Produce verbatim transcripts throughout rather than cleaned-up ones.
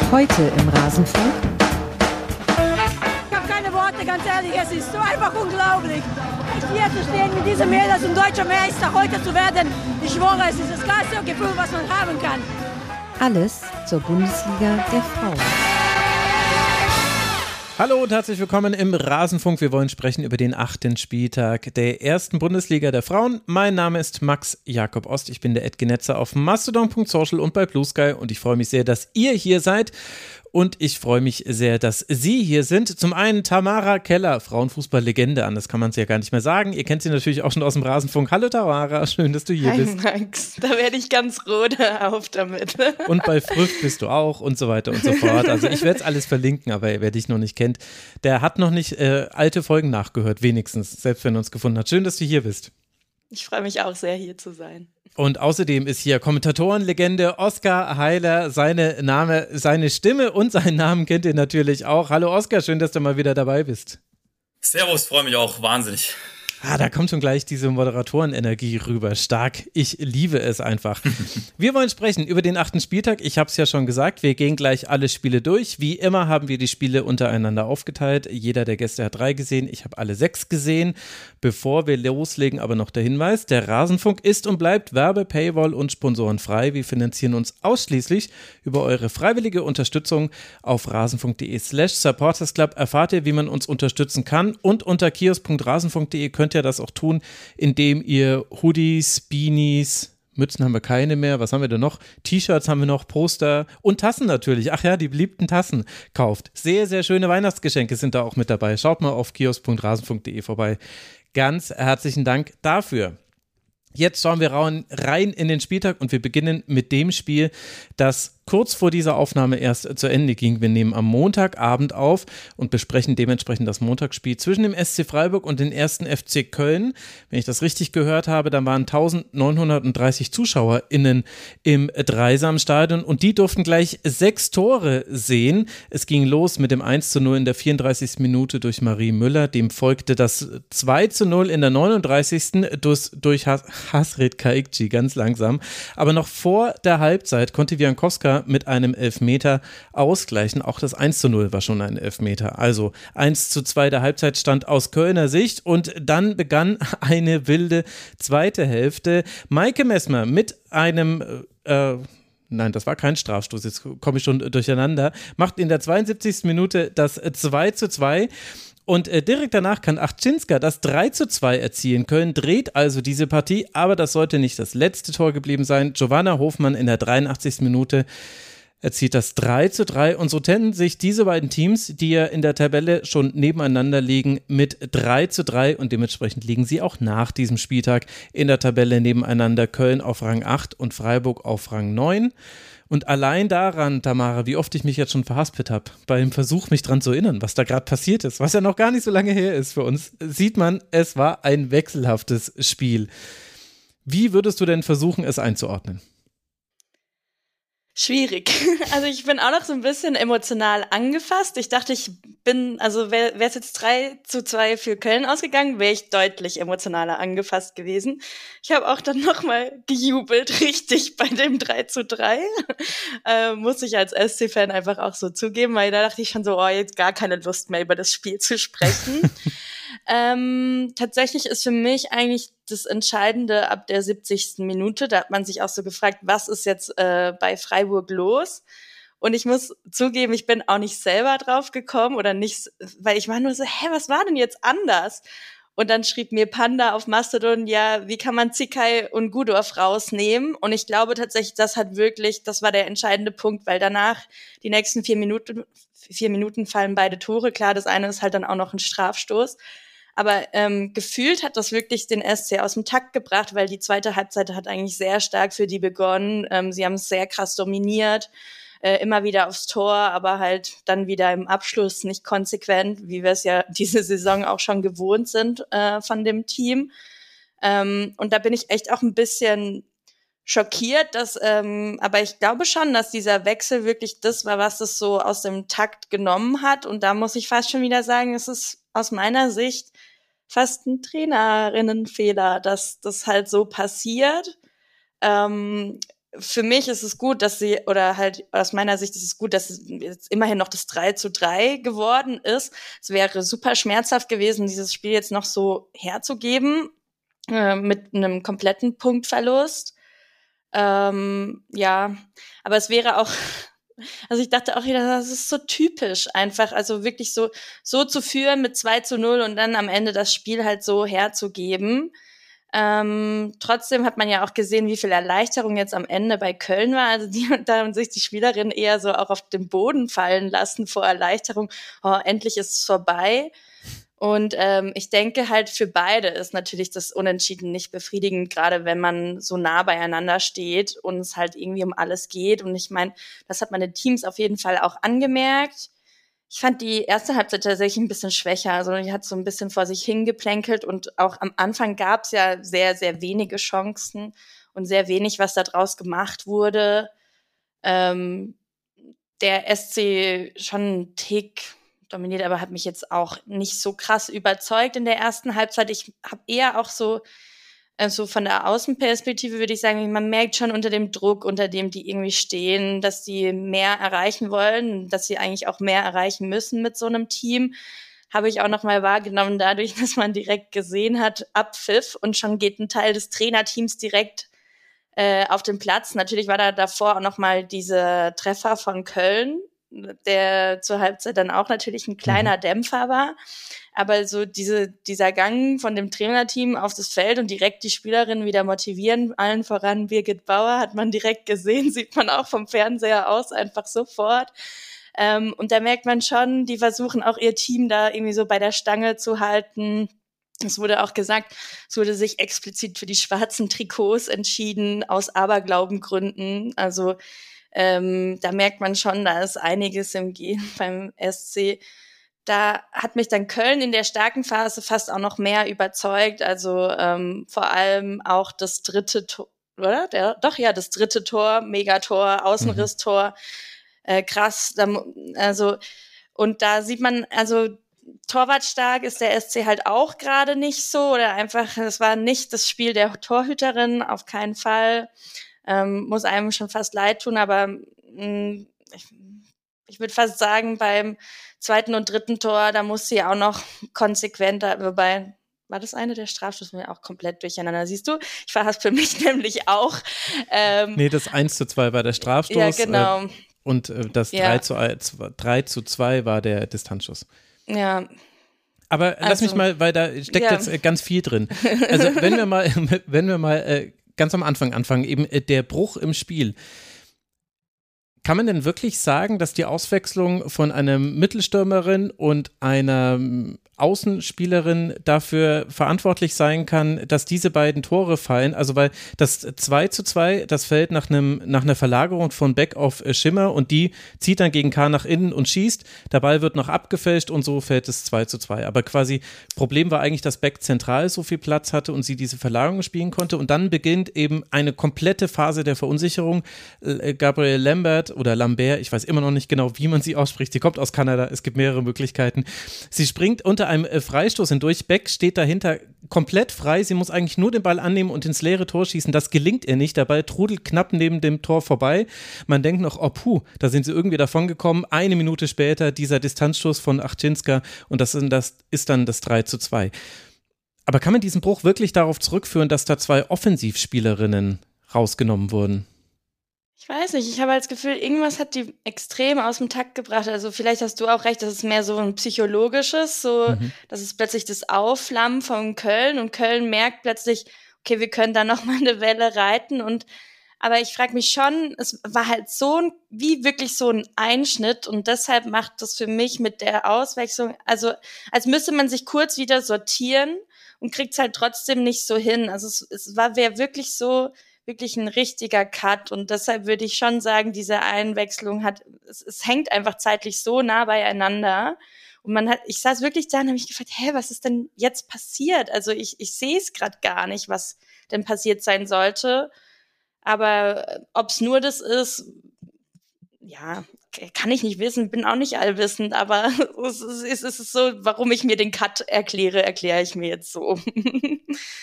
Heute im Rasenfunk. Ich habe keine Worte, ganz ehrlich, es ist so einfach unglaublich. Hier zu stehen mit diesem Mädels und deutscher Meister heute zu werden, ich schwöre, es ist das geilste Gefühl, was man haben kann. Alles zur Bundesliga der Frauen. Hallo und herzlich willkommen im Rasenfunk. Wir wollen sprechen über den achten Spieltag der ersten Bundesliga der Frauen. Mein Name ist Max Jakob Ost. Ich bin der Edgenetzer auf mastodon punkt social und bei Blue Sky und ich freue mich sehr, dass ihr hier seid. Und ich freue mich sehr, dass Sie hier sind. Zum einen Tamara Keller, Frauenfußball-Legende, anders kann man es ja gar nicht mehr sagen. Ihr kennt sie natürlich auch schon aus dem Rasenfunk. Hallo Tamara, schön, dass du hier Hi, bist. Max, da werde ich ganz rot, auf damit. Und bei Früff bist du auch und so weiter und so fort. Also ich werde es alles verlinken, aber wer dich noch nicht kennt, der hat noch nicht äh, alte Folgen nachgehört, wenigstens, selbst wenn er uns gefunden hat. Schön, dass du hier bist. Ich freue mich auch sehr, hier zu sein. Und außerdem ist hier Kommentatorenlegende Oskar Heiler, seine Name, seine Stimme und seinen Namen kennt ihr natürlich auch. Hallo Oskar, schön, dass du mal wieder dabei bist. Servus, freue mich auch, wahnsinnig. Ah, da kommt schon gleich diese Moderatorenenergie rüber. Stark. Ich liebe es einfach. Wir wollen sprechen über den achten Spieltag. Ich habe es ja schon gesagt, wir gehen gleich alle Spiele durch. Wie immer haben wir die Spiele untereinander aufgeteilt. Jeder der Gäste hat drei gesehen. Ich habe alle sechs gesehen. Bevor wir loslegen, aber noch der Hinweis, der Rasenfunk ist und bleibt Werbe-, Paywall- und Sponsorenfrei. Wir finanzieren uns ausschließlich über eure freiwillige Unterstützung. Auf rasenfunk.de slash supportersclub erfahrt ihr, wie man uns unterstützen kann. Und unter kiosk punkt rasenfunk punkt de könnt ihr das auch tun, indem ihr Hoodies, Beanies, Mützen haben wir keine mehr, was haben wir denn noch? T-Shirts haben wir noch, Poster und Tassen natürlich. Ach ja, die beliebten Tassen kauft. Sehr, sehr schöne Weihnachtsgeschenke sind da auch mit dabei. Schaut mal auf kiosk punkt rasenfunk punkt de vorbei. Ganz herzlichen Dank dafür. Jetzt schauen wir rein in den Spieltag und wir beginnen mit dem Spiel, das kurz vor dieser Aufnahme erst zu Ende ging. Wir nehmen am Montagabend auf und besprechen dementsprechend das Montagsspiel zwischen dem S C Freiburg und dem ersten F C Köln. Wenn ich das richtig gehört habe, dann waren eintausendneunhundertdreißig ZuschauerInnen im Dreisamstadion und die durften gleich sechs Tore sehen. Es ging los mit dem eins zu null in der vierunddreißigsten Minute durch Marie Müller. Dem folgte das zwei zu null in der neununddreißigsten durch, durch Hasret Kaikci, ganz langsam. Aber noch vor der Halbzeit konnte Wiankowska mit einem Elfmeter ausgleichen. Auch das eins zu null war schon ein Elfmeter. Also eins zu zwei der Halbzeitstand aus Kölner Sicht und dann begann eine wilde zweite Hälfte. Maike Messmer mit einem äh, Nein, das war kein Strafstoß, jetzt komme ich schon durcheinander, macht in der zweiundsiebzigsten Minute das zwei zu zwei. Und äh, direkt danach kann Achczynska das drei zu zwei erzielen. Köln dreht also diese Partie, aber das sollte nicht das letzte Tor geblieben sein. Giovanna Hofmann in der dreiundachtzigsten Minute erzielt das drei zu drei. Und so trennen sich diese beiden Teams, die ja in der Tabelle schon nebeneinander liegen, mit drei zu drei. Und dementsprechend liegen sie auch nach diesem Spieltag in der Tabelle nebeneinander. Köln auf Rang acht und Freiburg auf Rang neun. Und allein daran, Tamara, wie oft ich mich jetzt schon verhaspelt habe, beim Versuch, mich dran zu erinnern, was da gerade passiert ist, was ja noch gar nicht so lange her ist für uns, sieht man, es war ein wechselhaftes Spiel. Wie würdest du denn versuchen, es einzuordnen? Schwierig. Also ich bin auch noch so ein bisschen emotional angefasst. Ich dachte, ich bin, also wäre es jetzt drei zu zwei für Köln ausgegangen, wäre ich deutlich emotionaler angefasst gewesen. Ich habe auch dann nochmal gejubelt, richtig bei dem drei zu drei. Äh, muss ich als S C-Fan einfach auch so zugeben, weil da dachte ich schon so, oh, jetzt gar keine Lust mehr über das Spiel zu sprechen. Ähm, tatsächlich ist für mich eigentlich das Entscheidende ab der siebzigsten Minute. Da hat man sich auch so gefragt, was ist jetzt äh, bei Freiburg los? Und ich muss zugeben, ich bin auch nicht selber drauf gekommen oder nicht, weil ich war nur so, hä, was war denn jetzt anders? Und dann schrieb mir Panda auf Mastodon, ja, wie kann man Zikai und Gudorf rausnehmen? Und ich glaube tatsächlich, das hat wirklich, das war der entscheidende Punkt, weil danach die nächsten vier Minuten, vier Minuten fallen beide Tore. Klar, das eine ist halt dann auch noch ein Strafstoß. Aber ähm, gefühlt hat das wirklich den S C aus dem Takt gebracht, weil die zweite Halbzeit hat eigentlich sehr stark für die begonnen. Ähm, sie haben es sehr krass dominiert, äh, immer wieder aufs Tor, aber halt dann wieder im Abschluss nicht konsequent, wie wir es ja diese Saison auch schon gewohnt sind äh, von dem Team. Ähm, und da bin ich echt auch ein bisschen schockiert, dass, ähm, aber ich glaube schon, dass dieser Wechsel wirklich das war, was es so aus dem Takt genommen hat. Und da muss ich fast schon wieder sagen, es ist aus meiner Sicht fast ein Trainerinnenfehler, dass das halt so passiert. Ähm, für mich ist es gut, dass sie, oder halt aus meiner Sicht ist es gut, dass es jetzt immerhin noch das drei zu drei geworden ist. Es wäre super schmerzhaft gewesen, dieses Spiel jetzt noch so herzugeben, äh, mit einem kompletten Punktverlust. Ähm, ja, aber es wäre auch, also ich dachte auch wieder, das ist so typisch einfach, also wirklich so, so zu führen mit zwei zu null und dann am Ende das Spiel halt so herzugeben. Ähm, trotzdem hat man ja auch gesehen, wie viel Erleichterung jetzt am Ende bei Köln war. Also die, da haben sich die Spielerinnen eher so auch auf den Boden fallen lassen vor Erleichterung. Oh, endlich ist es vorbei. Und ähm, ich denke halt für beide ist natürlich das Unentschieden nicht befriedigend, gerade wenn man so nah beieinander steht und es halt irgendwie um alles geht. Und ich meine, das hat man den Teams auf jeden Fall auch angemerkt. Ich fand die erste Halbzeit tatsächlich ein bisschen schwächer. Also die hat so ein bisschen vor sich hingeplänkelt und auch am Anfang gab es ja sehr, sehr wenige Chancen und sehr wenig, was da draus gemacht wurde. Ähm, der S C schon einen Tick dominiert, aber hat mich jetzt auch nicht so krass überzeugt in der ersten Halbzeit. Ich habe eher auch so Also von der Außenperspektive würde ich sagen, man merkt schon unter dem Druck, unter dem die irgendwie stehen, dass die mehr erreichen wollen, dass sie eigentlich auch mehr erreichen müssen mit so einem Team. Habe ich auch nochmal wahrgenommen dadurch, dass man direkt gesehen hat, Abpfiff und schon geht ein Teil des Trainerteams direkt äh, auf den Platz. Natürlich war da davor auch nochmal dieser Treffer von Köln, der zur Halbzeit dann auch natürlich ein kleiner Dämpfer war. Aber so diese, dieser Gang von dem Trainerteam auf das Feld und direkt die Spielerinnen wieder motivieren, allen voran Birgit Bauer, hat man direkt gesehen, sieht man auch vom Fernseher aus einfach sofort. Ähm, und da merkt man schon, die versuchen auch ihr Team da irgendwie so bei der Stange zu halten. Es wurde auch gesagt, es wurde sich explizit für die schwarzen Trikots entschieden, aus Aberglaubengründen. Also ähm, da merkt man schon, da ist einiges im Gehen beim S C. Da hat mich dann Köln in der starken Phase fast auch noch mehr überzeugt. Also ähm, vor allem auch das dritte Tor, oder? Der, doch, ja, das dritte Tor, Megator, Außenrisstor. Äh, krass. Da, also, und da sieht man, also torwartstark ist der S C halt auch gerade nicht so. Oder einfach, es war nicht das Spiel der Torhüterin, auf keinen Fall. Ähm, muss einem schon fast leid tun, aber mh, ich, ich würde fast sagen, beim zweiten und dritten Tor, da muss sie auch noch konsequenter, wobei, war das eine der Strafschüsse auch komplett durcheinander, siehst du? Ich verhaspel mich nämlich auch. Ähm, nee, das eins zu zwei war der Strafstoß. Ja, genau. Äh, und äh, das ja. drei zu zwei war der Distanzschuss. Ja. Aber lass also, mich mal, weil da steckt ja. jetzt äh, ganz viel drin. Also wenn wir mal, wenn wir mal äh, ganz am Anfang anfangen, eben äh, der Bruch im Spiel. Kann man denn wirklich sagen, dass die Auswechslung von einer Mittelstürmerin und einer Außenspielerin dafür verantwortlich sein kann, dass diese beiden Tore fallen? Also weil das zwei zu zwei, das fällt nach einem nach einer Verlagerung von Beck auf Schimmer und die zieht dann gegen K nach innen und schießt. Der Ball wird noch abgefälscht und so fällt es zwei zu zwei. Aber quasi Problem war eigentlich, dass Beck zentral so viel Platz hatte und sie diese Verlagerung spielen konnte. Und dann beginnt eben eine komplette Phase der Verunsicherung. Gabrielle Lambert oder Lambert, ich weiß immer noch nicht genau, wie man sie ausspricht. Sie kommt aus Kanada, es gibt mehrere Möglichkeiten. Sie springt unter einem Freistoß hindurch. Beck steht dahinter komplett frei. Sie muss eigentlich nur den Ball annehmen und ins leere Tor schießen. Das gelingt ihr nicht. Der Ball trudelt knapp neben dem Tor vorbei. Man denkt noch, oh puh, da sind sie irgendwie davon gekommen. Eine Minute später dieser Distanzstoß von Achczynska und das, das ist dann das drei zu zwei. Aber kann man diesen Bruch wirklich darauf zurückführen, dass da zwei Offensivspielerinnen rausgenommen wurden? Ich weiß nicht, ich habe halt das Gefühl, irgendwas hat die extrem aus dem Takt gebracht. Also vielleicht hast du auch recht, das ist mehr so ein psychologisches, so, mhm. das ist plötzlich das Aufflammen von Köln und Köln merkt plötzlich, okay, wir können da nochmal eine Welle reiten und, aber ich frage mich schon, es war halt so ein, wie wirklich so ein Einschnitt und deshalb macht das für mich mit der Auswechslung, also als müsste man sich kurz wieder sortieren und kriegt es halt trotzdem nicht so hin. Also es, es war, wäre wirklich so, wirklich ein richtiger Cut und deshalb würde ich schon sagen, diese Einwechslung hat, es, es hängt einfach zeitlich so nah beieinander und man hat, ich saß wirklich da und habe mich gefragt, hä, was ist denn jetzt passiert? Also ich, ich sehe es gerade gar nicht, was denn passiert sein sollte, aber ob es nur das ist, ja, kann ich nicht wissen, bin auch nicht allwissend, aber es ist, es ist so, warum ich mir den Cut erkläre, erkläre ich mir jetzt so.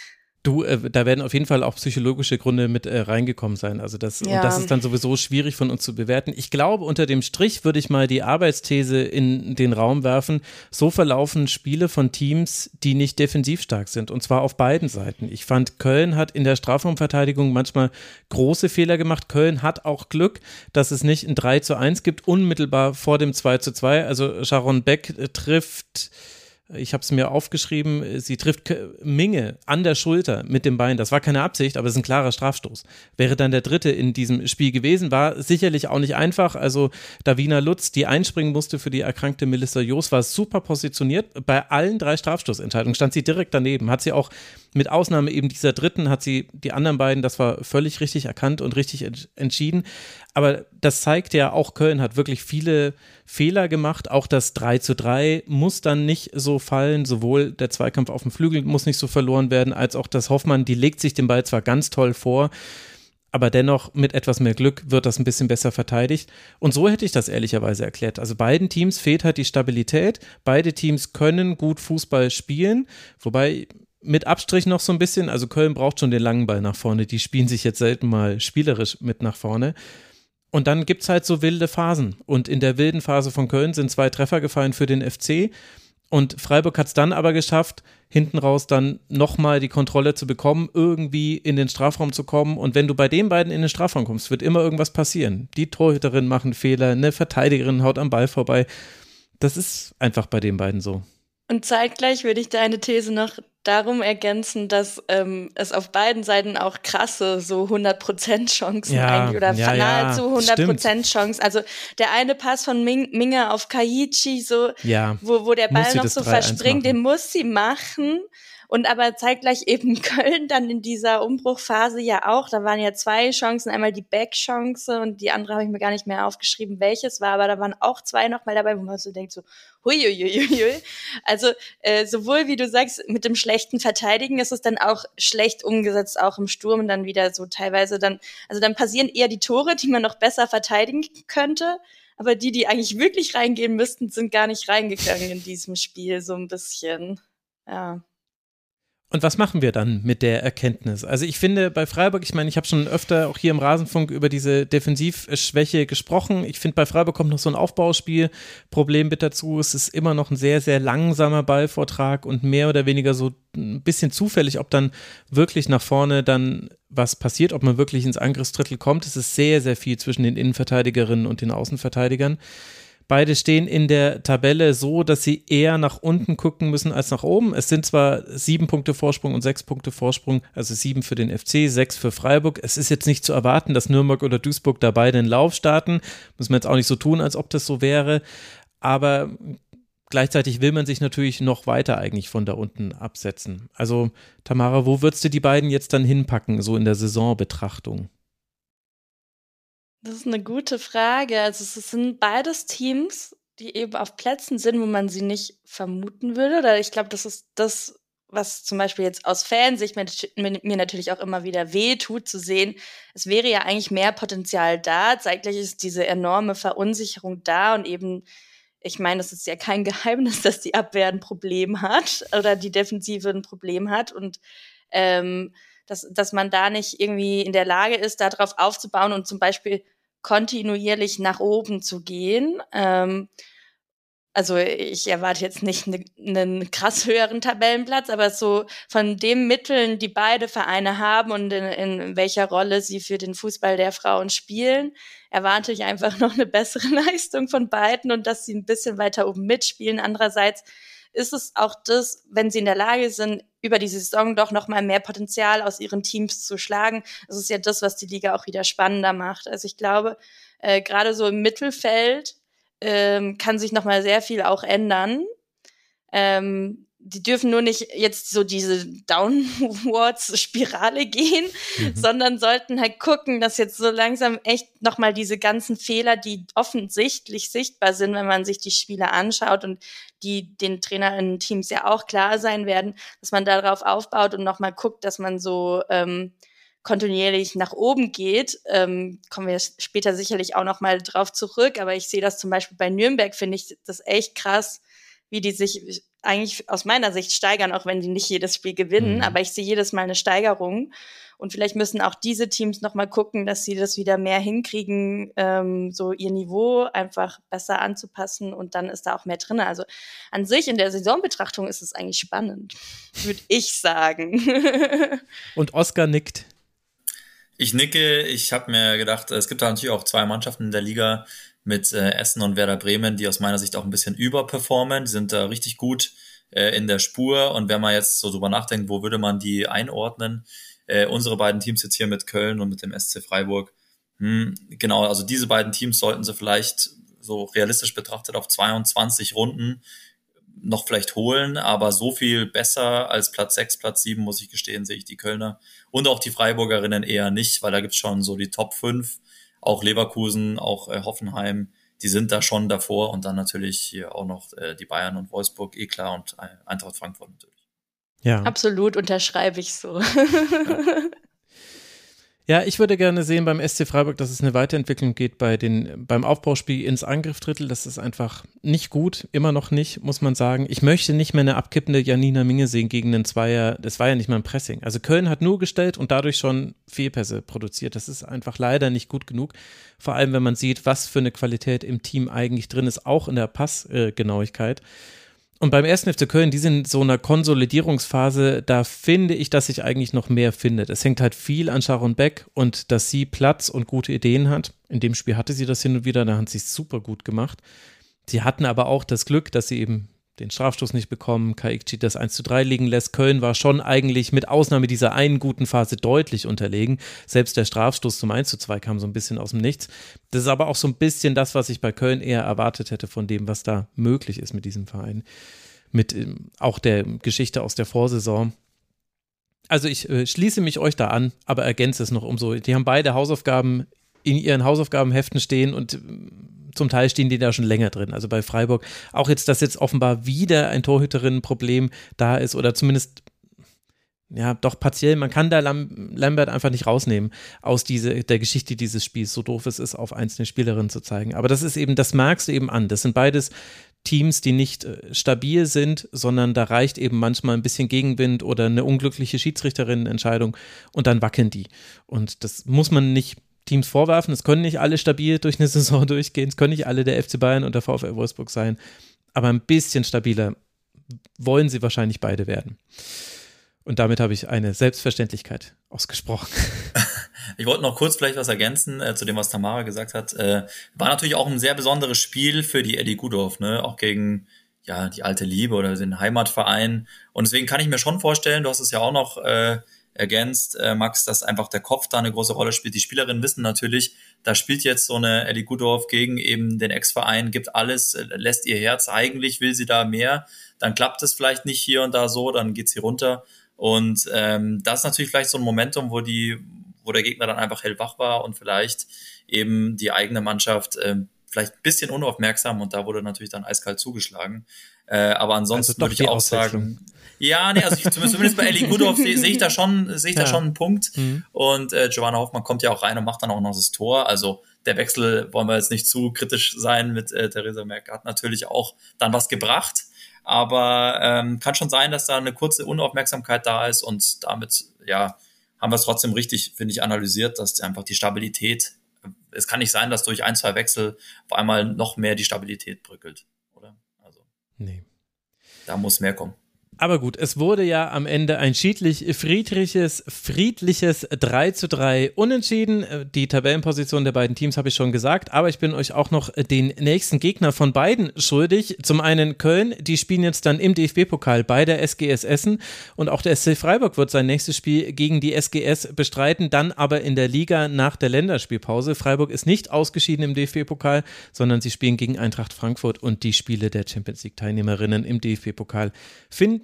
Du, äh, da werden auf jeden Fall auch psychologische Gründe mit äh, reingekommen sein. Also das, Ja. und das ist dann sowieso schwierig von uns zu bewerten. Ich glaube, unter dem Strich würde ich mal die Arbeitsthese in den Raum werfen. So verlaufen Spiele von Teams, die nicht defensiv stark sind. Und zwar auf beiden Seiten. Ich fand, Köln hat in der Strafraumverteidigung manchmal große Fehler gemacht. Köln hat auch Glück, dass es nicht ein drei zu eins gibt, unmittelbar vor dem zwei zu zwei. Also Sharon Beck äh, trifft... Ich habe es mir aufgeschrieben, sie trifft Minge an der Schulter mit dem Bein. Das war keine Absicht, aber es ist ein klarer Strafstoß. Wäre dann der dritte in diesem Spiel gewesen, war sicherlich auch nicht einfach. Also Davina Lutz, die einspringen musste für die erkrankte Melissa Joos, war super positioniert. Bei allen drei Strafstoßentscheidungen stand sie direkt daneben. Hat sie auch mit Ausnahme eben dieser dritten, hat sie die anderen beiden, das war völlig richtig erkannt und richtig entschieden. Aber das zeigt ja, auch Köln hat wirklich viele Fehler gemacht. Auch das drei zu drei muss dann nicht so fallen. Sowohl der Zweikampf auf dem Flügel muss nicht so verloren werden, als auch das Hoffmann, die legt sich den Ball zwar ganz toll vor, aber dennoch mit etwas mehr Glück wird das ein bisschen besser verteidigt. Und so hätte ich das ehrlicherweise erklärt. Also beiden Teams fehlt halt die Stabilität. Beide Teams können gut Fußball spielen, wobei mit Abstrich noch so ein bisschen, also Köln braucht schon den langen Ball nach vorne. Die spielen sich jetzt selten mal spielerisch mit nach vorne. Und dann gibt es halt so wilde Phasen. Und in der wilden Phase von Köln sind zwei Treffer gefallen für den F C. Und Freiburg hat es dann aber geschafft, hinten raus dann nochmal die Kontrolle zu bekommen, irgendwie in den Strafraum zu kommen. Und wenn du bei den beiden in den Strafraum kommst, wird immer irgendwas passieren. Die Torhüterin macht einen Fehler, eine Verteidigerin haut am Ball vorbei. Das ist einfach bei den beiden so. Und zeitgleich würde ich deine These noch darum ergänzen, dass ähm, es auf beiden Seiten auch krasse so hundert Prozent Chancen ja, eigentlich oder ja, nahezu ja, hundert Prozent Chance. Also der eine Pass von Ming, Minge auf Kaiichi, so, ja, wo, wo der Ball noch so drei eins verspringt, machen. den muss sie machen. Und aber zeitgleich eben Köln dann in dieser Umbruchphase ja auch, da waren ja zwei Chancen, einmal die Back-Chance und die andere habe ich mir gar nicht mehr aufgeschrieben, welches war, aber da waren auch zwei nochmal dabei, wo man so denkt, so huiuiuiui. Also äh, sowohl, wie du sagst, mit dem schlechten Verteidigen ist es dann auch schlecht umgesetzt, auch im Sturm und dann wieder so teilweise dann, also dann passieren eher die Tore, die man noch besser verteidigen könnte, aber die, die eigentlich wirklich reingehen müssten, sind gar nicht reingegangen in diesem Spiel, so ein bisschen, ja. Und was machen wir dann mit der Erkenntnis? Also ich finde bei Freiburg, ich meine, ich habe schon öfter auch hier im Rasenfunk über diese Defensivschwäche gesprochen. Ich finde, bei Freiburg kommt noch so ein Aufbauspielproblem mit dazu. Es ist immer noch ein sehr, sehr langsamer Ballvortrag und mehr oder weniger so ein bisschen zufällig, ob dann wirklich nach vorne dann was passiert, ob man wirklich ins Angriffsdrittel kommt. Es ist sehr, sehr viel zwischen den Innenverteidigerinnen und den Außenverteidigern. Beide stehen in der Tabelle so, dass sie eher nach unten gucken müssen als nach oben. Es sind zwar sieben Punkte Vorsprung und sechs Punkte Vorsprung, also sieben für den F C, sechs für Freiburg. Es ist jetzt nicht zu erwarten, dass Nürnberg oder Duisburg da beide den Lauf starten. Muss man jetzt auch nicht so tun, als ob das so wäre. Aber gleichzeitig will man sich natürlich noch weiter eigentlich von da unten absetzen. Also Tamara, wo würdest du die beiden jetzt dann hinpacken, so in der Saisonbetrachtung? Das ist eine gute Frage. Also es sind beides Teams, die eben auf Plätzen sind, wo man sie nicht vermuten würde. Oder ich glaube, das ist das, was zum Beispiel jetzt aus Fansicht mir, mir natürlich auch immer wieder weh tut, zu sehen, es wäre ja eigentlich mehr Potenzial da. Zeitgleich ist diese enorme Verunsicherung da und eben, ich meine, das ist ja kein Geheimnis, dass die Abwehr ein Problem hat oder die Defensive ein Problem hat und ähm, dass, dass man da nicht irgendwie in der Lage ist, darauf aufzubauen und zum Beispiel kontinuierlich nach oben zu gehen. Ähm, also ich erwarte jetzt nicht ne, einen krass höheren Tabellenplatz, aber so von den Mitteln, die beide Vereine haben und in, in welcher Rolle sie für den Fußball der Frauen spielen, erwarte ich einfach noch eine bessere Leistung von beiden und dass sie ein bisschen weiter oben mitspielen. Andererseits ist es auch das, wenn sie in der Lage sind, über die Saison doch noch mal mehr Potenzial aus ihren Teams zu schlagen. Das ist ja das, was die Liga auch wieder spannender macht. Also ich glaube, äh, gerade so im Mittelfeld ähm, kann sich noch mal sehr viel auch ändern. Ähm, die dürfen nur nicht jetzt so diese Downwards-Spirale gehen, mhm. sondern sollten halt gucken, dass jetzt so langsam echt noch mal diese ganzen Fehler, die offensichtlich sichtbar sind, wenn man sich die Spiele anschaut und die den Trainerinnen-Teams ja auch klar sein werden, dass man darauf aufbaut und noch mal guckt, dass man so ähm, kontinuierlich nach oben geht. Ähm, kommen wir später sicherlich auch noch mal drauf zurück, aber ich sehe das zum Beispiel bei Nürnberg, finde ich das echt krass, wie die sich eigentlich aus meiner Sicht steigern, auch wenn die nicht jedes Spiel gewinnen. Mhm. Aber ich sehe jedes Mal eine Steigerung. Und vielleicht müssen auch diese Teams nochmal gucken, dass sie das wieder mehr hinkriegen, ähm, so ihr Niveau einfach besser anzupassen. Und dann ist da auch mehr drin. Also an sich in der Saisonbetrachtung ist es eigentlich spannend, würde ich sagen. Und Oskar nickt. Ich nicke. Ich habe mir gedacht, es gibt da natürlich auch zwei Mannschaften in der Liga mit äh, Essen und Werder Bremen, die aus meiner Sicht auch ein bisschen überperformen. Die sind da richtig gut äh, in der Spur. Und wenn man jetzt so drüber nachdenkt, wo würde man die einordnen? Äh, unsere beiden Teams jetzt hier mit Köln und mit dem S C Freiburg. Hm, genau, also diese beiden Teams sollten sie vielleicht so realistisch betrachtet auf zweiundzwanzig Runden noch vielleicht holen, aber so viel besser als Platz sechs, Platz sieben, muss ich gestehen, sehe ich die Kölner und auch die Freiburgerinnen eher nicht, weil da gibt's schon so die Top fünf, auch Leverkusen, auch äh, Hoffenheim, die sind da schon davor und dann natürlich hier auch noch äh, die Bayern und Wolfsburg, eh klar, und äh, Eintracht Frankfurt natürlich. Ja. Absolut, unterschreibe ich so. Ja. Ja, ich würde gerne sehen beim S C Freiburg, dass es eine Weiterentwicklung geht bei den, beim Aufbauspiel ins Angriffsdrittel. Das ist einfach nicht gut, immer noch nicht, muss man sagen. Ich möchte nicht mehr eine abkippende Janina Minge sehen gegen einen Zweier. Das war ja nicht mal ein Pressing. Also Köln hat nur gestellt und dadurch schon Fehlpässe produziert. Das ist einfach leider nicht gut genug. Vor allem, wenn man sieht, was für eine Qualität im Team eigentlich drin ist, auch in der Passgenauigkeit. Und beim ersten F C Köln, die sind in so einer Konsolidierungsphase, da finde ich, dass sich eigentlich noch mehr findet. Es hängt halt viel an Sharon Beck und dass sie Platz und gute Ideen hat. In dem Spiel hatte sie das hin und wieder, da hat sie es super gut gemacht. Sie hatten aber auch das Glück, dass sie eben den Strafstoß nicht bekommen, Kaikchi das eins zu drei liegen lässt. Köln war schon eigentlich mit Ausnahme dieser einen guten Phase deutlich unterlegen. Selbst der Strafstoß zum eins zu zwei kam so ein bisschen aus dem Nichts. Das ist aber auch so ein bisschen das, was ich bei Köln eher erwartet hätte von dem, was da möglich ist mit diesem Verein. Mit ähm, auch der Geschichte aus der Vorsaison. Also ich äh, schließe mich euch da an, aber ergänze es noch umso. Die haben beide Hausaufgaben in ihren Hausaufgabenheften stehen und zum Teil stehen die da schon länger drin. Also bei Freiburg, auch jetzt, dass jetzt offenbar wieder ein Torhüterinnenproblem da ist oder zumindest, ja, doch partiell, man kann da Lam- Lambert einfach nicht rausnehmen aus diese, der Geschichte dieses Spiels, so doof es ist, auf einzelne Spielerinnen zu zeigen. Aber das ist eben, das merkst du eben an. Das sind beides Teams, die nicht äh, stabil sind, sondern da reicht eben manchmal ein bisschen Gegenwind oder eine unglückliche Schiedsrichterinnenentscheidung und dann wackeln die. Und das muss man nicht Teams vorwerfen. Es können nicht alle stabil durch eine Saison durchgehen. Es können nicht alle der F C Bayern und der VfL Wolfsburg sein. Aber ein bisschen stabiler wollen sie wahrscheinlich beide werden. Und damit habe ich eine Selbstverständlichkeit ausgesprochen. Ich wollte noch kurz vielleicht was ergänzen äh, zu dem, was Tamara gesagt hat. Äh, war natürlich auch ein sehr besonderes Spiel für die Elli Gudorf, ne? Auch gegen ja die alte Liebe oder den Heimatverein. Und deswegen kann ich mir schon vorstellen, du hast es ja auch noch äh, ergänzt, äh, Max, dass einfach der Kopf da eine große Rolle spielt. Die Spielerinnen wissen natürlich, da spielt jetzt so eine Elli Gudorf gegen eben den Ex-Verein, gibt alles, äh, lässt ihr Herz, eigentlich will sie da mehr, dann klappt es vielleicht nicht hier und da so, dann geht sie runter und ähm, das ist natürlich vielleicht so ein Momentum, wo die, wo der Gegner dann einfach hellwach war und vielleicht eben die eigene Mannschaft äh, vielleicht ein bisschen unaufmerksam und da wurde natürlich dann eiskalt zugeschlagen. Äh, aber ansonsten also würde ich auch sagen, ja, nee, also ich, zumindest bei Elli Gudorf sehe seh ich da schon, sehe ich ja. da schon einen Punkt. Mhm. Und äh, Giovanna Hoffmann kommt ja auch rein und macht dann auch noch das Tor. Also der Wechsel, wollen wir jetzt nicht zu kritisch sein mit äh, Theresa Merck, hat natürlich auch dann was gebracht. Aber ähm, kann schon sein, dass da eine kurze Unaufmerksamkeit da ist und damit, ja, haben wir es trotzdem richtig, finde ich, analysiert, dass einfach die Stabilität, es kann nicht sein, dass durch ein, zwei Wechsel auf einmal noch mehr die Stabilität bröckelt, oder? Also, nee. Da muss mehr kommen. Aber gut, es wurde ja am Ende ein schiedlich friedliches, friedliches drei zu drei unentschieden. Die Tabellenposition der beiden Teams habe ich schon gesagt, aber ich bin euch auch noch den nächsten Gegner von beiden schuldig. Zum einen Köln, die spielen jetzt dann im D F B-Pokal bei der S G S Essen und auch der S C Freiburg wird sein nächstes Spiel gegen die S G S bestreiten, dann aber in der Liga nach der Länderspielpause. Freiburg ist nicht ausgeschieden im D F B-Pokal, sondern sie spielen gegen Eintracht Frankfurt und die Spiele der Champions League-Teilnehmerinnen im D F B-Pokal finden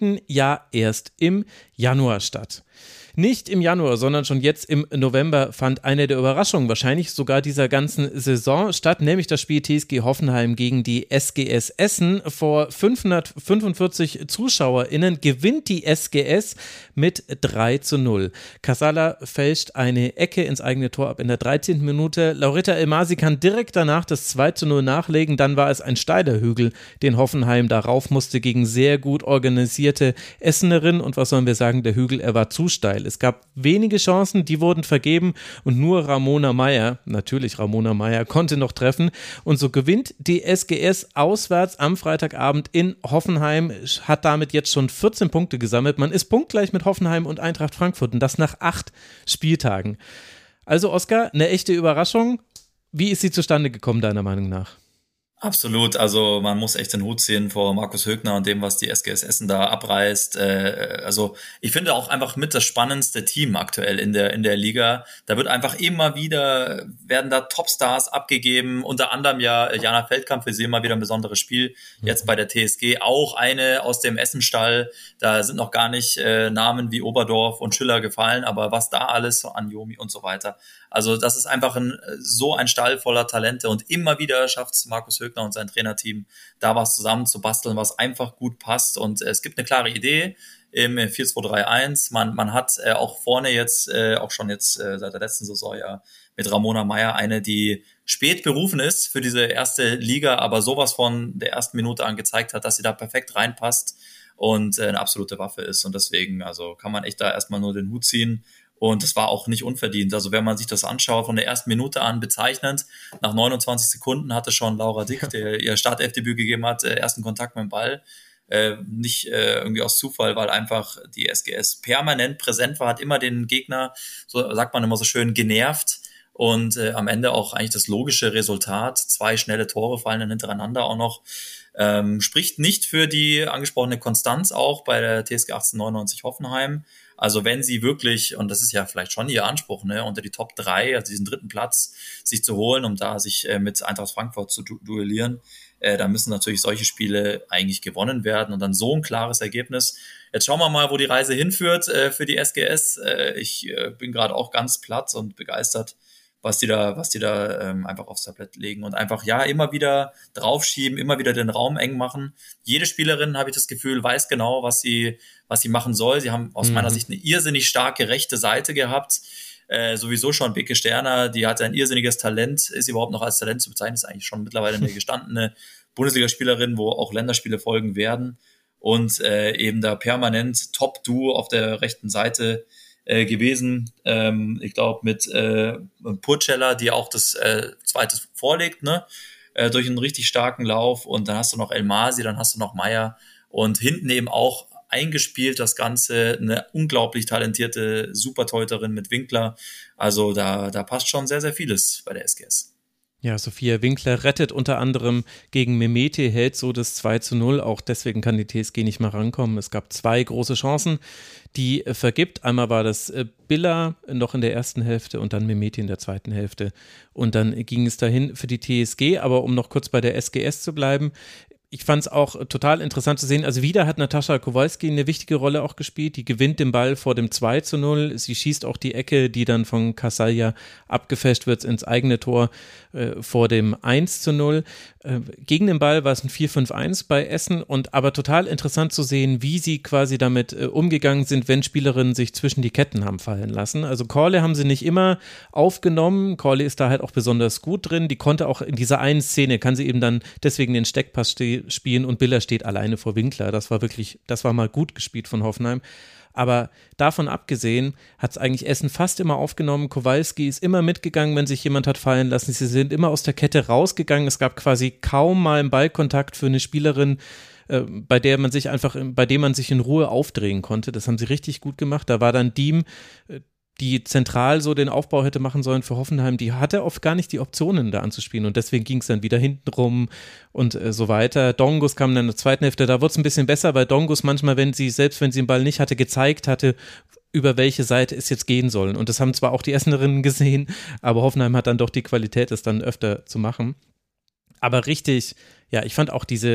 finden ja erst im Januar statt. Nicht im Januar, sondern schon jetzt im November fand eine der Überraschungen, wahrscheinlich sogar dieser ganzen Saison statt, nämlich das Spiel T S G Hoffenheim gegen die S G S Essen. Vor fünfhundertfünfundvierzig ZuschauerInnen gewinnt die S G S mit drei zu null. Casala fälscht eine Ecke ins eigene Tor ab in der dreizehnten Minute. Laurita Elmasi kann direkt danach das zwei zu null nachlegen. Dann war es ein steiler Hügel, den Hoffenheim darauf musste gegen sehr gut organisierte Essenerinnen. Und was sollen wir sagen, der Hügel, er war zu steil. Es gab wenige Chancen, die wurden vergeben und nur Ramona Meyer, natürlich Ramona Meyer, konnte noch treffen. Und so gewinnt die S G S auswärts am Freitagabend in Hoffenheim, hat damit jetzt schon vierzehn Punkte gesammelt. Man ist punktgleich mit Hoffenheim und Eintracht Frankfurt und das nach acht Spieltagen. Also Oskar, eine echte Überraschung. Wie ist sie zustande gekommen, deiner Meinung nach? Absolut, also man muss echt den Hut ziehen vor Markus Högner und dem, was die S G S Essen da abreißt. Äh, also ich finde auch einfach mit das spannendste Team aktuell in der in der Liga. Da wird einfach immer wieder, werden da Topstars abgegeben, unter anderem ja Jana Feldkamp, für sie immer wieder ein besonderes Spiel. Jetzt bei der T S G auch eine aus dem Essenstall. Da sind noch gar nicht äh, Namen wie Oberdorf und Schiller gefallen, aber was da alles, an Jomi und so weiter. Also das ist einfach ein, so ein Stall voller Talente und immer wieder schafft es Markus Högner und sein Trainerteam, da was zusammen zu basteln, was einfach gut passt. Und es gibt eine klare Idee im vier zwei drei eins. Man, man hat äh, auch vorne jetzt, äh, auch schon jetzt äh, seit der letzten Saison ja mit Ramona Meyer eine, die spät berufen ist für diese erste Liga, aber sowas von der ersten Minute an gezeigt hat, dass sie da perfekt reinpasst und äh, eine absolute Waffe ist. Und deswegen, also kann man echt da erstmal nur den Hut ziehen. Und das war auch nicht unverdient. Also wenn man sich das anschaut, von der ersten Minute an bezeichnend, nach neunundzwanzig Sekunden hatte schon Laura Dick, der ihr Startelfdebüt gegeben hat, äh, ersten Kontakt mit dem Ball. Äh, nicht äh, irgendwie aus Zufall, weil einfach die S G S permanent präsent war, hat immer den Gegner, so sagt man immer so schön, genervt. Und äh, am Ende auch eigentlich das logische Resultat. Zwei schnelle Tore fallen dann hintereinander auch noch. Ähm, spricht nicht für die angesprochene Konstanz auch bei der T S G achtzehnhundertneunundneunzig Hoffenheim. Also wenn sie wirklich, und das ist ja vielleicht schon ihr Anspruch, ne, unter die Top drei, also diesen dritten Platz sich zu holen, um da sich äh, mit Eintracht Frankfurt zu du- duellieren, äh, da müssen natürlich solche Spiele eigentlich gewonnen werden und dann so ein klares Ergebnis. Jetzt schauen wir mal, wo die Reise hinführt äh, für die S G S. Äh, ich äh, bin gerade auch ganz platt und begeistert, was die da, was die da ähm, einfach aufs Tablett legen und einfach, ja, immer wieder draufschieben, immer wieder den Raum eng machen. Jede Spielerin, habe ich das Gefühl, weiß genau, was sie, was sie machen soll. Sie haben aus mhm. meiner Sicht eine irrsinnig starke rechte Seite gehabt. Äh, sowieso schon Bicke Sterner, die hat ein irrsinniges Talent, ist überhaupt noch als Talent zu bezeichnen, ist eigentlich schon mittlerweile eine gestandene Bundesligaspielerin, wo auch Länderspiele folgen werden und äh, eben da permanent Top-Duo auf der rechten Seite Äh, gewesen, ähm, ich glaube mit äh, Purcella, die auch das äh, zweite vorlegt, ne, äh, durch einen richtig starken Lauf und dann hast du noch Elmasi, dann hast du noch Meyer und hinten eben auch eingespielt das Ganze, eine unglaublich talentierte Supertorhüterin mit Winkler, also da, da passt schon sehr, sehr vieles bei der S G S. Ja, Sophia Winkler rettet unter anderem gegen Mehmeti, hält so das zwei zu null. Auch deswegen kann die T S G nicht mehr rankommen. Es gab zwei große Chancen, die vergibt. Einmal war das Biller noch in der ersten Hälfte und dann Mehmeti in der zweiten Hälfte. Und dann ging es dahin für die T S G. Aber um noch kurz bei der S G S zu bleiben, ich fand es auch total interessant zu sehen, also wieder hat Natascha Kowalski eine wichtige Rolle auch gespielt, die gewinnt den Ball vor dem zwei zu null, sie schießt auch die Ecke, die dann von Kasalja abgefälscht wird ins eigene Tor äh, vor dem eins zu null. Äh, gegen den Ball war es ein vier fünf eins bei Essen und aber total interessant zu sehen, wie sie quasi damit äh, umgegangen sind, wenn Spielerinnen sich zwischen die Ketten haben fallen lassen. Also Corley haben sie nicht immer aufgenommen, Corley ist da halt auch besonders gut drin, die konnte auch in dieser einen Szene, kann sie eben dann deswegen den Steckpass stehen, spielen und Biller steht alleine vor Winkler. Das war wirklich, das war mal gut gespielt von Hoffenheim. Aber davon abgesehen hat es eigentlich Essen fast immer aufgenommen. Kowalski ist immer mitgegangen, wenn sich jemand hat fallen lassen. Sie sind immer aus der Kette rausgegangen. Es gab quasi kaum mal einen Ballkontakt für eine Spielerin, äh, bei der man sich einfach, bei dem man sich in Ruhe aufdrehen konnte. Das haben sie richtig gut gemacht. Da war dann Diem, äh, die zentral so den Aufbau hätte machen sollen für Hoffenheim, die hatte oft gar nicht die Optionen da anzuspielen und deswegen ging es dann wieder hinten rum und äh, so weiter. Dongus kam dann in der zweiten Hälfte, da wurde es ein bisschen besser, weil Dongus manchmal, wenn sie, selbst wenn sie den Ball nicht hatte, gezeigt hatte, über welche Seite es jetzt gehen soll und das haben zwar auch die Essenerinnen gesehen, aber Hoffenheim hat dann doch die Qualität, es dann öfter zu machen. Aber richtig, ja, ich fand auch diese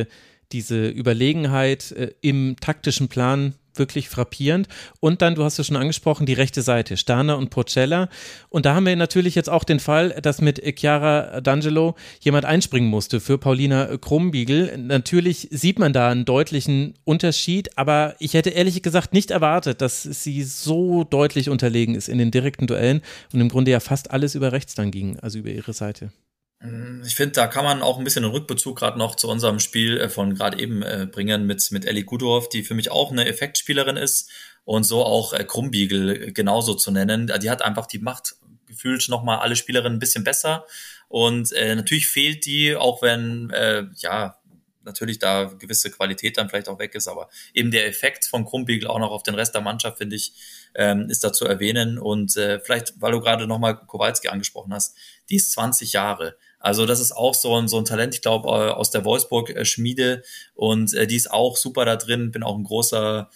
diese Überlegenheit äh, im taktischen Plan wirklich frappierend. Und dann, du hast es schon angesprochen, die rechte Seite, Stana und Porcella. Und da haben wir natürlich jetzt auch den Fall, dass mit Chiara D'Angelo jemand einspringen musste für Paulina Krumbiegel. Natürlich sieht man da einen deutlichen Unterschied, aber ich hätte ehrlich gesagt nicht erwartet, dass sie so deutlich unterlegen ist in den direkten Duellen und im Grunde ja fast alles über rechts dann ging, also über ihre Seite. Ich finde, da kann man auch ein bisschen einen Rückbezug gerade noch zu unserem Spiel von gerade eben äh, bringen mit mit Ellie Gudorf, die für mich auch eine Effektspielerin ist und so auch äh, Krumbiegel genauso zu nennen. Die hat einfach, die macht gefühlt nochmal alle Spielerinnen ein bisschen besser und äh, natürlich fehlt die, auch wenn, äh, ja, natürlich da gewisse Qualität dann vielleicht auch weg ist, aber eben der Effekt von Krumbiegel auch noch auf den Rest der Mannschaft, finde ich, ähm, ist da zu erwähnen und äh, vielleicht, weil du gerade nochmal Kowalski angesprochen hast, die ist zwanzig Jahre. Also das ist auch so ein, so ein Talent, ich glaube, aus der Wolfsburg-Schmiede und äh, die ist auch super da drin, bin auch ein großer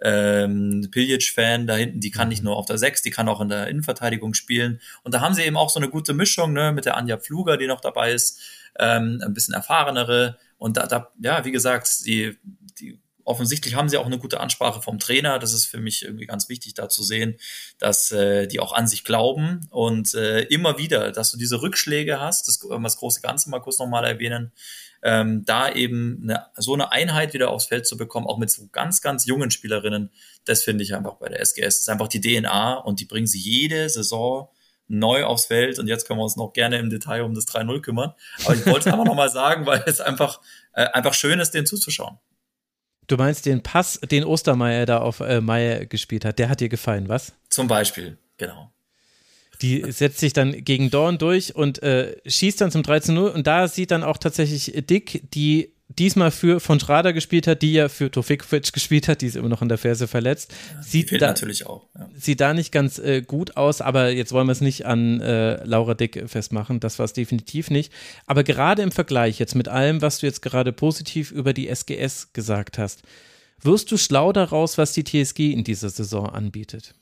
ähm, Piljic-Fan da hinten, die kann nicht nur auf der sechs, die kann auch in der Innenverteidigung spielen und da haben sie eben auch so eine gute Mischung, ne, mit der Anja Pfluger, die noch dabei ist, ähm, ein bisschen erfahrenere und da, da ja, wie gesagt, die, die offensichtlich haben sie auch eine gute Ansprache vom Trainer. Das ist für mich irgendwie ganz wichtig, da zu sehen, dass äh, die auch an sich glauben und äh, immer wieder, dass du diese Rückschläge hast, das, das große Ganze mal kurz nochmal erwähnen, ähm, da eben eine, so eine Einheit wieder aufs Feld zu bekommen, auch mit so ganz, ganz jungen Spielerinnen, das finde ich einfach bei der S G S. Das ist einfach die D N A und die bringen sie jede Saison neu aufs Feld und jetzt können wir uns noch gerne im Detail um das drei null kümmern. Aber ich wollte es einfach nochmal sagen, weil es einfach, äh, einfach schön ist, denen zuzuschauen. Du meinst den Pass, den Ostermeier da auf äh, Meier gespielt hat, der hat dir gefallen, was? Zum Beispiel, genau. Die setzt sich dann gegen Dorn durch und äh, schießt dann zum drei zu null und da sieht dann auch tatsächlich Dick, die diesmal für von Schrader gespielt hat, die ja für Tofikovic gespielt hat, die ist immer noch in der Ferse verletzt. Ja, sieht fehlt da, natürlich auch. Ja. Sieht da nicht ganz äh, gut aus, aber jetzt wollen wir es nicht an äh, Laura Dick festmachen, das war es definitiv nicht. Aber gerade im Vergleich jetzt mit allem, was du jetzt gerade positiv über die S G S gesagt hast, wirst du schlau daraus, was die T S G in dieser Saison anbietet?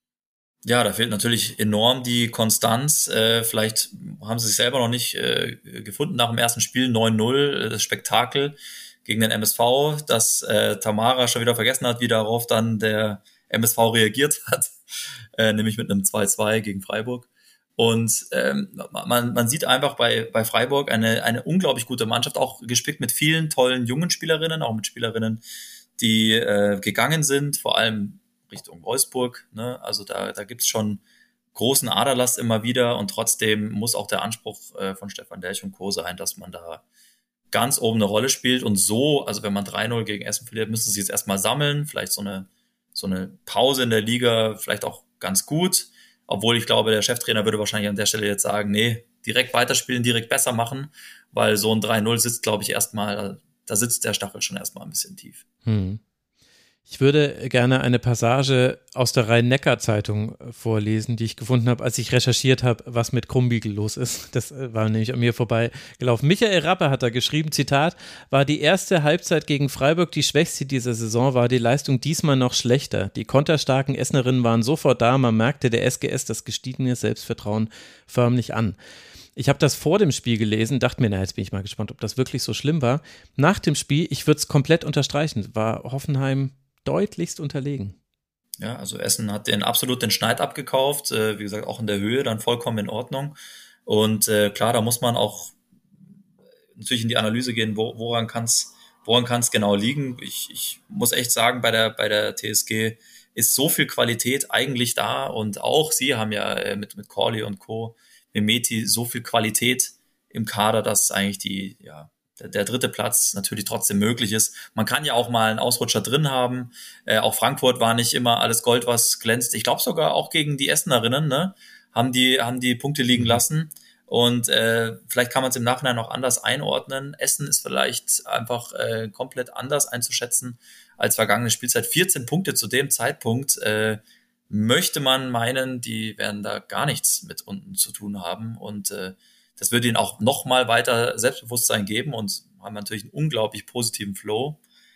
Ja, da fehlt natürlich enorm die Konstanz. Äh, vielleicht haben sie sich selber noch nicht äh, gefunden nach dem ersten Spiel neun null, das Spektakel gegen den M S V, dass äh, Tamara schon wieder vergessen hat, wie darauf dann der M S V reagiert hat, äh, nämlich mit einem zwei zwei gegen Freiburg. Und ähm, man, man sieht einfach bei, bei Freiburg eine, eine unglaublich gute Mannschaft, auch gespickt mit vielen tollen jungen Spielerinnen, auch mit Spielerinnen, die äh, gegangen sind, vor allem Richtung Wolfsburg, ne? Also da, da gibt's schon großen Aderlass immer wieder und trotzdem muss auch der Anspruch äh, von Stefan Lerch und Co. sein, dass man da ganz oben eine Rolle spielt und so, also wenn man drei null gegen Essen verliert, müssen sie jetzt erstmal sammeln, vielleicht so eine, so eine Pause in der Liga, vielleicht auch ganz gut, obwohl ich glaube, der Cheftrainer würde wahrscheinlich an der Stelle jetzt sagen, nee, direkt weiterspielen, direkt besser machen, weil so ein drei null sitzt, glaube ich, erstmal, da sitzt der Stachel schon erstmal ein bisschen tief. Hm. Ich würde gerne eine Passage aus der Rhein-Neckar-Zeitung vorlesen, die ich gefunden habe, als ich recherchiert habe, was mit Krumbiegel los ist. Das war nämlich an mir vorbeigelaufen. Michael Rappe hat da geschrieben, Zitat, war die erste Halbzeit gegen Freiburg die schwächste dieser Saison, war die Leistung diesmal noch schlechter. Die konterstarken Essenerinnen waren sofort da, man merkte der S G S das gestiegene Selbstvertrauen förmlich an. Ich habe das vor dem Spiel gelesen, dachte mir, na, jetzt bin ich mal gespannt, ob das wirklich so schlimm war. Nach dem Spiel, ich würde es komplett unterstreichen, war Hoffenheim deutlichst unterlegen. Ja, also Essen hat den absolut den Schneid abgekauft, äh, wie gesagt, auch in der Höhe dann vollkommen in Ordnung. Und äh, klar, da muss man auch natürlich in die Analyse gehen, wo, woran kann es woran kann's genau liegen. Ich, ich muss echt sagen, bei der, bei der T S G ist so viel Qualität eigentlich da und auch sie haben ja äh, mit, mit Corley und Co., Mimeti so viel Qualität im Kader, dass eigentlich die, ja, der dritte Platz natürlich trotzdem möglich ist. Man kann ja auch mal einen Ausrutscher drin haben. Äh, auch Frankfurt war nicht immer alles Gold, was glänzt. Ich glaube sogar auch gegen die Essenerinnen, ne, haben die haben die Punkte liegen lassen. Und äh, vielleicht kann man es im Nachhinein noch anders einordnen. Essen ist vielleicht einfach äh, komplett anders einzuschätzen als vergangene Spielzeit. vierzehn Punkte zu dem Zeitpunkt äh, möchte man meinen, die werden da gar nichts mit unten zu tun haben. Und äh, das würde ihnen auch noch mal weiter Selbstbewusstsein geben und haben natürlich einen unglaublich positiven Flow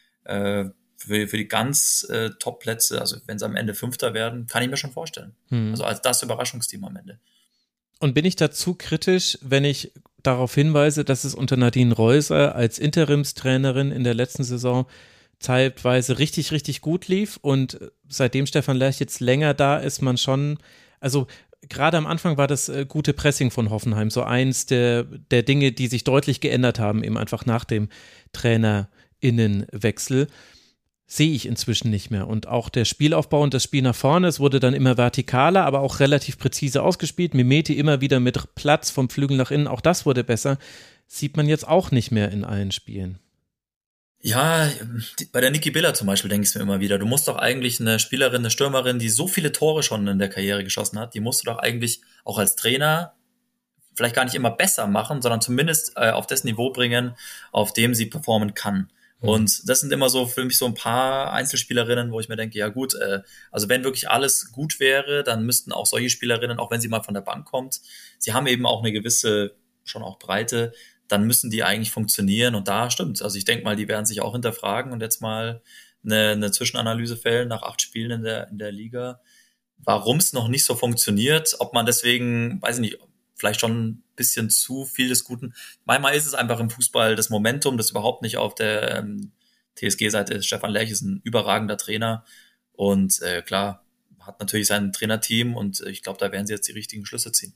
äh, für, für die ganz äh, Top-Plätze. Also wenn sie am Ende Fünfter werden, kann ich mir schon vorstellen. Hm. Also als das Überraschungsteam am Ende. Und bin ich dazu kritisch, wenn ich darauf hinweise, dass es unter Nadine Reuser als Interimstrainerin in der letzten Saison zeitweise richtig, richtig gut lief und seitdem Stefan Lerch jetzt länger da ist, man schon, also gerade am Anfang war das äh, gute Pressing von Hoffenheim so eins der, der Dinge, die sich deutlich geändert haben, eben einfach nach dem TrainerInnenwechsel, sehe ich inzwischen nicht mehr. Und auch der Spielaufbau und das Spiel nach vorne, es wurde dann immer vertikaler, aber auch relativ präzise ausgespielt. Mimeti immer wieder mit Platz vom Flügel nach innen, auch das wurde besser. Sieht man jetzt auch nicht mehr in allen Spielen. Ja, die, bei der Niki Biller zum Beispiel denke ich mir immer wieder, du musst doch eigentlich eine Spielerin, eine Stürmerin, die so viele Tore schon in der Karriere geschossen hat, die musst du doch eigentlich auch als Trainer vielleicht gar nicht immer besser machen, sondern zumindest äh, auf das Niveau bringen, auf dem sie performen kann. Und das sind immer so für mich so ein paar Einzelspielerinnen, wo ich mir denke, ja gut, äh, also wenn wirklich alles gut wäre, dann müssten auch solche Spielerinnen, auch wenn sie mal von der Bank kommt, sie haben eben auch eine gewisse, schon auch Breite, dann müssen die eigentlich funktionieren und da stimmt's. Also ich denke mal, die werden sich auch hinterfragen und jetzt mal eine, eine Zwischenanalyse fällen nach acht Spielen in der, in der Liga, warum es noch nicht so funktioniert, ob man deswegen, weiß ich nicht, vielleicht schon ein bisschen zu viel des Guten. Manchmal ist es einfach im Fußball das Momentum, das überhaupt nicht auf der ähm, T S G-Seite ist. Stefan Lerch ist ein überragender Trainer und äh, klar, hat natürlich sein Trainerteam und ich glaube, da werden sie jetzt die richtigen Schlüsse ziehen.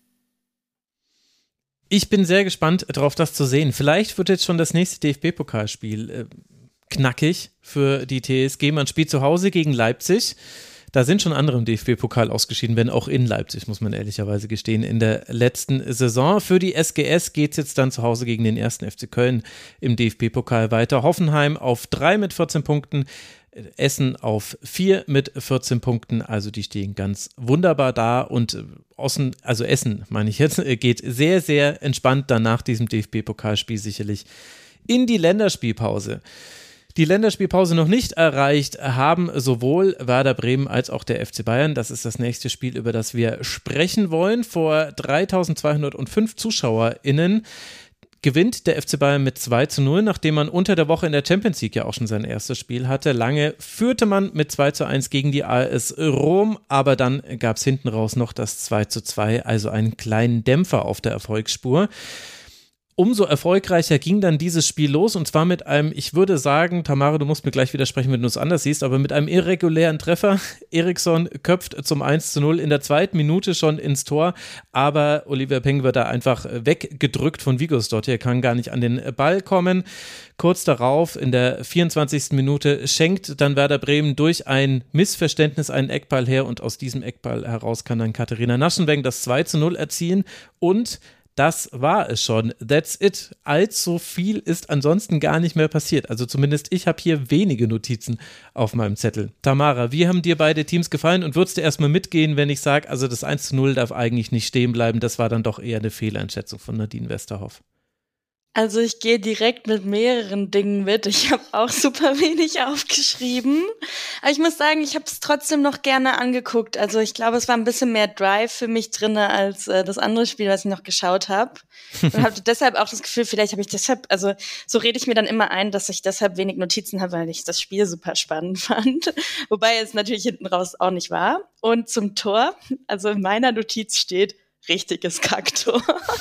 Ich bin sehr gespannt darauf, das zu sehen. Vielleicht wird jetzt schon das nächste D F B-Pokalspiel äh, knackig für die T S G. Man spielt zu Hause gegen Leipzig. Da sind schon andere im D F B-Pokal ausgeschieden, wenn auch in Leipzig, muss man ehrlicherweise gestehen, in der letzten Saison. Für die S G S geht es jetzt dann zu Hause gegen den ersten F C Köln im D F B-Pokal weiter. Hoffenheim auf drei mit vierzehn Punkten, Essen auf vier mit vierzehn Punkten, also die stehen ganz wunderbar da und Ossen, also Essen, meine ich jetzt, geht sehr, sehr entspannt dann nach diesem D F B-Pokalspiel sicherlich in die Länderspielpause. Die Länderspielpause noch nicht erreicht haben sowohl Werder Bremen als auch der F C Bayern. Das ist das nächste Spiel, über das wir sprechen wollen. Vor dreitausendzweihundertfünf ZuschauerInnen gewinnt der F C Bayern mit zwei zu null, nachdem man unter der Woche in der Champions League ja auch schon sein erstes Spiel hatte. Lange führte man mit zwei zu eins gegen die A S Rom, aber dann gab es hinten raus noch das zwei zu zwei, also einen kleinen Dämpfer auf der Erfolgsspur. Umso erfolgreicher ging dann dieses Spiel los und zwar mit einem, ich würde sagen, Tamara, du musst mir gleich widersprechen, wenn du es anders siehst, aber mit einem irregulären Treffer. Eriksson köpft zum eins zu null in der zweiten Minute schon ins Tor, aber Oliver Peng wird da einfach weggedrückt von Vigosdottir, er kann gar nicht an den Ball kommen. Kurz darauf, in der vierundzwanzigsten Minute, schenkt dann Werder Bremen durch ein Missverständnis einen Eckball her und aus diesem Eckball heraus kann dann Katharina Naschenweng das zwei zu null erzielen und das war es schon. That's it. Allzu viel ist ansonsten gar nicht mehr passiert. Also zumindest ich habe hier wenige Notizen auf meinem Zettel. Tamara, wie haben dir beide Teams gefallen und würdest du erstmal mitgehen, wenn ich sage, also das eins zu null darf eigentlich nicht stehen bleiben, das war dann doch eher eine Fehleinschätzung von Nadine Westerhoff? Also ich gehe direkt mit mehreren Dingen mit. Ich habe auch super wenig aufgeschrieben. Aber ich muss sagen, ich habe es trotzdem noch gerne angeguckt. Also ich glaube, es war ein bisschen mehr Drive für mich drin als äh, das andere Spiel, was ich noch geschaut habe. Und hatte deshalb auch das Gefühl, vielleicht habe ich deshalb, also so rede ich mir dann immer ein, dass ich deshalb wenig Notizen habe, weil ich das Spiel super spannend fand. Wobei es natürlich hinten raus auch nicht war. Und zum Tor, also in meiner Notiz steht, richtiges Kacktor.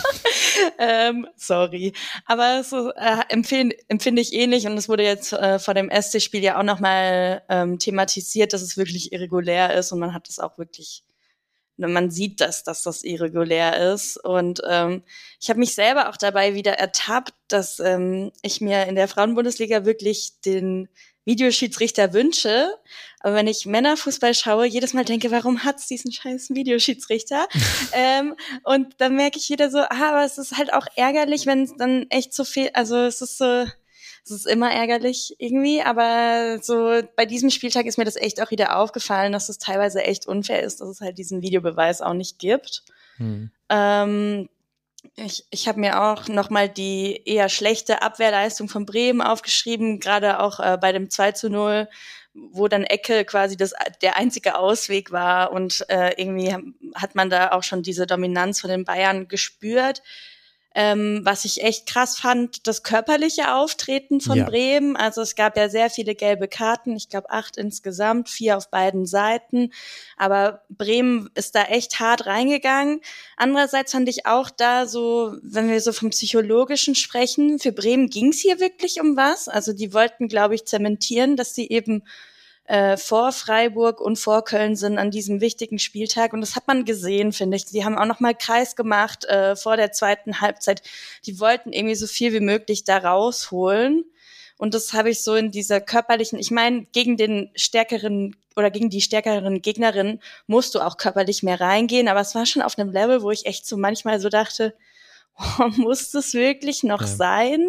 ähm, sorry. Aber so äh, empfehle, empfinde ich ähnlich und es wurde jetzt äh, vor dem S C-Spiel ja auch nochmal ähm, thematisiert, dass es wirklich irregulär ist und man hat es auch wirklich, man sieht das, dass das irregulär ist und ähm, ich habe mich selber auch dabei wieder ertappt, dass ähm, ich mir in der Frauenbundesliga wirklich den Videoschiedsrichter wünsche, aber wenn ich Männerfußball schaue, jedes Mal denke, warum hat's diesen scheiß Videoschiedsrichter? ähm, und dann merke ich wieder so, ah, aber es ist halt auch ärgerlich, wenn es dann echt so viel, also es ist so, es ist immer ärgerlich irgendwie, aber so bei diesem Spieltag ist mir das echt auch wieder aufgefallen, dass es teilweise echt unfair ist, dass es halt diesen Videobeweis auch nicht gibt. Hm. Ähm, Ich, ich habe mir auch nochmal die eher schlechte Abwehrleistung von Bremen aufgeschrieben, gerade auch äh, bei dem zwei zu null, wo dann Ecke quasi das, der einzige Ausweg war und äh, irgendwie hat man da auch schon diese Dominanz von den Bayern gespürt. Ähm, was ich echt krass fand, das körperliche Auftreten von Ja. Bremen. Also es gab ja sehr viele gelbe Karten, ich glaube acht insgesamt, vier auf beiden Seiten. Aber Bremen ist da echt hart reingegangen. Andererseits fand ich auch da so, wenn wir so vom Psychologischen sprechen, für Bremen ging es hier wirklich um was. Also die wollten, glaube ich, zementieren, dass sie eben äh, vor Freiburg und vor Köln sind an diesem wichtigen Spieltag. Und das hat man gesehen, finde ich. Die haben auch noch mal Kreis gemacht äh, vor der zweiten Halbzeit. Die wollten irgendwie so viel wie möglich da rausholen. Und das habe ich so in dieser körperlichen, ich meine, gegen den stärkeren oder gegen die stärkeren Gegnerinnen musst du auch körperlich mehr reingehen. Aber es war schon auf einem Level, wo ich echt so manchmal so dachte, oh, muss das wirklich noch Ja. sein?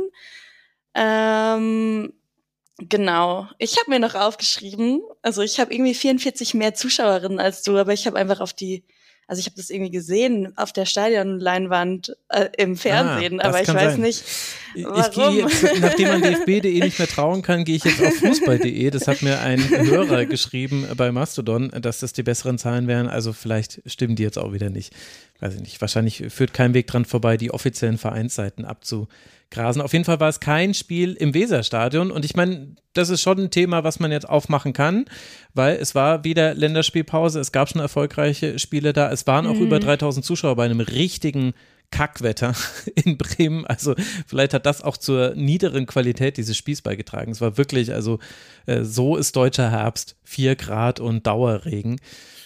Ähm, genau. Ich habe mir noch aufgeschrieben, also ich habe irgendwie vierundvierzig mehr Zuschauerinnen als du, aber ich habe einfach auf die, also ich habe das irgendwie gesehen auf der Stadionleinwand äh, im Fernsehen, Ah, das aber ich kann weiß sein. nicht, Ich warum. gehe jetzt, nachdem man D F B punkt de nicht mehr trauen kann, gehe ich jetzt auf fußball punkt de. Das hat mir ein Hörer geschrieben bei Mastodon, dass das die besseren Zahlen wären. Also vielleicht stimmen die jetzt auch wieder nicht. Weiß ich nicht. Wahrscheinlich führt kein Weg dran vorbei, die offiziellen Vereinsseiten abzugrasen. Auf jeden Fall war es kein Spiel im Weserstadion. Und ich meine, das ist schon ein Thema, was man jetzt aufmachen kann, weil es war wieder Länderspielpause. Es gab schon erfolgreiche Spiele da. Es waren auch Mhm. über dreitausend Zuschauer bei einem richtigen Kackwetter in Bremen. Also vielleicht hat das auch zur niederen Qualität dieses Spiels beigetragen. Es war wirklich, also äh, so ist deutscher Herbst, vier Grad und Dauerregen.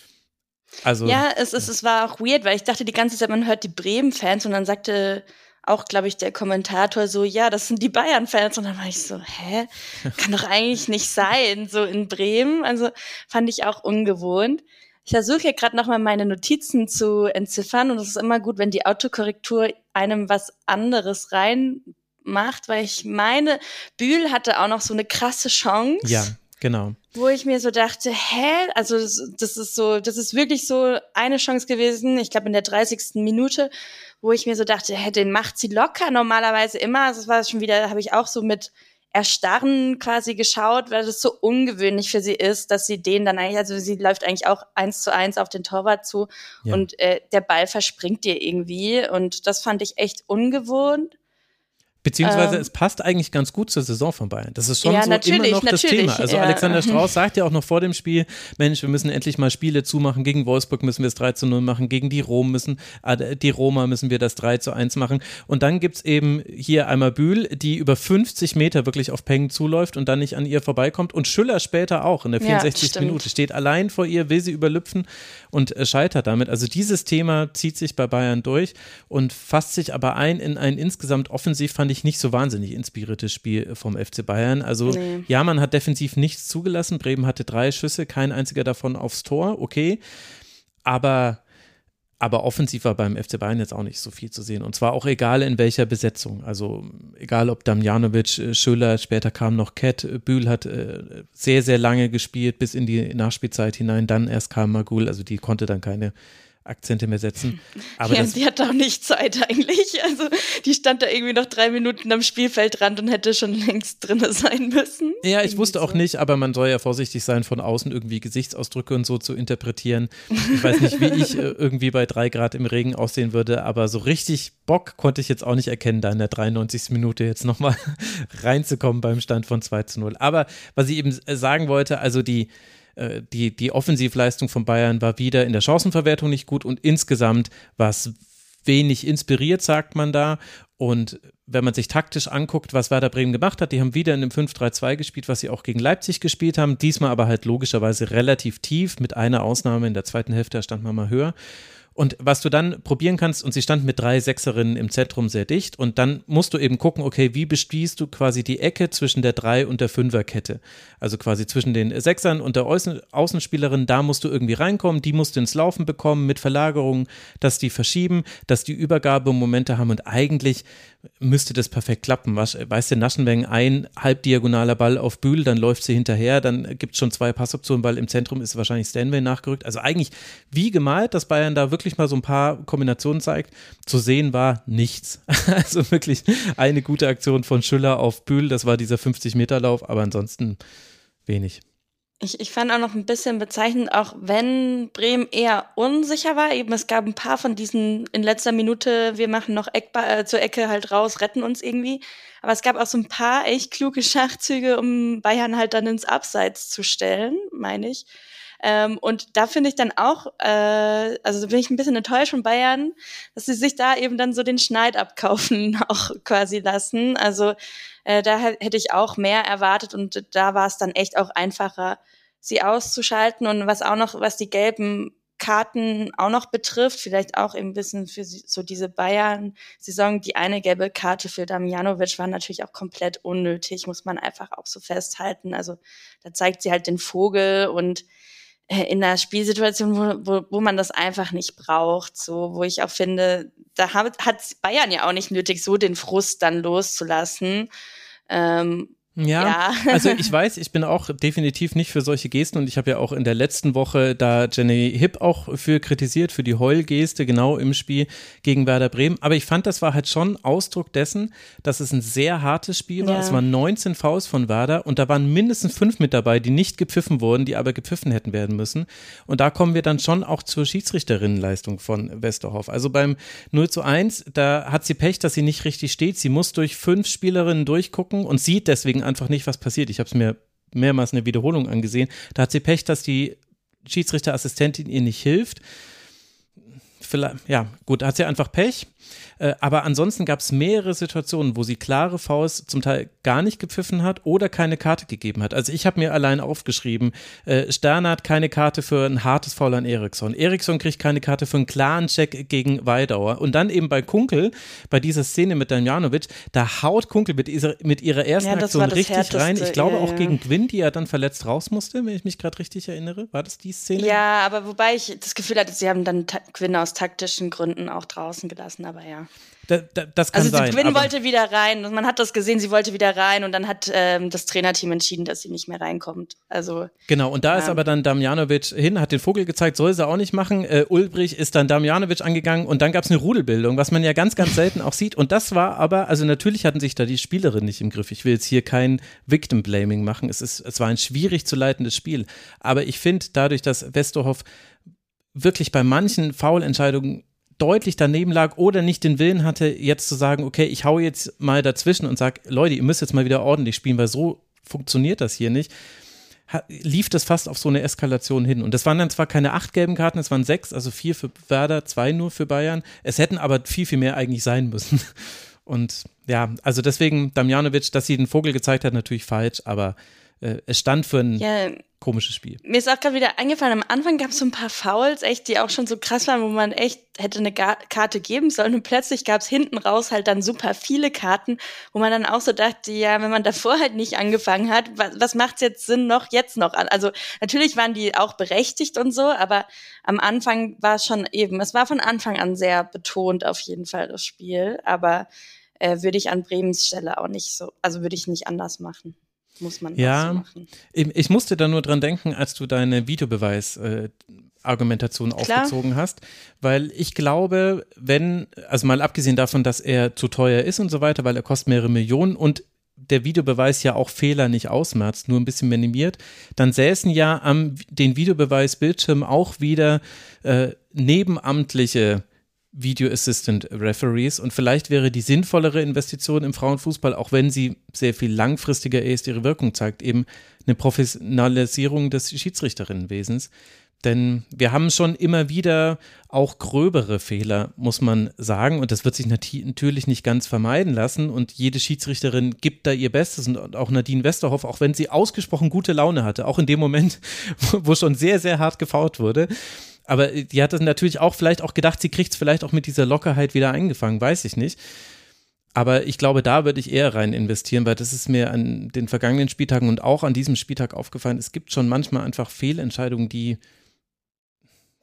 Also, Ja, es, es, es war auch weird, weil ich dachte die ganze Zeit, man hört die Bremen-Fans und dann sagte auch, glaube ich, der Kommentator so, ja, das sind die Bayern-Fans. Und dann war ich so, hä? Kann doch eigentlich nicht sein, so in Bremen. Also fand ich auch ungewohnt. Ich versuche hier gerade nochmal meine Notizen zu entziffern und es ist immer gut, wenn die Autokorrektur einem was anderes reinmacht, weil ich meine, Bühl hatte auch noch so eine krasse Chance. ja, genau. Wo ich mir so dachte, hä? Also das das ist so, das ist wirklich so eine Chance gewesen, ich glaube in der dreißigsten Minute, wo ich mir so dachte, hä, den macht sie locker normalerweise immer. Also das war schon wieder, habe ich auch so mit Erstarren quasi geschaut, weil das so ungewöhnlich für sie ist, dass sie den dann eigentlich, also sie läuft eigentlich auch eins zu eins auf den Torwart zu Ja. und äh, der Ball verspringt ihr irgendwie und das fand ich echt ungewohnt. Beziehungsweise Ähm, es passt eigentlich ganz gut zur Saison von Bayern. Das ist schon Ja, so natürlich, immer noch das natürlich, Thema. Also ja. Alexander Strauß sagt ja auch noch vor dem Spiel, Mensch, wir müssen endlich mal Spiele zumachen. Gegen Wolfsburg müssen wir es drei zu null machen. Gegen die Rom müssen, äh, die Roma müssen wir das drei zu eins machen. Und dann gibt's eben hier einmal Bühl, die über fünfzig Meter wirklich auf Peng zuläuft und dann nicht an ihr vorbeikommt. Und Schüller später auch in der Ja, vierundsechzigsten stimmt. Minute. Steht allein vor ihr, will sie überlüpfen und äh, scheitert damit. Also dieses Thema zieht sich bei Bayern durch und fasst sich aber ein in ein insgesamt offensiv, fand ich, nicht so wahnsinnig inspiriertes Spiel vom F C Bayern. Also Nee. ja, man hat defensiv nichts zugelassen. Bremen hatte drei Schüsse, kein einziger davon aufs Tor, okay. Aber, aber offensiv war beim F C Bayern jetzt auch nicht so viel zu sehen. Und zwar auch egal in welcher Besetzung. Also egal ob Damjanovic, äh, Schöller, später kam noch Kett, äh, Bühl hat äh, sehr, sehr lange gespielt, bis in die Nachspielzeit hinein. Dann erst kam Magul, also die konnte dann keine Akzente mehr setzen. Aber ja, das, sie hatte auch nicht Zeit eigentlich. Also die stand da irgendwie noch drei Minuten am Spielfeldrand und hätte schon längst drinne sein müssen. ja, ich Irgendwie wusste auch so. nicht, aber man soll ja vorsichtig sein, von außen irgendwie Gesichtsausdrücke und so zu interpretieren. Ich weiß nicht, wie ich äh, irgendwie bei drei Grad im Regen aussehen würde, aber so richtig Bock konnte ich jetzt auch nicht erkennen, da in der dreiundneunzigsten Minute jetzt nochmal reinzukommen beim Stand von zwei zu null. Aber was ich eben äh, sagen wollte, also die Die, die Offensivleistung von Bayern war wieder in der Chancenverwertung nicht gut und insgesamt war es wenig inspiriert, sagt man da. Und wenn man sich taktisch anguckt, was Werder Bremen gemacht hat, die haben wieder in einem fünf drei zwei gespielt, was sie auch gegen Leipzig gespielt haben, diesmal aber halt logischerweise relativ tief, mit einer Ausnahme, in der zweiten Hälfte stand man mal höher. Und was du dann probieren kannst, und sie standen mit drei Sechserinnen im Zentrum sehr dicht, und dann musst du eben gucken, okay, wie bespielst du quasi die Ecke zwischen der Drei- und der Fünferkette? Also quasi zwischen den Sechsern und der Außen- Außenspielerin, da musst du irgendwie reinkommen, die musst du ins Laufen bekommen mit Verlagerungen, dass die verschieben, dass die Übergabemomente haben und eigentlich müsste das perfekt klappen. Weißt du, Naschenweng, ein halbdiagonaler Ball auf Bühl, dann läuft sie hinterher, dann gibt es schon zwei Passoptionen, weil im Zentrum ist wahrscheinlich Stanway nachgerückt. Also eigentlich wie gemalt, dass Bayern da wirklich mal so ein paar Kombinationen zeigt. Zu sehen war nichts. Also wirklich eine gute Aktion von Schüller auf Bühl, das war dieser fünfzig Meter Lauf, aber ansonsten wenig. Ich, ich fand auch noch ein bisschen bezeichnend, auch wenn Bremen eher unsicher war, eben es gab ein paar von diesen in letzter Minute, wir machen noch Eckba- äh, zur Ecke halt raus, retten uns irgendwie. Aber es gab auch so ein paar echt kluge Schachzüge, um Bayern halt dann ins Abseits zu stellen, meine ich. Ähm, und da finde ich dann auch, äh, also bin ich ein bisschen enttäuscht von Bayern, dass sie sich da eben dann so den Schneid abkaufen auch quasi lassen. Also äh, da hätte ich auch mehr erwartet und da war es dann echt auch einfacher, sie auszuschalten. Und was auch noch, was die gelben Karten auch noch betrifft, vielleicht auch ein bisschen für so diese Bayern-Saison, die eine gelbe Karte für Damjanovic war natürlich auch komplett unnötig, muss man einfach auch so festhalten. Also da zeigt sie halt den Vogel und in einer Spielsituation, wo, wo, wo man das einfach nicht braucht, so, wo ich auch finde, da hat, hat Bayern ja auch nicht nötig, so den Frust dann loszulassen. Ähm, Ja, ja, also ich weiß, ich bin auch definitiv nicht für solche Gesten und ich habe ja auch in der letzten Woche da Jenny Hipp auch für kritisiert, für die Heulgeste, genau im Spiel gegen Werder Bremen, aber ich fand, das war halt schon Ausdruck dessen, dass es ein sehr hartes Spiel war. Ja. Es waren neunzehn Fouls von Werder und da waren mindestens fünf mit dabei, die nicht gepfiffen wurden, die aber gepfiffen hätten werden müssen und da kommen wir dann schon auch zur Schiedsrichterinnenleistung von Westerhoff. Also beim null zu eins, da hat sie Pech, dass sie nicht richtig steht, sie muss durch fünf Spielerinnen durchgucken und sieht deswegen einfach nicht, was passiert. Ich habe es mir mehrmals in der Wiederholung angesehen. Da hat sie Pech, dass die Schiedsrichterassistentin ihr nicht hilft. Vielleicht, ja, gut, da hat sie einfach Pech. Äh, aber ansonsten gab es mehrere Situationen, wo sie klare Fouls zum Teil gar nicht gepfiffen hat oder keine Karte gegeben hat. Also ich habe mir allein aufgeschrieben, äh, Sterner hat keine Karte für ein hartes Foul an Eriksson. Eriksson kriegt keine Karte für einen klaren Check gegen Weidauer. Und dann eben bei Kunkel, bei dieser Szene mit Damjanovic, da haut Kunkel mit, dieser, mit ihrer ersten Ja, das war Aktion das richtig Härteste. rein. Ich glaube Ja, auch ja. gegen Gwynn, die ja dann verletzt raus musste, wenn ich mich gerade richtig erinnere. War das die Szene? ja, aber wobei ich das Gefühl hatte, sie haben dann Ta- Gwynn aus taktischen Gründen auch draußen gelassen, aber ja. Da, da, das kann Also sein. Gwynn aber wollte wieder rein und man hat das gesehen, sie wollte wieder rein und dann hat ähm, das Trainerteam entschieden, dass sie nicht mehr reinkommt. Also Genau, und da ist Ja. aber dann Damjanovic hin, hat den Vogel gezeigt, soll sie auch nicht machen. Äh, Ulbrich ist dann Damjanovic angegangen und dann gab es eine Rudelbildung, was man ja ganz, ganz selten auch sieht. Und das war aber, also natürlich hatten sich da die Spielerinnen nicht im Griff. Ich will jetzt hier kein Victim-Blaming machen. Es, ist, es war ein schwierig zu leitendes Spiel. Aber ich finde, dadurch, dass Westerhoff wirklich bei manchen Foulentscheidungen deutlich daneben lag oder nicht den Willen hatte, jetzt zu sagen, okay, ich hau jetzt mal dazwischen und sag, Leute, ihr müsst jetzt mal wieder ordentlich spielen, weil so funktioniert das hier nicht, ha- lief das fast auf so eine Eskalation hin. Und das waren dann zwar keine acht gelben Karten, es waren sechs, also vier für Werder, zwei nur für Bayern. Es hätten aber viel, viel mehr eigentlich sein müssen. Und ja, also deswegen Damjanovic, dass sie den Vogel gezeigt hat, natürlich falsch, aber äh, es stand für ein ja, komisches Spiel. mir ist auch gerade wieder eingefallen, am Anfang gab es so ein paar Fouls, echt, die auch schon so krass waren, wo man echt hätte eine Ga- Karte geben sollen und plötzlich gab es hinten raus halt dann super viele Karten, wo man dann auch so dachte, ja, wenn man davor halt nicht angefangen hat, was, was macht's jetzt Sinn noch, jetzt noch an? Also natürlich waren die auch berechtigt und so, aber am Anfang war es schon eben, es war von Anfang an sehr betont auf jeden Fall das Spiel, aber äh, würde ich an Bremens Stelle auch nicht so, also würde ich nicht anders machen. Muss man Ja, auch so machen. ich, ich musste da nur dran denken, als du deine Videobeweis-Argumentation Klar. aufgezogen hast, weil ich glaube, wenn, also mal abgesehen davon, dass er zu teuer ist und so weiter, weil er kostet mehrere Millionen und der Videobeweis ja auch Fehler nicht ausmerzt, nur ein bisschen minimiert, dann säßen ja am den Videobeweis-Bildschirm auch wieder äh, nebenamtliche Video Assistant Referees und vielleicht wäre die sinnvollere Investition im Frauenfußball, auch wenn sie sehr viel langfristiger erst ihre Wirkung zeigt, eben eine Professionalisierung des Schiedsrichterinnenwesens. Denn wir haben schon immer wieder auch gröbere Fehler, muss man sagen, und das wird sich nat- natürlich nicht ganz vermeiden lassen und jede Schiedsrichterin gibt da ihr Bestes und auch Nadine Westerhoff, auch wenn sie ausgesprochen gute Laune hatte, auch in dem Moment, wo, wo schon sehr, sehr hart gefoult wurde. Aber die hat das natürlich auch vielleicht auch gedacht, sie kriegt es vielleicht auch mit dieser Lockerheit wieder eingefangen, weiß ich nicht. Aber ich glaube, da würde ich eher rein investieren, weil das ist mir an den vergangenen Spieltagen und auch an diesem Spieltag aufgefallen. Es gibt schon manchmal einfach Fehlentscheidungen, die,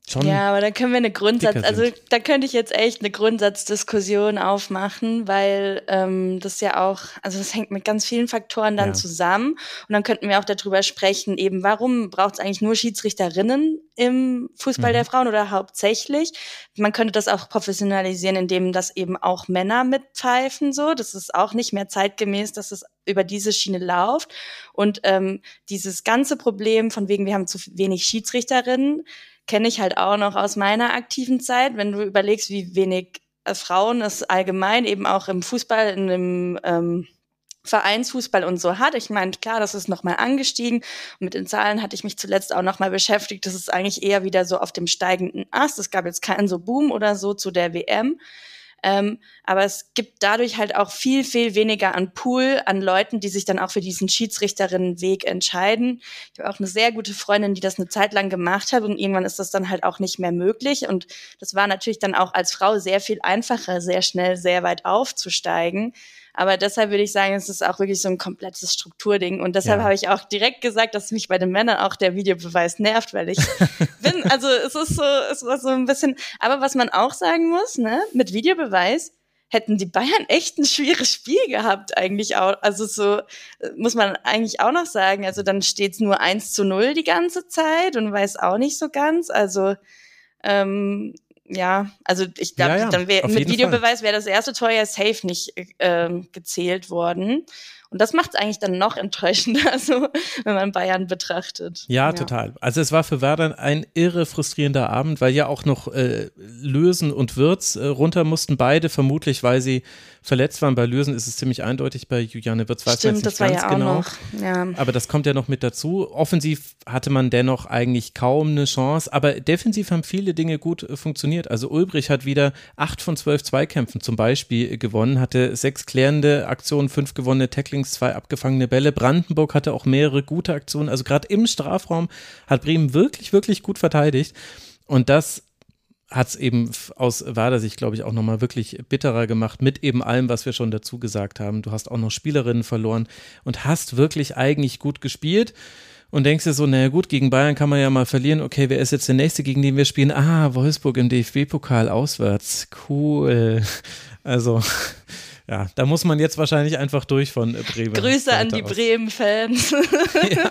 schon. Ja, aber da können wir eine Grundsatz, also sind. da könnte ich jetzt echt eine Grundsatzdiskussion aufmachen, weil ähm, das ja auch, also das hängt mit ganz vielen Faktoren dann Ja. zusammen. Und dann könnten wir auch darüber sprechen, eben warum braucht es eigentlich nur Schiedsrichterinnen im Fußball Mhm. der Frauen oder hauptsächlich? Man könnte das auch professionalisieren, indem das eben auch Männer mitpfeifen, so. Das ist auch nicht mehr zeitgemäß, dass es über diese Schiene läuft. Und ähm, dieses ganze Problem von wegen, wir haben zu wenig Schiedsrichterinnen, kenne ich halt auch noch aus meiner aktiven Zeit. Wenn du überlegst, wie wenig äh, Frauen es allgemein eben auch im Fußball, in dem ähm, Vereinsfußball und so hat. Ich meine, klar, das ist nochmal angestiegen. Und mit den Zahlen hatte ich mich zuletzt auch nochmal beschäftigt. Das ist eigentlich eher wieder so auf dem steigenden Ast. Es gab jetzt keinen so Boom oder so zu der W M. Ähm, aber es gibt dadurch halt auch viel, viel weniger an Pool, an Leuten, die sich dann auch für diesen Schiedsrichterinnenweg entscheiden. Ich habe auch eine sehr gute Freundin, die das eine Zeit lang gemacht hat und irgendwann ist das dann halt auch nicht mehr möglich und das war natürlich dann auch als Frau sehr viel einfacher, sehr schnell, sehr weit aufzusteigen. Aber deshalb würde ich sagen, es ist auch wirklich so ein komplettes Strukturding. Und deshalb Ja. habe ich auch direkt gesagt, dass mich bei den Männern auch der Videobeweis nervt, weil ich bin, also es ist so, es war so ein bisschen, aber was man auch sagen muss, ne, mit Videobeweis hätten die Bayern echt ein schwieriges Spiel gehabt eigentlich auch. Also so muss man eigentlich auch noch sagen. Also dann steht's nur eins zu null die ganze Zeit und weiß auch nicht so ganz. Also ähm, ja, also ich glaube, Ja, ja, dann wär, auf mit jeden Videobeweis wäre das erste Tor ja safe nicht ähm, gezählt worden. Und das macht es eigentlich dann noch enttäuschender, so, wenn man Bayern betrachtet. Ja, total. Also es war für Werder ein irre frustrierender Abend, weil ja auch noch äh, Lösen und Wirtz äh, runter mussten, beide vermutlich, weil sie verletzt waren. Bei Lösen ist es ziemlich eindeutig, bei Juliane Wirtz weiß man jetzt Stimmt, nicht das war ganz ja auch genau. noch. Ja. Aber das kommt ja noch mit dazu. Offensiv hatte man dennoch eigentlich kaum eine Chance, aber defensiv haben viele Dinge gut äh, funktioniert. Also Ulbrich hat wieder acht von zwölf Zweikämpfen zum Beispiel äh, gewonnen, hatte sechs klärende Aktionen, fünf gewonnene Tacklings, zwei abgefangene Bälle. Brandenburg hatte auch mehrere gute Aktionen. Also gerade im Strafraum hat Bremen wirklich, wirklich gut verteidigt. Und das hat es eben aus Werder Sicht, glaube ich, auch nochmal wirklich bitterer gemacht mit eben allem, was wir schon dazu gesagt haben. Du hast auch noch Spielerinnen verloren und hast wirklich eigentlich gut gespielt und denkst dir so, naja gut, gegen Bayern kann man ja mal verlieren. Okay, wer ist jetzt der Nächste, gegen den wir spielen? Ah, Wolfsburg im D F B-Pokal auswärts. Cool. Also ja, da muss man jetzt wahrscheinlich einfach durch von Bremen. Grüße an die Bremen-Fans. Ja.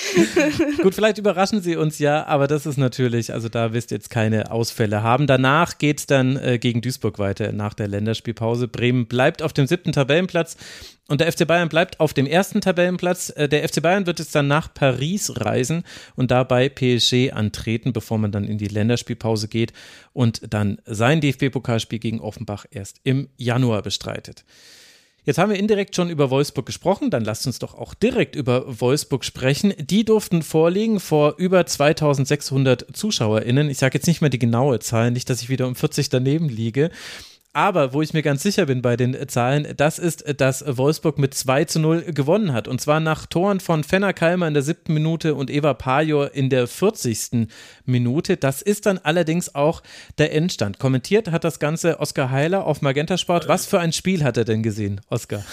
Gut, vielleicht überraschen sie uns ja, aber das ist natürlich, also da wirst jetzt keine Ausfälle haben. Danach geht es dann äh, gegen Duisburg weiter nach der Länderspielpause. Bremen bleibt auf dem siebten Tabellenplatz und der F C Bayern bleibt auf dem ersten Tabellenplatz. Äh, der F C Bayern wird jetzt dann nach Paris reisen und dabei P S G antreten, bevor man dann in die Länderspielpause geht und dann sein D F B-Pokalspiel gegen Offenbach erst im Januar bestreitet. Jetzt haben wir indirekt schon über Wolfsburg gesprochen, dann lasst uns doch auch direkt über Wolfsburg sprechen. Die durften vorliegen vor über zweitausendsechshundert ZuschauerInnen. Ich sage jetzt nicht mehr die genaue Zahl, nicht, dass ich wieder um vierzig daneben liege. Aber wo ich mir ganz sicher bin bei den Zahlen, das ist, dass Wolfsburg mit zwei zu null gewonnen hat. Und zwar nach Toren von Fenner Kalmer in der siebten Minute und Eva Pajor in der vierzigsten Minute. Das ist dann allerdings auch der Endstand. Kommentiert hat das Ganze Oskar Heiler auf Magenta Sport. Was für ein Spiel hat er denn gesehen, Oskar?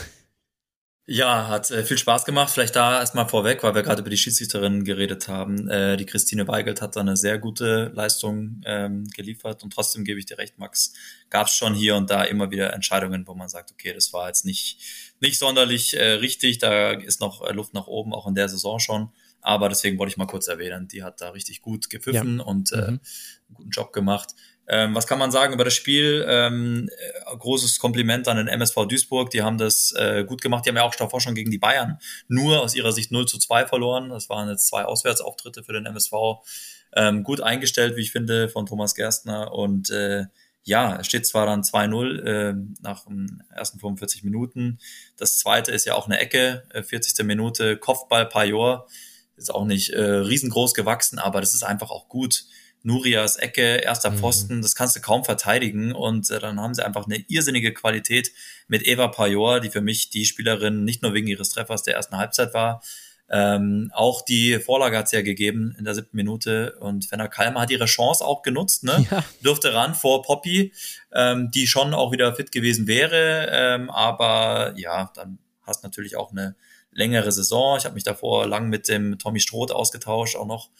Ja, hat äh, viel Spaß gemacht. Vielleicht da erstmal vorweg, weil wir gerade über die Schiedsrichterinnen geredet haben. Äh, die Christine Weigelt hat da eine sehr gute Leistung ähm, geliefert und trotzdem gebe ich dir recht, Max, gab es schon hier und da immer wieder Entscheidungen, wo man sagt, okay, das war jetzt nicht nicht sonderlich äh, richtig, da ist noch äh, Luft nach oben, auch in der Saison schon. Aber deswegen wollte ich mal kurz erwähnen, die hat da richtig gut gepfiffen ja. und äh, mhm. einen guten Job gemacht. Ähm, was kann man sagen über das Spiel? Ähm, äh, großes Kompliment an den M S V Duisburg, die haben das äh, gut gemacht, die haben ja auch davor schon gegen die Bayern nur aus ihrer Sicht null zu zwei verloren, das waren jetzt zwei Auswärtsauftritte für den M S V, ähm, gut eingestellt, wie ich finde, von Thomas Gerstner und äh, ja, es steht zwar dann zwei null äh, nach den ersten fünfundvierzig Minuten, das zweite ist ja auch eine Ecke, äh, vierzigste Minute, Kopfball Pajor, ist auch nicht äh, riesengroß gewachsen, aber das ist einfach auch gut. Nurias Ecke, erster Pfosten, mhm. das kannst du kaum verteidigen und äh, dann haben sie einfach eine irrsinnige Qualität mit Eva Pajor, die für mich die Spielerin nicht nur wegen ihres Treffers der ersten Halbzeit war, ähm, auch die Vorlage hat es ja gegeben in der siebten Minute und Fenner Kalmer hat ihre Chance auch genutzt, ne? Ja. Durfte ran vor Poppy, ähm, die schon auch wieder fit gewesen wäre, ähm, aber ja, dann hast natürlich auch eine längere Saison. Ich habe mich davor lang mit dem Tommy Stroth ausgetauscht, auch noch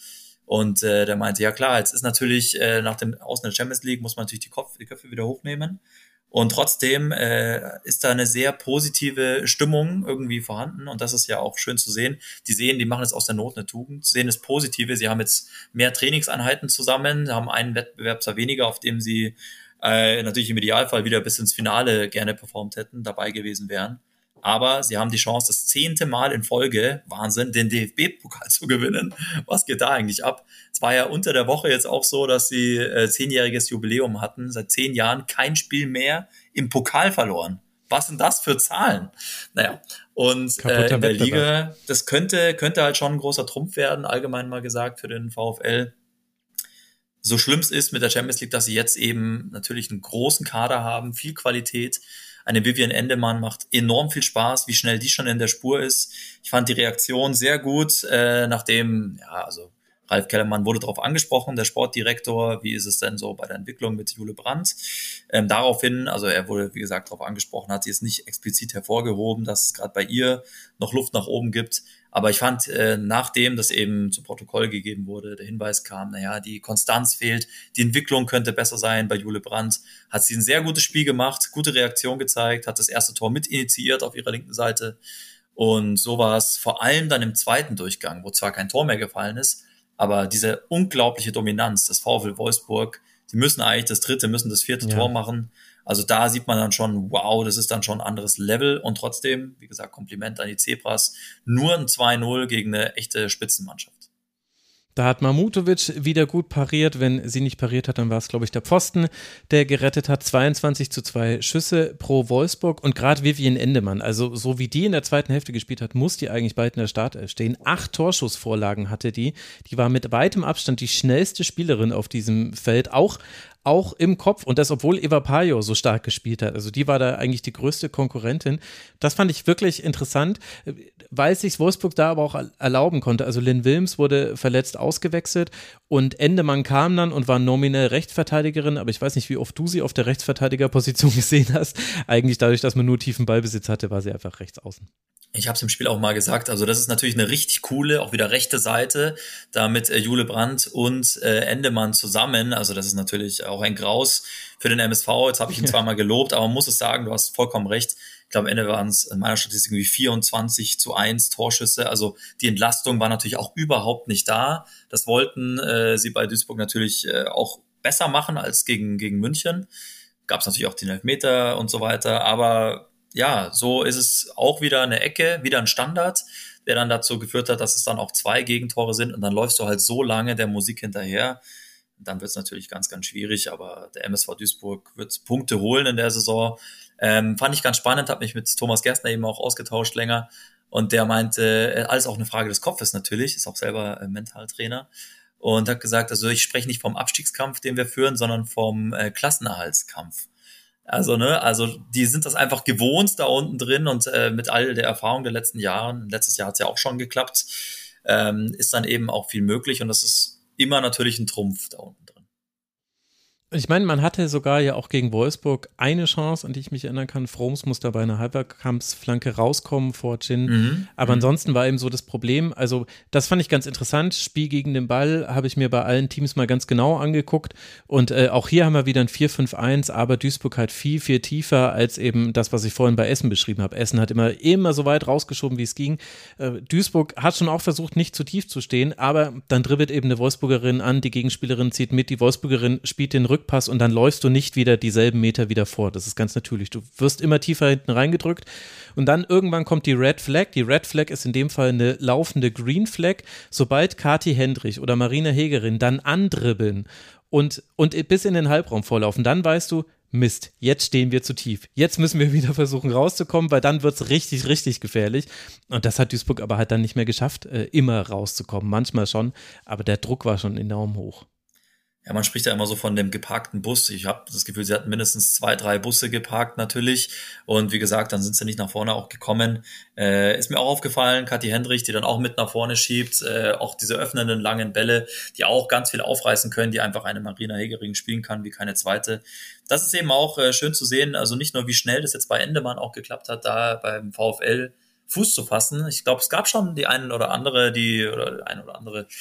Und äh, der meinte, ja klar, jetzt ist natürlich äh, nach dem Aus der Champions League muss man natürlich die, Kopf, die Köpfe wieder hochnehmen. Und trotzdem äh, ist da eine sehr positive Stimmung irgendwie vorhanden und das ist ja auch schön zu sehen. Die sehen, die machen jetzt aus der Not eine Tugend, sehen das Positive. Sie haben jetzt mehr Trainingseinheiten zusammen, haben einen Wettbewerb zwar weniger, auf dem sie äh, natürlich im Idealfall wieder bis ins Finale gerne performt hätten, dabei gewesen wären. Aber sie haben die Chance, das zehnte Mal in Folge, Wahnsinn, den D F B-Pokal zu gewinnen. Was geht da eigentlich ab? Es war ja unter der Woche jetzt auch so, dass sie äh, zehnjähriges Jubiläum hatten. Seit zehn Jahren kein Spiel mehr im Pokal verloren. Was sind das für Zahlen? Naja, und äh, in der Liga, das könnte, könnte halt schon ein großer Trumpf werden, allgemein mal gesagt, für den VfL. So schlimm es ist mit der Champions League, dass sie jetzt eben natürlich einen großen Kader haben, viel Qualität. Eine Vivian Endemann macht enorm viel Spaß, wie schnell die schon in der Spur ist. Ich fand die Reaktion sehr gut, äh, nachdem, ja, also Ralf Kellermann wurde darauf angesprochen, der Sportdirektor, wie ist es denn so bei der Entwicklung mit Jule Brandt? Ähm, daraufhin, also er wurde, wie gesagt, darauf angesprochen, hat sie es nicht explizit hervorgehoben, dass es gerade bei ihr noch Luft nach oben gibt. Aber ich fand, äh, nachdem das eben zu Protokoll gegeben wurde, der Hinweis kam, naja, die Konstanz fehlt, die Entwicklung könnte besser sein bei Jule Brandt, hat sie ein sehr gutes Spiel gemacht, gute Reaktion gezeigt, hat das erste Tor mit initiiert auf ihrer linken Seite. Und so war es vor allem dann im zweiten Durchgang, wo zwar kein Tor mehr gefallen ist, aber diese unglaubliche Dominanz des VfL Wolfsburg, die müssen eigentlich das dritte, müssen das vierte ja. Tor machen. Also da sieht man dann schon, wow, das ist dann schon ein anderes Level. Und trotzdem, wie gesagt, Kompliment an die Zebras, nur ein zwei null gegen eine echte Spitzenmannschaft. Da hat Mamutovic wieder gut pariert. Wenn sie nicht pariert hat, dann war es, glaube ich, der Pfosten, der gerettet hat. zweiundzwanzig zu zwei Schüsse pro Wolfsburg. Und gerade Vivian Endemann, also so wie die in der zweiten Hälfte gespielt hat, muss die eigentlich bald in der Startelf stehen. Acht Torschussvorlagen hatte die. Die war mit weitem Abstand die schnellste Spielerin auf diesem Feld. Auch auch im Kopf und das, obwohl Eva Pajo so stark gespielt hat. Also die war da eigentlich die größte Konkurrentin. Das fand ich wirklich interessant, weil sich Wolfsburg da aber auch erlauben konnte. Also Lynn Wilms wurde verletzt ausgewechselt und Endemann kam dann und war nominell Rechtsverteidigerin, aber ich weiß nicht, wie oft du sie auf der Rechtsverteidigerposition gesehen hast. Eigentlich dadurch, dass man nur tiefen Ballbesitz hatte, war sie einfach rechts außen. Ich habe es im Spiel auch mal gesagt, also das ist natürlich eine richtig coole, auch wieder rechte Seite, da mit äh, Jule Brandt und äh, Endemann zusammen, also das ist natürlich auch ein Graus für den M S V, jetzt habe ich ihn ja. zwar mal gelobt, aber man muss es sagen, du hast vollkommen recht, ich glaube am Ende waren es in meiner Statistik irgendwie vierundzwanzig zu eins Torschüsse, also die Entlastung war natürlich auch überhaupt nicht da, das wollten äh, sie bei Duisburg natürlich äh, auch besser machen als gegen, gegen München, gab es natürlich auch den Elfmeter und so weiter, aber ja, so ist es auch wieder eine Ecke, wieder ein Standard, der dann dazu geführt hat, dass es dann auch zwei Gegentore sind und dann läufst du halt so lange der Musik hinterher. Dann wird es natürlich ganz, ganz schwierig, aber der M S V Duisburg wird Punkte holen in der Saison. Ähm, fand ich ganz spannend, habe mich mit Thomas Gerstner eben auch ausgetauscht länger und der meinte, alles auch eine Frage des Kopfes natürlich, ist auch selber äh, Mentaltrainer und hat gesagt, also ich spreche nicht vom Abstiegskampf, den wir führen, sondern vom äh, Klassenerhaltskampf. Also, ne, also die sind das einfach gewohnt da unten drin und äh, mit all der Erfahrung der letzten Jahre, letztes Jahr hat es ja auch schon geklappt, ähm, ist dann eben auch viel möglich und das ist immer natürlich ein Trumpf da unten drin. Ich meine, man hatte sogar ja auch gegen Wolfsburg eine Chance, an die ich mich erinnern kann. Froms muss da bei einer Halbkampfsflanke rauskommen vor Chin. Mhm. Aber mhm. ansonsten war eben so das Problem, also das fand ich ganz interessant. Spiel gegen den Ball habe ich mir bei allen Teams mal ganz genau angeguckt. Und äh, auch hier haben wir wieder ein vier fünf eins, aber Duisburg halt viel, viel tiefer als eben das, was ich vorhin bei Essen beschrieben habe. Essen hat immer, immer so weit rausgeschoben, wie es ging. Äh, Duisburg hat schon auch versucht, nicht zu tief zu stehen, aber dann dribbelt eben eine Wolfsburgerin an, die Gegenspielerin zieht mit, die Wolfsburgerin spielt den Rücken Pass und dann läufst du nicht wieder dieselben Meter wieder vor. Das ist ganz natürlich. Du wirst immer tiefer hinten reingedrückt und dann irgendwann kommt die Red Flag. Die Red Flag ist in dem Fall eine laufende Green Flag. Sobald Kathi Hendrich oder Marina Hegerin dann andribbeln und, und bis in den Halbraum vorlaufen, dann weißt du, Mist, jetzt stehen wir zu tief. Jetzt müssen wir wieder versuchen rauszukommen, weil dann wird es richtig, richtig gefährlich. Und das hat Duisburg aber halt dann nicht mehr geschafft, äh, immer rauszukommen. Manchmal schon, aber der Druck war schon enorm hoch. Ja, man spricht ja immer so von dem geparkten Bus. Ich habe das Gefühl, sie hatten mindestens zwei, drei Busse geparkt natürlich. Und wie gesagt, dann sind sie nicht nach vorne auch gekommen. Äh, ist mir auch aufgefallen, Kathi Hendrich, die dann auch mit nach vorne schiebt. Äh, auch diese öffnenden, langen Bälle, die auch ganz viel aufreißen können, die einfach eine Marina Hegering spielen kann wie keine zweite. Das ist eben auch äh, schön zu sehen. Also nicht nur, wie schnell das jetzt bei Endemann auch geklappt hat, da beim VfL Fuß zu fassen. Ich glaube, es gab schon die einen oder andere, die oder ein oder andere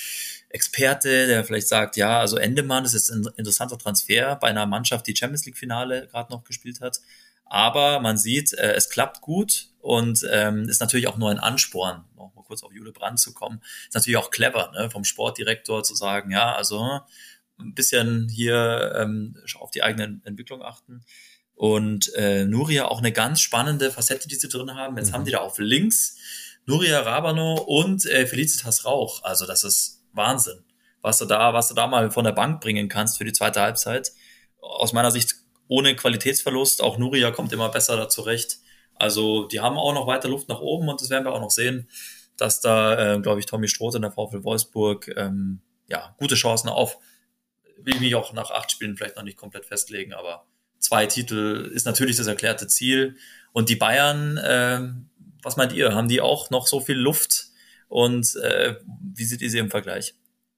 Experte, der vielleicht sagt, ja, also Endemann ist jetzt ein interessanter Transfer bei einer Mannschaft, die Champions League Finale gerade noch gespielt hat. Aber man sieht, äh, es klappt gut und ähm, ist natürlich auch nur ein Ansporn, noch mal kurz auf Jule Brandt zu kommen. Ist natürlich auch clever, ne, vom Sportdirektor zu sagen, ja, also ein bisschen hier ähm, auf die eigene Entwicklung achten. Und äh, Nuria auch eine ganz spannende Facette, die sie drin haben. Jetzt mhm. haben die da auf links Nuria Rabano und äh, Felicitas Rauch. Also das ist Wahnsinn, was du da, was du da mal von der Bank bringen kannst für die zweite Halbzeit. Aus meiner Sicht ohne Qualitätsverlust. Auch Nuria kommt immer besser da zurecht. Also die haben auch noch weiter Luft nach oben und das werden wir auch noch sehen, dass da, äh, glaube ich, Tommy Stroth in der VfL Wolfsburg ähm, ja gute Chancen auf, will mich auch nach acht Spielen vielleicht noch nicht komplett festlegen, aber zwei Titel ist natürlich das erklärte Ziel. Und die Bayern, äh, was meint ihr? Haben die auch noch so viel Luft? Und äh, wie seht ihr sie im Vergleich?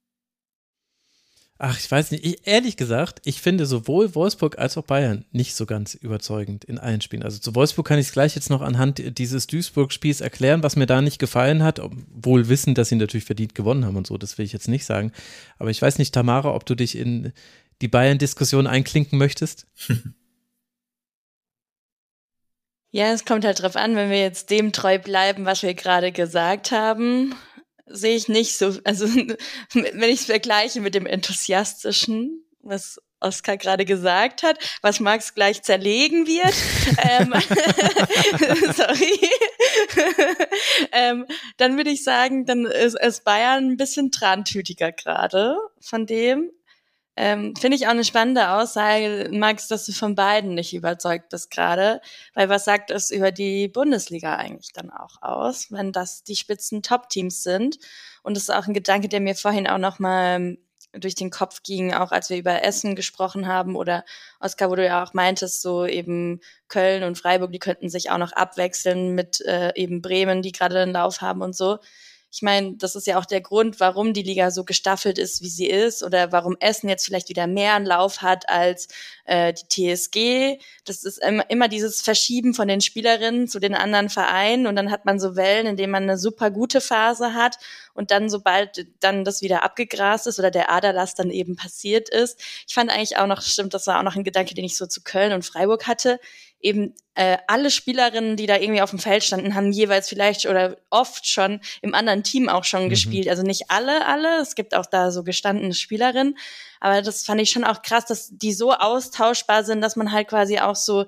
Ach, ich weiß nicht. Ich, ehrlich gesagt, ich finde sowohl Wolfsburg als auch Bayern nicht so ganz überzeugend in allen Spielen. Also zu Wolfsburg kann ich es gleich jetzt noch anhand dieses Duisburg-Spiels erklären, was mir da nicht gefallen hat, obwohl wissen, dass sie natürlich verdient gewonnen haben und so, das will ich jetzt nicht sagen. Aber ich weiß nicht, Tamara, ob du dich in die Bayern-Diskussion einklinken möchtest? Ja, es kommt halt drauf an, wenn wir jetzt dem treu bleiben, was wir gerade gesagt haben, sehe ich nicht so, also wenn ich es vergleiche mit dem Enthusiastischen, was Oskar gerade gesagt hat, was Max gleich zerlegen wird, ähm, sorry, ähm, dann würde ich sagen, dann ist, ist Bayern ein bisschen trantütiger gerade von dem. Ähm, finde ich auch eine spannende Aussage, Max, dass du von beiden nicht überzeugt bist gerade, weil was sagt es über die Bundesliga eigentlich dann auch aus, wenn das die Spitzen-Top-Teams sind? Und das ist auch ein Gedanke, der mir vorhin auch nochmal durch den Kopf ging, auch als wir über Essen gesprochen haben oder Oskar, wo du ja auch meintest, so eben Köln und Freiburg, die könnten sich auch noch abwechseln mit äh, eben Bremen, die gerade einen Lauf haben und so. Ich meine, das ist ja auch der Grund, warum die Liga so gestaffelt ist, wie sie ist oder warum Essen jetzt vielleicht wieder mehr einen Lauf hat als äh, die T S G. Das ist immer, immer dieses Verschieben von den Spielerinnen zu den anderen Vereinen und dann hat man so Wellen, in denen man eine super gute Phase hat und dann, sobald dann das wieder abgegrast ist oder der Aderlass dann eben passiert ist. Ich fand eigentlich auch noch, stimmt, das war auch noch ein Gedanke, den ich so zu Köln und Freiburg hatte, eben äh, alle Spielerinnen, die da irgendwie auf dem Feld standen, haben jeweils vielleicht oder oft schon im anderen Team auch schon mhm. gespielt. Also nicht alle, alle. Es gibt auch da so gestandene Spielerinnen. Aber das fand ich schon auch krass, dass die so austauschbar sind, dass man halt quasi auch so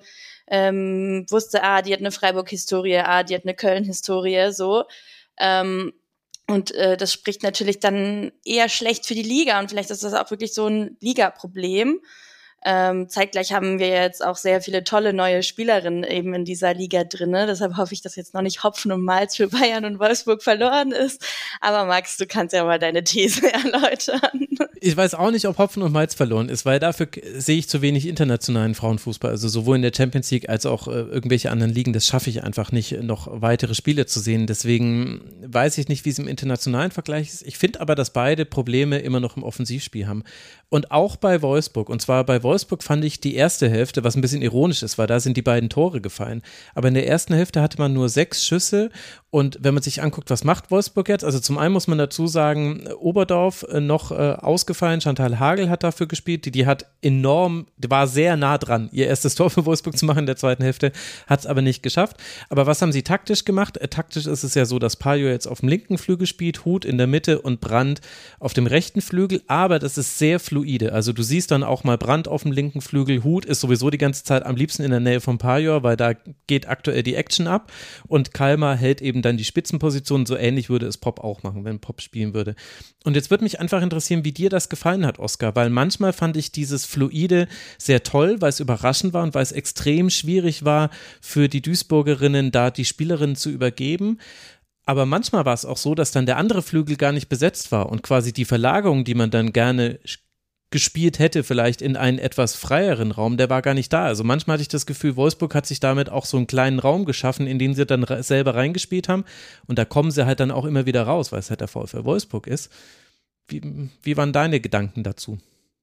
ähm, wusste, ah, die hat eine Freiburg-Historie, ah, die hat eine Köln-Historie, so. Ähm, und äh, das spricht natürlich dann eher schlecht für die Liga. Und vielleicht ist das auch wirklich so ein Liga-Problem. Ähm, zeitgleich haben wir jetzt auch sehr viele tolle neue Spielerinnen eben in dieser Liga drinne. Deshalb hoffe ich, dass jetzt noch nicht Hopfen und Malz für Bayern und Wolfsburg verloren ist. Aber Max, du kannst ja mal deine These erläutern. Ich weiß auch nicht, ob Hopfen und Malz verloren ist, weil dafür sehe ich zu wenig internationalen Frauenfußball. Also sowohl in der Champions League als auch äh, irgendwelche anderen Ligen. Das schaffe ich einfach nicht, noch weitere Spiele zu sehen. Deswegen weiß ich nicht, wie es im internationalen Vergleich ist. Ich finde aber, dass beide Probleme immer noch im Offensivspiel haben. Und auch bei Wolfsburg. Und zwar bei Wolfsburg fand ich die erste Hälfte, was ein bisschen ironisch ist, weil da sind die beiden Tore gefallen. Aber in der ersten Hälfte hatte man nur sechs Schüsse. Und wenn man sich anguckt, was macht Wolfsburg jetzt? Also zum einen muss man dazu sagen, Oberdorf noch äh, ausgefallen. Chantal Hagel hat dafür gespielt. Die, die hat enorm, die war sehr nah dran, ihr erstes Tor für Wolfsburg zu machen in der zweiten Hälfte. Hat es aber nicht geschafft. Aber was haben sie taktisch gemacht? Äh, taktisch ist es ja so, dass Pajo jetzt auf dem linken Flügel spielt, Huth in der Mitte und Brandt auf dem rechten Flügel. Aber das ist sehr fluide. Also du siehst dann auch mal Brandt auf dem linken Flügel. Huth ist sowieso die ganze Zeit am liebsten in der Nähe von Pajo, weil da geht aktuell die Action ab. Und Kalmar hält eben dann die Spitzenposition, so ähnlich würde es Pop auch machen, wenn Pop spielen würde. Und jetzt würde mich einfach interessieren, wie dir das gefallen hat, Oskar, weil manchmal fand ich dieses Fluide sehr toll, weil es überraschend war und weil es extrem schwierig war für die Duisburgerinnen, da die Spielerinnen zu übergeben. Aber manchmal war es auch so, dass dann der andere Flügel gar nicht besetzt war und quasi die Verlagerung, die man dann gerne gespielt hätte, vielleicht in einen etwas freieren Raum, der war gar nicht da. Also manchmal hatte ich das Gefühl, Wolfsburg hat sich damit auch so einen kleinen Raum geschaffen, in den sie dann selber reingespielt haben und da kommen sie halt dann auch immer wieder raus, weil es halt der VfL Wolfsburg ist. Wie, wie waren deine Gedanken dazu?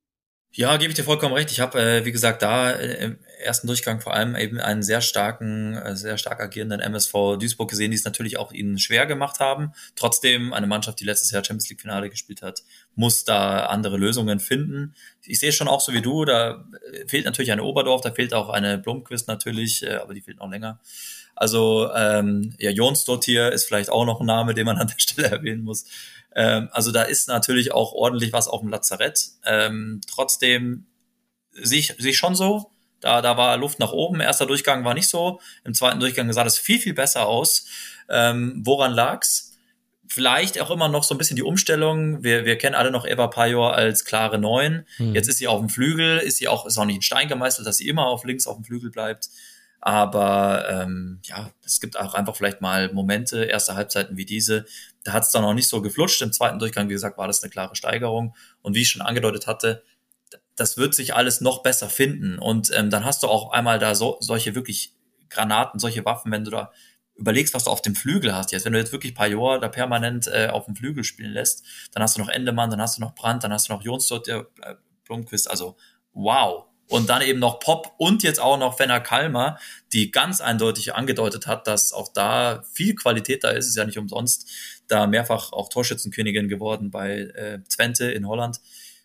Ja, gebe ich dir vollkommen recht. Ich habe, äh, wie gesagt, da äh, im ersten Durchgang vor allem eben einen sehr starken, äh, sehr stark agierenden M S V Duisburg gesehen, die es natürlich auch ihnen schwer gemacht haben. Trotzdem, eine Mannschaft, die letztes Jahr Champions League Finale gespielt hat, muss da andere Lösungen finden. Ich sehe schon auch so wie du, da fehlt natürlich eine Oberdorf, da fehlt auch eine Blomqvist natürlich, äh, aber die fehlt noch länger. Also ähm, ja, Jonsdottir ist vielleicht auch noch ein Name, den man an der Stelle erwähnen muss. Ähm, also da ist natürlich auch ordentlich was auf dem Lazarett. Ähm, trotzdem sehe ich, sehe ich schon so, da, da war Luft nach oben. Erster Durchgang war nicht so. Im zweiten Durchgang sah das viel, viel besser aus. Ähm, woran lag's? Vielleicht auch immer noch so ein bisschen die Umstellung. Wir, wir kennen alle noch Eva Pajor als klare Neun. Hm. Jetzt ist sie auf dem Flügel, ist sie auch, ist auch nicht in Stein gemeißelt, dass sie immer auf links auf dem Flügel bleibt. Aber ähm, ja, es gibt auch einfach vielleicht mal Momente, erste Halbzeiten wie diese, da hat es dann noch nicht so geflutscht. Im zweiten Durchgang, wie gesagt, war das eine klare Steigerung. Und wie ich schon angedeutet hatte, das wird sich alles noch besser finden. Und ähm, dann hast du auch einmal da so, solche wirklich Granaten, solche Waffen, wenn du da überlegst, was du auf dem Flügel hast jetzt. Wenn du jetzt wirklich Pajor da permanent äh, auf dem Flügel spielen lässt, dann hast du noch Endemann, dann hast du noch Brandt, dann hast du noch Jonsdottir, äh, Blomqvist, also wow. Und dann eben noch Pop und jetzt auch noch Fenner Kalmar, die ganz eindeutig angedeutet hat, dass auch da viel Qualität da ist. Es ist ja nicht umsonst da mehrfach auch Torschützenkönigin geworden bei äh, Twente in Holland.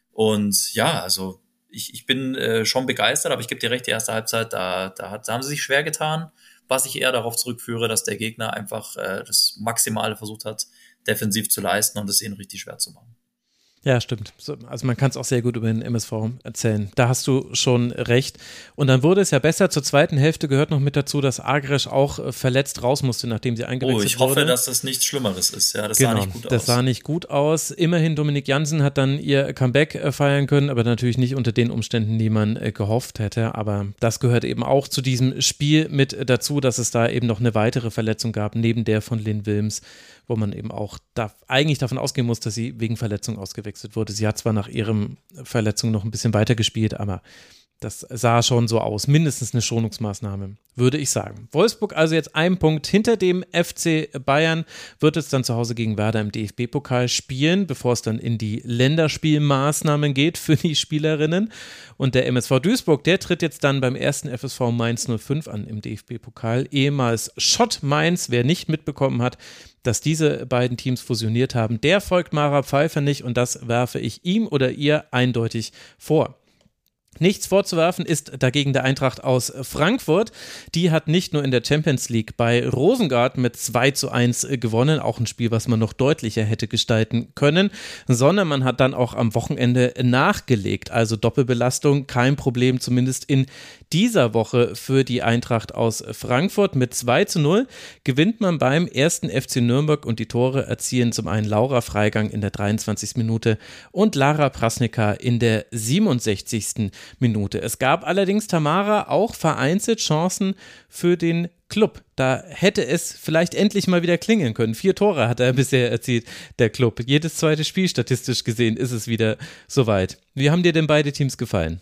Und ja, also ich, ich bin äh, schon begeistert, aber ich gebe dir recht, die erste Halbzeit, da, da, hat, da haben sie sich schwer getan, was ich eher darauf zurückführe, dass der Gegner einfach äh, das Maximale versucht hat, defensiv zu leisten und es ihnen richtig schwer zu machen. Ja, stimmt. Also man kann es auch sehr gut über den M S V erzählen. Da hast du schon recht. Und dann wurde es ja besser. Zur zweiten Hälfte gehört noch mit dazu, dass Agres auch verletzt raus musste, nachdem sie eingewechselt wurde. Oh, ich hoffe, wurde. dass das nichts Schlimmeres ist. Ja, das genau, sah nicht gut aus. Das sah nicht gut aus. Immerhin Dominik Jansen hat dann ihr Comeback feiern können, aber natürlich nicht unter den Umständen, die man gehofft hätte. Aber das gehört eben auch zu diesem Spiel mit dazu, dass es da eben noch eine weitere Verletzung gab, neben der von Lynn Wilms, wo man eben auch da eigentlich davon ausgehen muss, dass sie wegen Verletzung ausgewechselt wurde. Sie hat zwar nach ihrem Verletzung noch ein bisschen weiter gespielt, aber das sah schon so aus. Mindestens eine Schonungsmaßnahme, würde ich sagen. Wolfsburg also jetzt einen Punkt hinter dem F C Bayern, wird es dann zu Hause gegen Werder im D F B-Pokal spielen, bevor es dann in die Länderspielmaßnahmen geht für die Spielerinnen. Und der M S V Duisburg, der tritt jetzt dann beim ersten F S V Mainz null fünf an im D F B-Pokal. Ehemals Schott Mainz, wer nicht mitbekommen hat, dass diese beiden Teams fusioniert haben, der folgt Mara Pfeiffer nicht und das werfe ich ihm oder ihr eindeutig vor. Nichts vorzuwerfen ist dagegen der Eintracht aus Frankfurt. Die hat nicht nur in der Champions League bei Rosengard mit zwei zu eins gewonnen, auch ein Spiel, was man noch deutlicher hätte gestalten können, sondern man hat dann auch am Wochenende nachgelegt. Also Doppelbelastung, kein Problem, zumindest in dieser Woche für die Eintracht aus Frankfurt. Mit zwei zu null gewinnt man beim ersten F C Nürnberg und die Tore erzielen zum einen Laura Freigang in der dreiundzwanzigsten Minute und Lara Prasnica in der siebenundsechzigsten Minute. Es gab allerdings, Tamara, auch vereinzelt Chancen für den Club. Da hätte es vielleicht endlich mal wieder klingeln können. Vier Tore hat er bisher erzielt, der Club. Jedes zweite Spiel statistisch gesehen ist es wieder soweit. Wie haben dir denn beide Teams gefallen?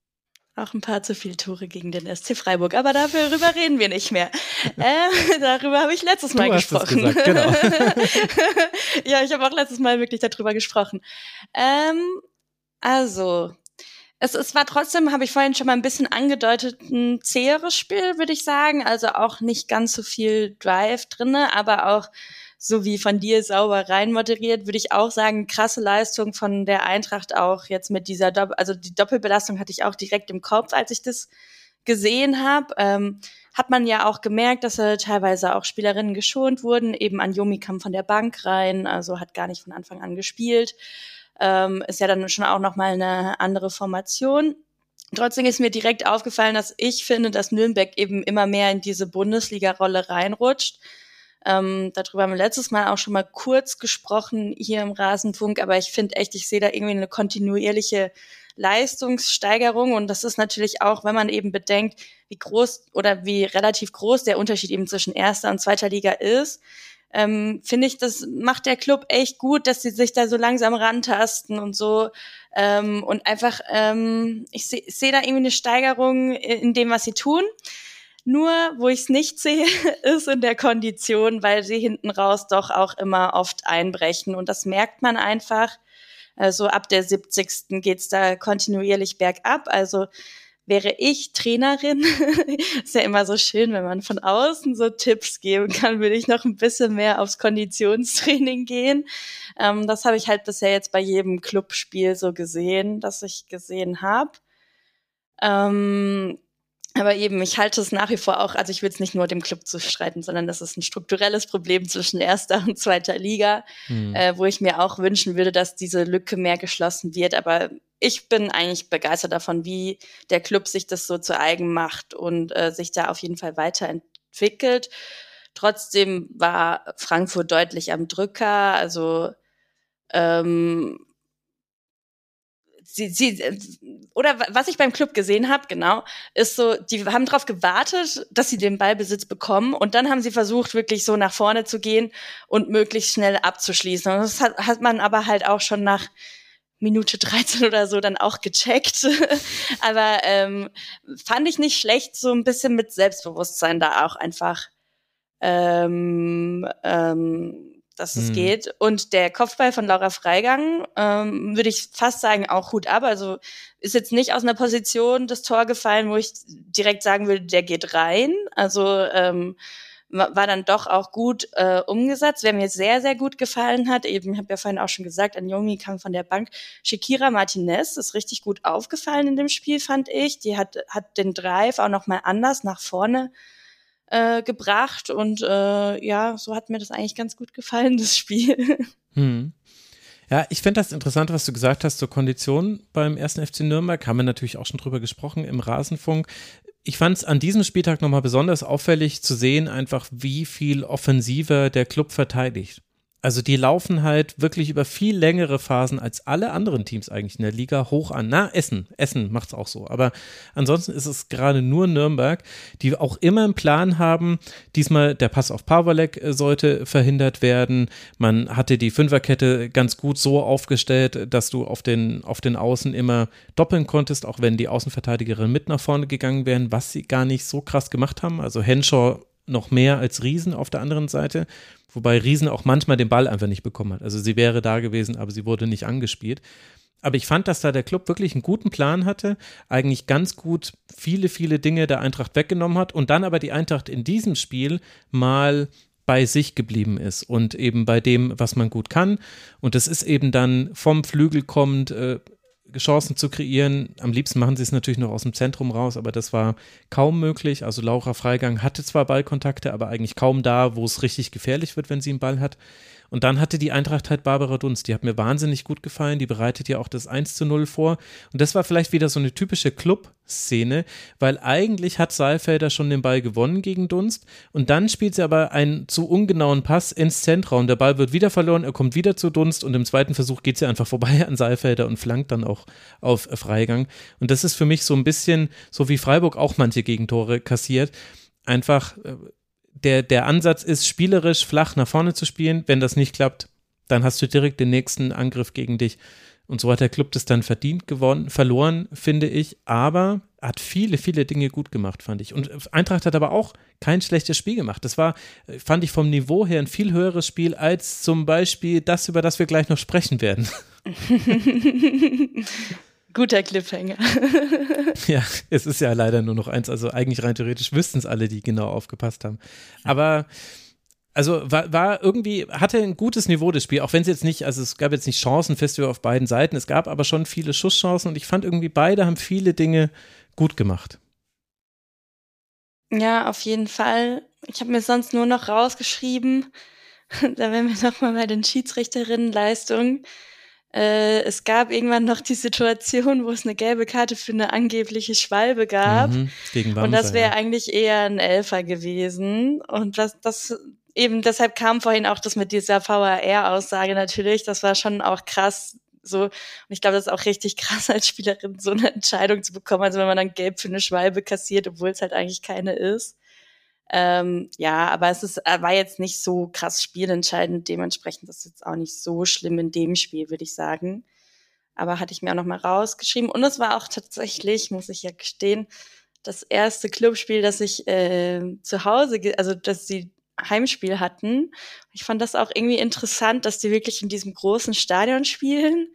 Auch ein paar zu viele Tore gegen den S C Freiburg, aber darüber reden wir nicht mehr. Äh, darüber habe ich letztes Mal du hast gesprochen. Es gesagt, genau. Ja, ich habe auch letztes Mal wirklich darüber gesprochen. Ähm, also, es, es war trotzdem, habe ich vorhin schon mal ein bisschen angedeutet, ein zäheres Spiel, würde ich sagen. Also auch nicht ganz so viel Drive drinne, aber auch so wie von dir sauber rein moderiert, würde ich auch sagen, krasse Leistung von der Eintracht auch jetzt mit dieser, Doppel- also die Doppelbelastung hatte ich auch direkt im Kopf, als ich das gesehen habe. Ähm, hat man ja auch gemerkt, dass äh, teilweise auch Spielerinnen geschont wurden, eben Anjomi kam von der Bank rein, also hat gar nicht von Anfang an gespielt. Ähm, ist ja dann schon auch nochmal eine andere Formation. Trotzdem ist mir direkt aufgefallen, dass ich finde, dass Nürnberg eben immer mehr in diese Bundesliga-Rolle reinrutscht. Ähm, darüber haben wir letztes Mal auch schon mal kurz gesprochen hier im Rasenfunk, aber ich finde echt, ich sehe da irgendwie eine kontinuierliche Leistungssteigerung und das ist natürlich auch, wenn man eben bedenkt, wie groß oder wie relativ groß der Unterschied eben zwischen erster und zweiter Liga ist, ähm, finde ich, das macht der Club echt gut, dass sie sich da so langsam rantasten und so ähm, und einfach, ähm, ich sehe seh da irgendwie eine Steigerung in dem, was sie tun. Nur, wo ich es nicht sehe, ist in der Kondition, weil sie hinten raus doch auch immer oft einbrechen. Und das merkt man einfach. Äh, so ab der siebzigsten geht's da kontinuierlich bergab. Also wäre ich Trainerin, ist ja immer so schön, wenn man von außen so Tipps geben kann, würde ich noch ein bisschen mehr aufs Konditionstraining gehen. Ähm, das habe ich halt bisher jetzt bei jedem Clubspiel so gesehen, das ich gesehen habe. Ähm, aber eben, ich halte es nach wie vor auch, also ich will es nicht nur dem Club zustreiten, sondern das ist ein strukturelles Problem zwischen erster und zweiter Liga, hm. äh, wo ich mir auch wünschen würde, dass diese Lücke mehr geschlossen wird. Aber ich bin eigentlich begeistert davon, wie der Club sich das so zu eigen macht und äh, sich da auf jeden Fall weiterentwickelt. Trotzdem war Frankfurt deutlich am Drücker, also ähm, Sie, sie, oder was ich beim Club gesehen habe, genau, ist so, die haben darauf gewartet, dass sie den Ballbesitz bekommen und dann haben sie versucht, wirklich so nach vorne zu gehen und möglichst schnell abzuschließen. Und das hat, hat man aber halt auch schon nach Minute dreizehn oder so dann auch gecheckt. Aber ähm, fand ich nicht schlecht, so ein bisschen mit Selbstbewusstsein da auch einfach ähm, ähm, dass es hm. geht. Und der Kopfball von Laura Freigang, ähm, würde ich fast sagen, auch Hut ab. Also ist jetzt nicht aus einer Position das Tor gefallen, wo ich direkt sagen würde, der geht rein. Also ähm, war dann doch auch gut äh, umgesetzt. Wer mir sehr, sehr gut gefallen hat, eben, ich habe ja vorhin auch schon gesagt, ein Jungi kam von der Bank, Shakira Martinez ist richtig gut aufgefallen in dem Spiel, fand ich. Die hat, hat den Drive auch nochmal anders nach vorne Äh, gebracht und äh, ja, so hat mir das eigentlich ganz gut gefallen, das Spiel. Hm. Ja, ich finde das interessant, was du gesagt hast zur Kondition beim ersten F C Nürnberg, haben wir natürlich auch schon drüber gesprochen im Rasenfunk. Ich fand es an diesem Spieltag nochmal besonders auffällig zu sehen, einfach wie viel offensiver der Club verteidigt. Also die laufen halt wirklich über viel längere Phasen als alle anderen Teams eigentlich in der Liga hoch an. Na, Essen, Essen macht's auch so. Aber ansonsten ist es gerade nur Nürnberg, die auch immer einen Plan haben. Diesmal der Pass auf Pawalek sollte verhindert werden. Man hatte die Fünferkette ganz gut so aufgestellt, dass du auf den, auf den Außen immer doppeln konntest, auch wenn die Außenverteidigerinnen mit nach vorne gegangen wären, was sie gar nicht so krass gemacht haben. Also Henshaw noch mehr als Riesen auf der anderen Seite. Wobei Riesen auch manchmal den Ball einfach nicht bekommen hat. Also sie wäre da gewesen, aber sie wurde nicht angespielt. Aber ich fand, dass da der Club wirklich einen guten Plan hatte, eigentlich ganz gut viele, viele Dinge der Eintracht weggenommen hat und dann aber die Eintracht in diesem Spiel mal bei sich geblieben ist und eben bei dem, was man gut kann. Und das ist eben dann vom Flügel kommend, äh, Chancen zu kreieren. Am liebsten machen sie es natürlich noch aus dem Zentrum raus, aber das war kaum möglich. Also Laura Freigang hatte zwar Ballkontakte, aber eigentlich kaum da, wo es richtig gefährlich wird, wenn sie einen Ball hat. Und dann hatte die Eintracht halt Barbara Dunst, die hat mir wahnsinnig gut gefallen, die bereitet ja auch das eins zu null vor und das war vielleicht wieder so eine typische Club-Szene, weil eigentlich hat Saalfelder schon den Ball gewonnen gegen Dunst und dann spielt sie aber einen zu ungenauen Pass ins Zentrum, der Ball wird wieder verloren, er kommt wieder zu Dunst und im zweiten Versuch geht sie einfach vorbei an Saalfelder und flankt dann auch auf Freigang und das ist für mich so ein bisschen, so wie Freiburg auch manche Gegentore kassiert, einfach Der, der Ansatz ist, spielerisch flach nach vorne zu spielen. Wenn das nicht klappt, dann hast du direkt den nächsten Angriff gegen dich. Und so hat der Club das dann verdient gewonnen, verloren, finde ich. Aber hat viele, viele Dinge gut gemacht, fand ich. Und Eintracht hat aber auch kein schlechtes Spiel gemacht. Das war, fand ich vom Niveau her ein viel höheres Spiel als zum Beispiel das, über das wir gleich noch sprechen werden. Guter Cliffhanger. Ja, es ist ja leider nur noch eins, also eigentlich rein theoretisch wüssten es alle, die genau aufgepasst haben. Aber also war, war irgendwie, hatte ein gutes Niveau das Spiel, auch wenn es jetzt nicht, also es gab jetzt nicht Chancenfestival auf beiden Seiten, es gab aber schon viele Schusschancen und ich fand irgendwie beide haben viele Dinge gut gemacht. Ja, auf jeden Fall. Ich habe mir sonst nur noch rausgeschrieben, da wären wir nochmal bei den Schiedsrichterinnenleistungen. Äh, es gab irgendwann noch die Situation, wo es eine gelbe Karte für eine angebliche Schwalbe gab. Mhm, gegen Wamser, und das wäre ja. eigentlich eher ein Elfer gewesen. Und das, das eben deshalb kam vorhin auch das mit dieser V A R-Aussage natürlich. Das war schon auch krass. So, und ich glaube, das ist auch richtig krass als Spielerin, so eine Entscheidung zu bekommen. Also wenn man dann gelb für eine Schwalbe kassiert, obwohl es halt eigentlich keine ist. Ähm, ja, aber es ist, war jetzt nicht so krass spielentscheidend, dementsprechend ist es jetzt auch nicht so schlimm in dem Spiel, würde ich sagen. Aber hatte ich mir auch noch mal rausgeschrieben. Und es war auch tatsächlich, muss ich ja gestehen, das erste Clubspiel, das ich äh, zu Hause, ge- also dass sie Heimspiel hatten. Ich fand das auch irgendwie interessant, dass die wirklich in diesem großen Stadion spielen.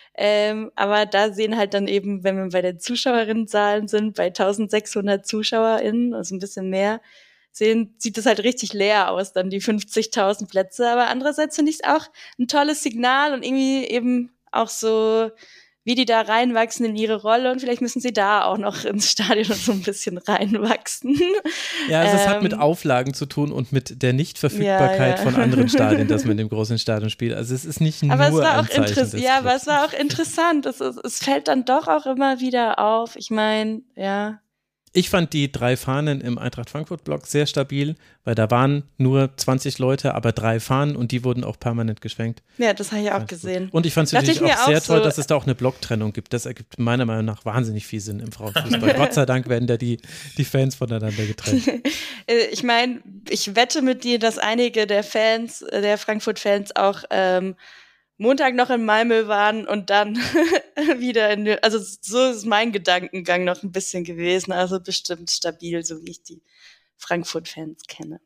Ähm, aber da sehen halt dann eben, wenn wir bei den Zuschauerinnenzahlen sind, bei eintausendsechshundert ZuschauerInnen, also ein bisschen mehr, sehen, sieht das halt richtig leer aus, dann die fünfzigtausend Plätze. Aber andererseits finde ich es auch ein tolles Signal und irgendwie eben auch so, wie die da reinwachsen in ihre Rolle und vielleicht müssen sie da auch noch ins Stadion so ein bisschen reinwachsen. Ja, also ähm, es hat mit Ähm, Auflagen zu tun und mit der Nichtverfügbarkeit Ja, ja. von anderen Stadien, dass man in dem großen Stadion spielt. Also es ist nicht Aber es nur war ein auch Zeichen interessant. des Ja, aber Clubs. es war auch interessant. Es, es, es fällt dann doch auch immer wieder auf. Ich meine, ja. Ich fand die drei Fahnen im Eintracht Frankfurt-Block sehr stabil, weil da waren nur zwanzig Leute, aber drei Fahnen und die wurden auch permanent geschwenkt. Ja, das habe ich auch Fand ich gut. gesehen. Und ich fand es Dachte natürlich ich auch mir sehr auch toll, so- dass es da auch eine Blocktrennung gibt. Das ergibt meiner Meinung nach wahnsinnig viel Sinn im Frauenfußball. Gott sei Dank werden da die, die Fans voneinander getrennt. Äh, Ich meine, ich wette mit dir, dass einige der Fans, äh, der Frankfurt-Fans auch ähm, Montag noch in Malmö waren und dann wieder in, die- also so ist mein Gedankengang noch ein bisschen gewesen. Also bestimmt stabil, so wie ich die Frankfurt-Fans kenne.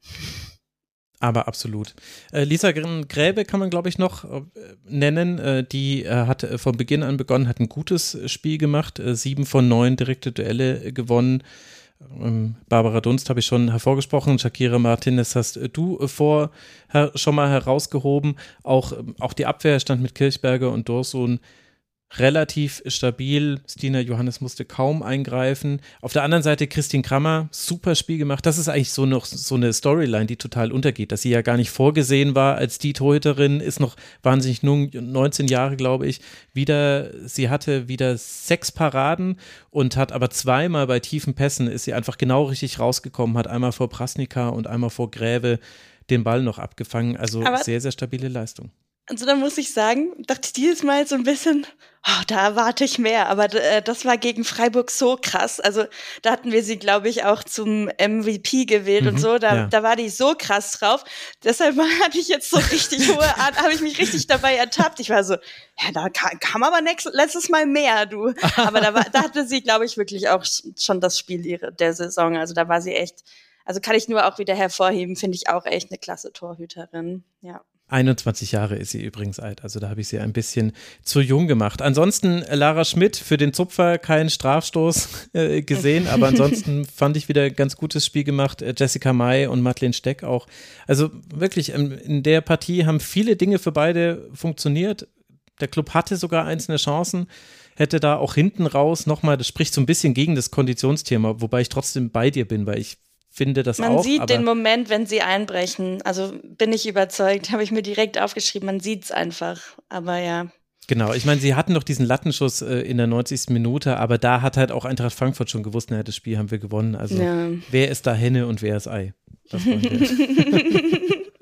Aber absolut. Äh, Lisa Gräbe kann man, glaube ich, noch äh, nennen. Äh, die äh, hat äh, von Beginn an begonnen, hat ein gutes äh, Spiel gemacht. Äh, sieben von neun direkte Duelle äh, gewonnen. Ähm, Barbara Dunst habe ich schon hervorgesprochen. Shakira Martinez hast äh, du äh, vor her, schon mal herausgehoben. Auch, ähm, auch die Abwehr stand mit Kirchberger und Dorsun relativ stabil. Stina Johannes musste kaum eingreifen. Auf der anderen Seite Christine Krammer, super Spiel gemacht. Das ist eigentlich so noch so eine Storyline, die total untergeht, dass sie ja gar nicht vorgesehen war als die Torhüterin, ist noch wahnsinnig jung, neunzehn Jahre, glaube ich. Wieder, sie hatte wieder sechs Paraden und hat aber zweimal bei tiefen Pässen ist sie einfach genau richtig rausgekommen, hat einmal vor Prasnica und einmal vor Gräve den Ball noch abgefangen. Also Aber- sehr, sehr stabile Leistung. Also da muss ich sagen, dachte ich dieses Mal so ein bisschen, oh, da erwarte ich mehr. Aber äh, das war gegen Freiburg so krass. Also da hatten wir sie, glaube ich, auch zum M V P gewählt Mhm, und so. Da, ja. da war die so krass drauf. Deshalb hatte ich jetzt so richtig hohe, habe ich mich richtig dabei ertappt. Ich war so, ja, da kam, kam aber nächst, letztes Mal mehr, du. Aber da, war, da hatte sie, glaube ich, wirklich auch schon das Spiel ihre, der Saison. Also da war sie echt, also kann ich nur auch wieder hervorheben, finde ich auch echt eine klasse Torhüterin. Ja. einundzwanzig Jahre ist sie übrigens alt, also da habe ich sie ein bisschen zu jung gemacht. Ansonsten Lara Schmidt für den Zupfer keinen Strafstoß äh, gesehen, aber ansonsten fand ich wieder ein ganz gutes Spiel gemacht. Äh, Jessica May und Madeleine Steck auch. Also wirklich, ähm, in der Partie haben viele Dinge für beide funktioniert. Der Club hatte sogar einzelne Chancen, hätte da auch hinten raus nochmal, das spricht so ein bisschen gegen das Konditionsthema, wobei ich trotzdem bei dir bin, weil ich finde das Man auch. sieht aber den Moment, wenn sie einbrechen. Also bin ich überzeugt, habe ich mir direkt aufgeschrieben. Man sieht's einfach. Aber ja. Genau, ich meine, sie hatten noch diesen Lattenschuss äh, in der neunzigsten Minute, aber da hat halt auch Eintracht Frankfurt schon gewusst, naja, das Spiel haben wir gewonnen. Also Ja. wer ist da Henne und wer ist Ei? Das wollen wir.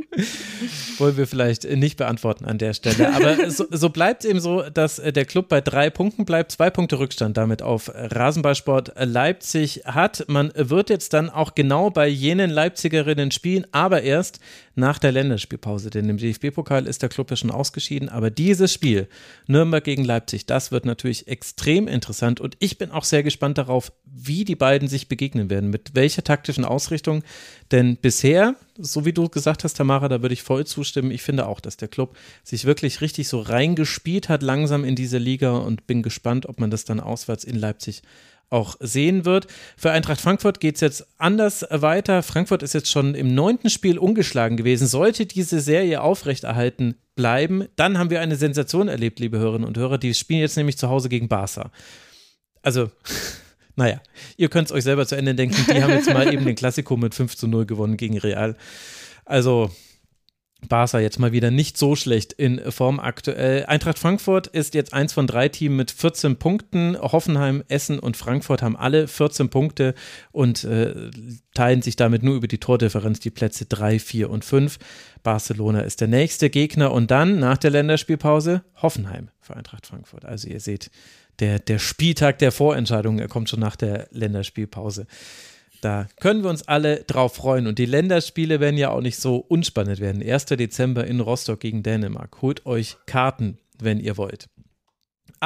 Wollen wir vielleicht nicht beantworten an der Stelle. Aber so, so bleibt es eben so, dass äh, der Club bei drei Punkten bleibt, zwei Punkte Rückstand damit auf Rasenballsport Leipzig hat. Man wird jetzt dann auch genau bei jenen Leipzigerinnen spielen, aber erst nach der Länderspielpause, denn im D F B-Pokal ist der Club ja schon ausgeschieden, aber dieses Spiel, Nürnberg gegen Leipzig, das wird natürlich extrem interessant und ich bin auch sehr gespannt darauf, wie die beiden sich begegnen werden, mit welcher taktischen Ausrichtung, denn bisher, so wie du gesagt hast, Tamara, da würde ich voll zustimmen, ich finde auch, dass der Club sich wirklich richtig so reingespielt hat langsam in diese Liga und bin gespannt, ob man das dann auswärts in Leipzig auch sehen wird. Für Eintracht Frankfurt geht es jetzt anders weiter. Frankfurt ist jetzt schon im neunten Spiel ungeschlagen gewesen. Sollte diese Serie aufrechterhalten bleiben, dann haben wir eine Sensation erlebt, liebe Hörerinnen und Hörer. Die spielen jetzt nämlich zu Hause gegen Barca. Also, naja, ihr könnt es euch selber zu Ende denken. Die haben jetzt mal eben den Klassiko mit fünf zu null gewonnen gegen Real. Also Barca jetzt mal wieder nicht so schlecht in Form aktuell. Eintracht Frankfurt ist jetzt eins von drei Teams mit vierzehn Punkten. Hoffenheim, Essen und Frankfurt haben alle vierzehn Punkte und äh, teilen sich damit nur über die Tordifferenz die Plätze drei, vier und fünf. Barcelona ist der nächste Gegner und dann nach der Länderspielpause Hoffenheim für Eintracht Frankfurt. Also ihr seht, der, der Spieltag der Vorentscheidung, er kommt schon nach der Länderspielpause. Da können wir uns alle drauf freuen. Und die Länderspiele werden ja auch nicht so unspannend werden. erster Dezember in Rostock gegen Dänemark. Holt euch Karten, wenn ihr wollt. Aber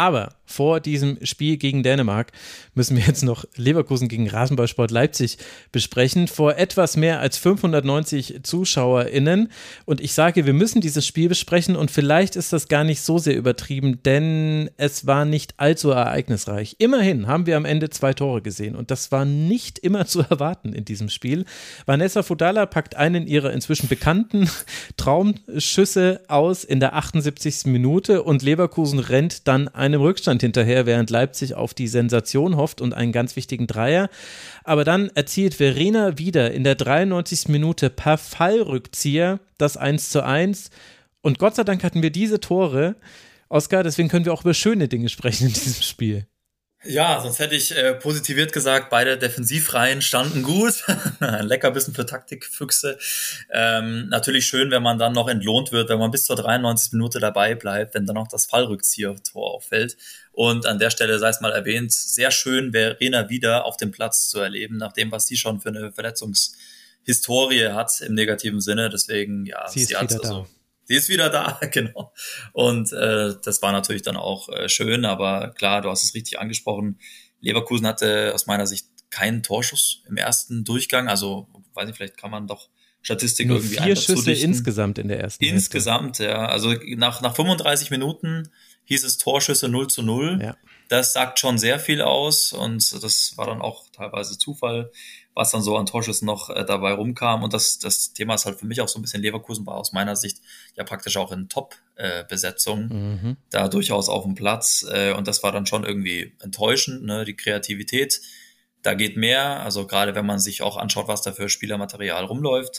vor diesem Spiel gegen Dänemark müssen wir jetzt noch Leverkusen gegen Rasenballsport Leipzig besprechen. Vor etwas mehr als fünfhundertneunzig ZuschauerInnen. Und ich sage, wir müssen dieses Spiel besprechen und vielleicht ist das gar nicht so sehr übertrieben, denn es war nicht allzu ereignisreich. Immerhin haben wir am Ende zwei Tore gesehen und das war nicht immer zu erwarten in diesem Spiel. Vanessa Fudala packt einen ihrer inzwischen bekannten Traumschüsse aus in der achtundsiebzigsten Minute und Leverkusen rennt dann einem Rückstand hinterher, während Leipzig auf die Sensation hofft und einen ganz wichtigen Dreier. Aber dann erzielt Verena wieder in der dreiundneunzigsten Minute per Fallrückzieher das eins zu eins. Und Gott sei Dank hatten wir diese Tore, Oskar, deswegen können wir auch über schöne Dinge sprechen in diesem Spiel. Ja, sonst hätte ich äh, positiviert gesagt, beide Defensivreihen standen gut. Ein Leckerbissen für Taktikfüchse. Ähm, natürlich schön, wenn man dann noch entlohnt wird, wenn man bis zur dreiundneunzigsten Minute dabei bleibt, wenn dann noch das Fallrückzieher-Tor auffällt. Und an der Stelle sei es mal erwähnt, sehr schön, Verena wieder auf dem Platz zu erleben, nach dem, was sie schon für eine Verletzungshistorie hat im negativen Sinne. Deswegen, ja, sie ist sie hat wieder also da. Sie ist wieder da, genau. Und äh, das war natürlich dann auch äh, schön, aber klar, du hast es richtig angesprochen. Leverkusen hatte aus meiner Sicht keinen Torschuss im ersten Durchgang. Also, weiß nicht, vielleicht kann man doch Statistik Nur irgendwie vier Schüsse zudichten. insgesamt in der ersten Insgesamt, Hälfte. ja. Also nach, nach fünfunddreißig Minuten hieß es Torschüsse null zu null. Ja. Das sagt schon sehr viel aus und das war dann auch teilweise Zufall, was dann so an Torschüssen noch äh, dabei rumkam. Und das, das Thema ist halt für mich auch so ein bisschen, Leverkusen war aus meiner Sicht ja praktisch auch in Top-Besetzung, äh, mhm. da durchaus auf dem Platz. Äh, und das war dann schon irgendwie enttäuschend, ne? Die Kreativität, da geht mehr. Also gerade wenn man sich auch anschaut, was da für Spielermaterial rumläuft.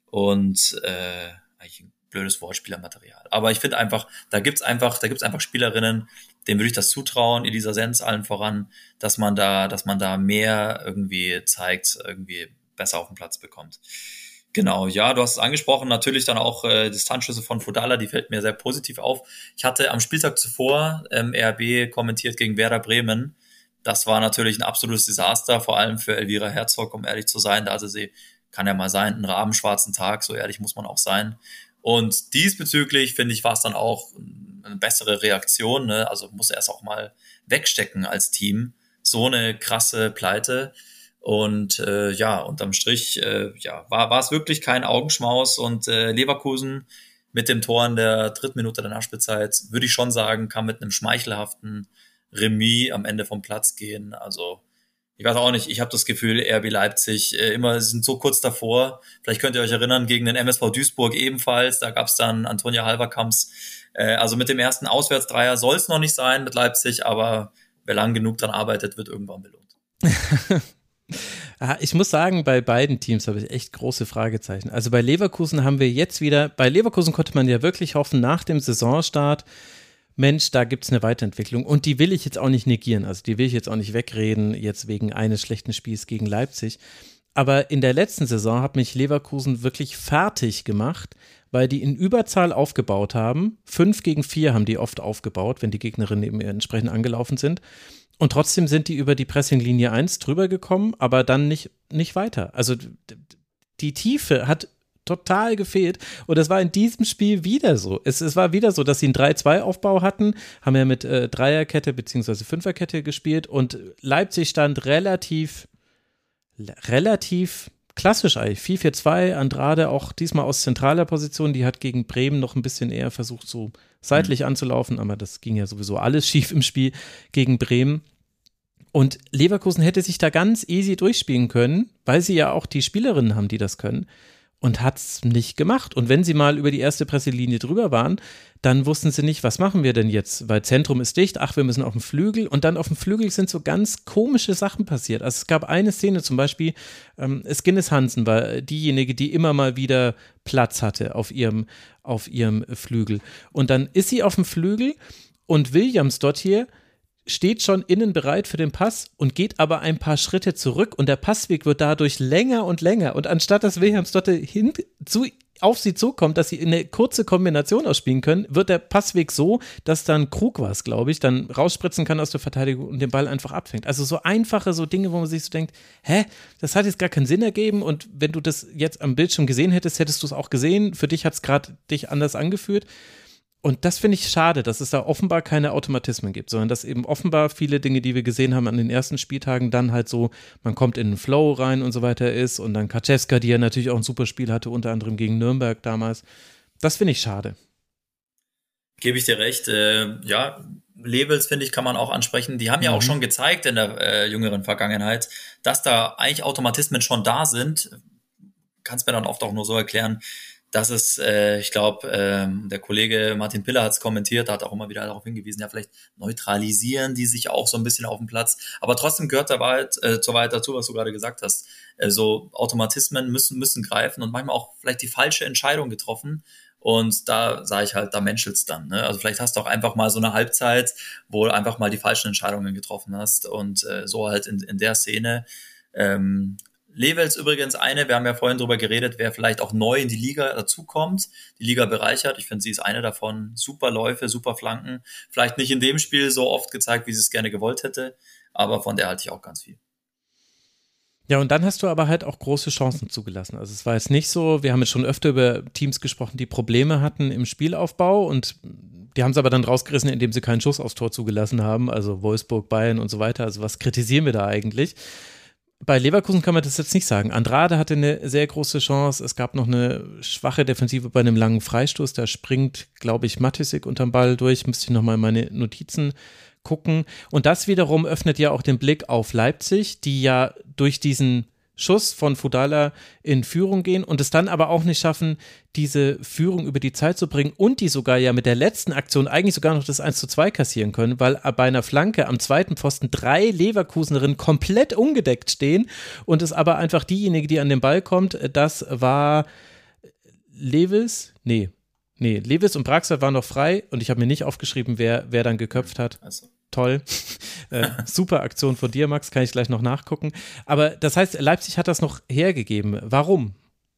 Und äh, eigentlich ein blödes Wort, Spielermaterial. Aber ich finde einfach, da gibt's einfach, da gibt's einfach Spielerinnen, denen würde ich das zutrauen, Elisa Sens allen voran, dass man da, dass man da mehr irgendwie zeigt, irgendwie besser auf den Platz bekommt. Genau, ja, du hast es angesprochen, natürlich dann auch äh, Distanzschüsse von Fudala, die fällt mir sehr positiv auf. Ich hatte am Spieltag zuvor ähm, R B kommentiert gegen Werder Bremen. Das war natürlich ein absolutes Desaster, vor allem für Elvira Herzog, um ehrlich zu sein. Da hatte sie, kann ja mal sein, einen rabenschwarzen Tag, so ehrlich muss man auch sein. Und diesbezüglich, finde ich, war es dann auch eine bessere Reaktion, ne? Also muss erst auch mal wegstecken als Team. So eine krasse Pleite. Und äh, ja, unterm Strich äh, ja, war, war es wirklich kein Augenschmaus. Und äh, Leverkusen mit dem Tor in der dritten Minute der Nachspielzeit, würde ich schon sagen, kann mit einem schmeichelhaften Remis am Ende vom Platz gehen. Also ich weiß auch nicht, ich habe das Gefühl, R B Leipzig äh, immer sind so kurz davor. Vielleicht könnt ihr euch erinnern, gegen den M S V Duisburg ebenfalls. Da gab es dann Antonia Halverkamps. Äh, also mit dem ersten Auswärtsdreier soll es noch nicht sein mit Leipzig, aber wer lang genug dran arbeitet, wird irgendwann belohnt. Ich muss sagen, bei beiden Teams habe ich echt große Fragezeichen. Also bei Leverkusen haben wir jetzt wieder, bei Leverkusen konnte man ja wirklich hoffen, nach dem Saisonstart, Mensch, da gibt es eine Weiterentwicklung und die will ich jetzt auch nicht negieren, also die will ich jetzt auch nicht wegreden, jetzt wegen eines schlechten Spiels gegen Leipzig, aber in der letzten Saison hat mich Leverkusen wirklich fertig gemacht, weil die in Überzahl aufgebaut haben, fünf gegen vier haben die oft aufgebaut, wenn die Gegnerinnen eben entsprechend angelaufen sind und trotzdem sind die über die Pressinglinie eins drüber gekommen, aber dann nicht, nicht weiter, also die Tiefe hat total gefehlt. Und das war in diesem Spiel wieder so. Es, es war wieder so, dass sie einen drei zwei Aufbau hatten, haben ja mit äh, Dreierkette bzw. Fünferkette gespielt und Leipzig stand relativ, relativ klassisch eigentlich. vier vier zwei, Andrade auch diesmal aus zentraler Position, die hat gegen Bremen noch ein bisschen eher versucht, so seitlich mhm. anzulaufen, aber das ging ja sowieso alles schief im Spiel gegen Bremen. Und Leverkusen hätte sich da ganz easy durchspielen können, weil sie ja auch die Spielerinnen haben, die das können. Und hat es nicht gemacht. Und wenn sie mal über die erste Presselinie drüber waren, dann wussten sie nicht, was machen wir denn jetzt? Weil Zentrum ist dicht, ach, wir müssen auf den Flügel. Und dann auf dem Flügel sind so ganz komische Sachen passiert. Also es gab eine Szene zum Beispiel, ähm, Skinnes Hansen war diejenige, die immer mal wieder Platz hatte auf ihrem, auf ihrem Flügel. Und dann ist sie auf dem Flügel und Williams dort hier steht schon innen bereit für den Pass und geht aber ein paar Schritte zurück und der Passweg wird dadurch länger und länger und anstatt dass Williams dort hin zu, auf sie zukommt, dass sie eine kurze Kombination ausspielen können, wird der Passweg so, dass dann Krug war es, glaube ich, dann rausspritzen kann aus der Verteidigung und den Ball einfach abfängt. Also so einfache so Dinge, wo man sich so denkt, hä, das hat jetzt gar keinen Sinn ergeben und wenn du das jetzt am Bildschirm gesehen hättest, hättest du es auch gesehen, für dich hat es gerade dich anders angefühlt. Und das finde ich schade, dass es da offenbar keine Automatismen gibt, sondern dass eben offenbar viele Dinge, die wir gesehen haben an den ersten Spieltagen, dann halt so, man kommt in den Flow rein und so weiter ist und dann Kaczewska, die ja natürlich auch ein super Spiel hatte, unter anderem gegen Nürnberg damals. Das finde ich schade. Gebe ich dir recht. Äh, ja, Levels, finde ich, kann man auch ansprechen. Die haben ja mhm. auch schon gezeigt in der äh, jüngeren Vergangenheit, dass da eigentlich Automatismen schon da sind. Kannst mir dann oft auch nur so erklären, dass es, äh, ich glaube, äh, der Kollege Martin Piller hat es kommentiert, hat auch immer wieder darauf hingewiesen, ja, vielleicht neutralisieren die sich auch so ein bisschen auf dem Platz. Aber trotzdem gehört da weit, äh, so weit dazu, was du gerade gesagt hast. Äh, so Automatismen müssen, müssen greifen und manchmal auch vielleicht die falsche Entscheidung getroffen. Und da sage ich halt, da menschelt's dann. Ne? Also vielleicht hast du auch einfach mal so eine Halbzeit, wo du einfach mal die falschen Entscheidungen getroffen hast. Und äh, so halt in, in der Szene. Ähm, Levels übrigens eine, wir haben ja vorhin drüber geredet, wer vielleicht auch neu in die Liga dazukommt, die Liga bereichert. Ich finde, sie ist eine davon. Super Läufe, super Flanken. Vielleicht nicht in dem Spiel so oft gezeigt, wie sie es gerne gewollt hätte, aber von der halte ich auch ganz viel. Ja, und dann hast du aber halt auch große Chancen zugelassen. Also es war jetzt nicht so, wir haben jetzt schon öfter über Teams gesprochen, die Probleme hatten im Spielaufbau und die haben es aber dann rausgerissen, indem sie keinen Schuss aufs Tor zugelassen haben, also Wolfsburg, Bayern und so weiter. Also was kritisieren wir da eigentlich? Bei Leverkusen kann man das jetzt nicht sagen. Andrade hatte eine sehr große Chance. Es gab noch eine schwache Defensive bei einem langen Freistoß. Da springt, glaube ich, Matisik unterm Ball durch. Müsste ich nochmal meine Notizen gucken. Und das wiederum öffnet ja auch den Blick auf Leipzig, die ja durch diesen Schuss von Fudala in Führung gehen und es dann aber auch nicht schaffen, diese Führung über die Zeit zu bringen und die sogar ja mit der letzten Aktion eigentlich sogar noch das eins zu zwei kassieren können, weil bei einer Flanke am zweiten Pfosten drei Leverkusenerinnen komplett ungedeckt stehen und es aber einfach diejenige, die an den Ball kommt, das war Lewis, nee, nee, Lewis und Braxer waren noch frei und ich habe mir nicht aufgeschrieben, wer, wer dann geköpft hat. Also. Toll. äh, super Aktion von dir, Max, kann ich gleich noch nachgucken. Aber das heißt, Leipzig hat das noch hergegeben. Warum?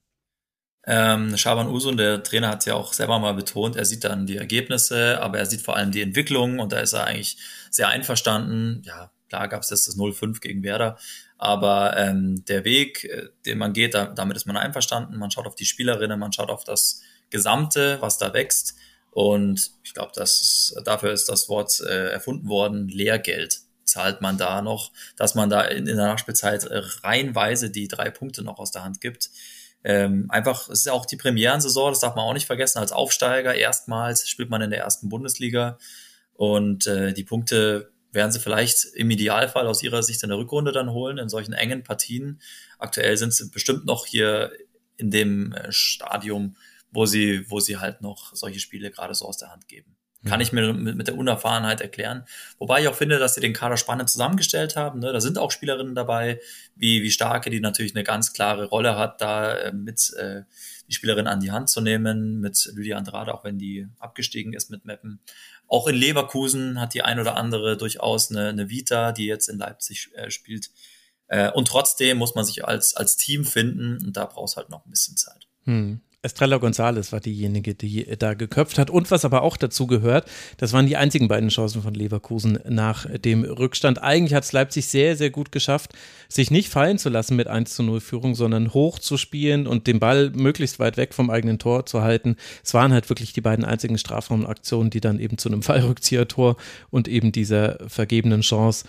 Ähm, Şaban Uzun, der Trainer, hat es ja auch selber mal betont, er sieht dann die Ergebnisse, aber er sieht vor allem die Entwicklung und da ist er eigentlich sehr einverstanden. Ja, klar gab es jetzt das null fünf gegen Werder, aber ähm, der Weg, äh, den man geht, da, damit ist man einverstanden. Man schaut auf die Spielerinnen, man schaut auf das Gesamte, was da wächst. Und ich glaube, dafür ist das Wort äh, erfunden worden, Lehrgeld zahlt man da noch, dass man da in, in der Nachspielzeit äh, reihenweise die drei Punkte noch aus der Hand gibt. Ähm, einfach, es ist ja auch die Premierensaison, das darf man auch nicht vergessen, als Aufsteiger erstmals spielt man in der ersten Bundesliga und äh, die Punkte werden sie vielleicht im Idealfall aus ihrer Sicht in der Rückrunde dann holen, in solchen engen Partien. Aktuell sind sie bestimmt noch hier in dem äh, Stadium, wo sie, wo sie halt noch solche Spiele gerade so aus der Hand geben. Kann ich mir mit, mit der Unerfahrenheit erklären. Wobei ich auch finde, dass sie den Kader spannend zusammengestellt haben. Ne? Da sind auch Spielerinnen dabei, wie, wie Starke, die natürlich eine ganz klare Rolle hat, da äh, mit äh, die Spielerin an die Hand zu nehmen, mit Lydia Andrade, auch wenn die abgestiegen ist mit Meppen. Auch in Leverkusen hat die ein oder andere durchaus eine, eine Vita, die jetzt in Leipzig äh, spielt. Äh, und trotzdem muss man sich als, als Team finden und da braucht es halt noch ein bisschen Zeit. Hm. Estrella González war diejenige, die da geköpft hat. Und was aber auch dazu gehört, das waren die einzigen beiden Chancen von Leverkusen nach dem Rückstand. Eigentlich hat es Leipzig sehr, sehr gut geschafft, sich nicht fallen zu lassen mit eins zu null Führung, sondern hoch zu spielen und den Ball möglichst weit weg vom eigenen Tor zu halten. Es waren halt wirklich die beiden einzigen Strafraumaktionen, die dann eben zu einem Fallrückzieher-Tor und eben dieser vergebenen Chance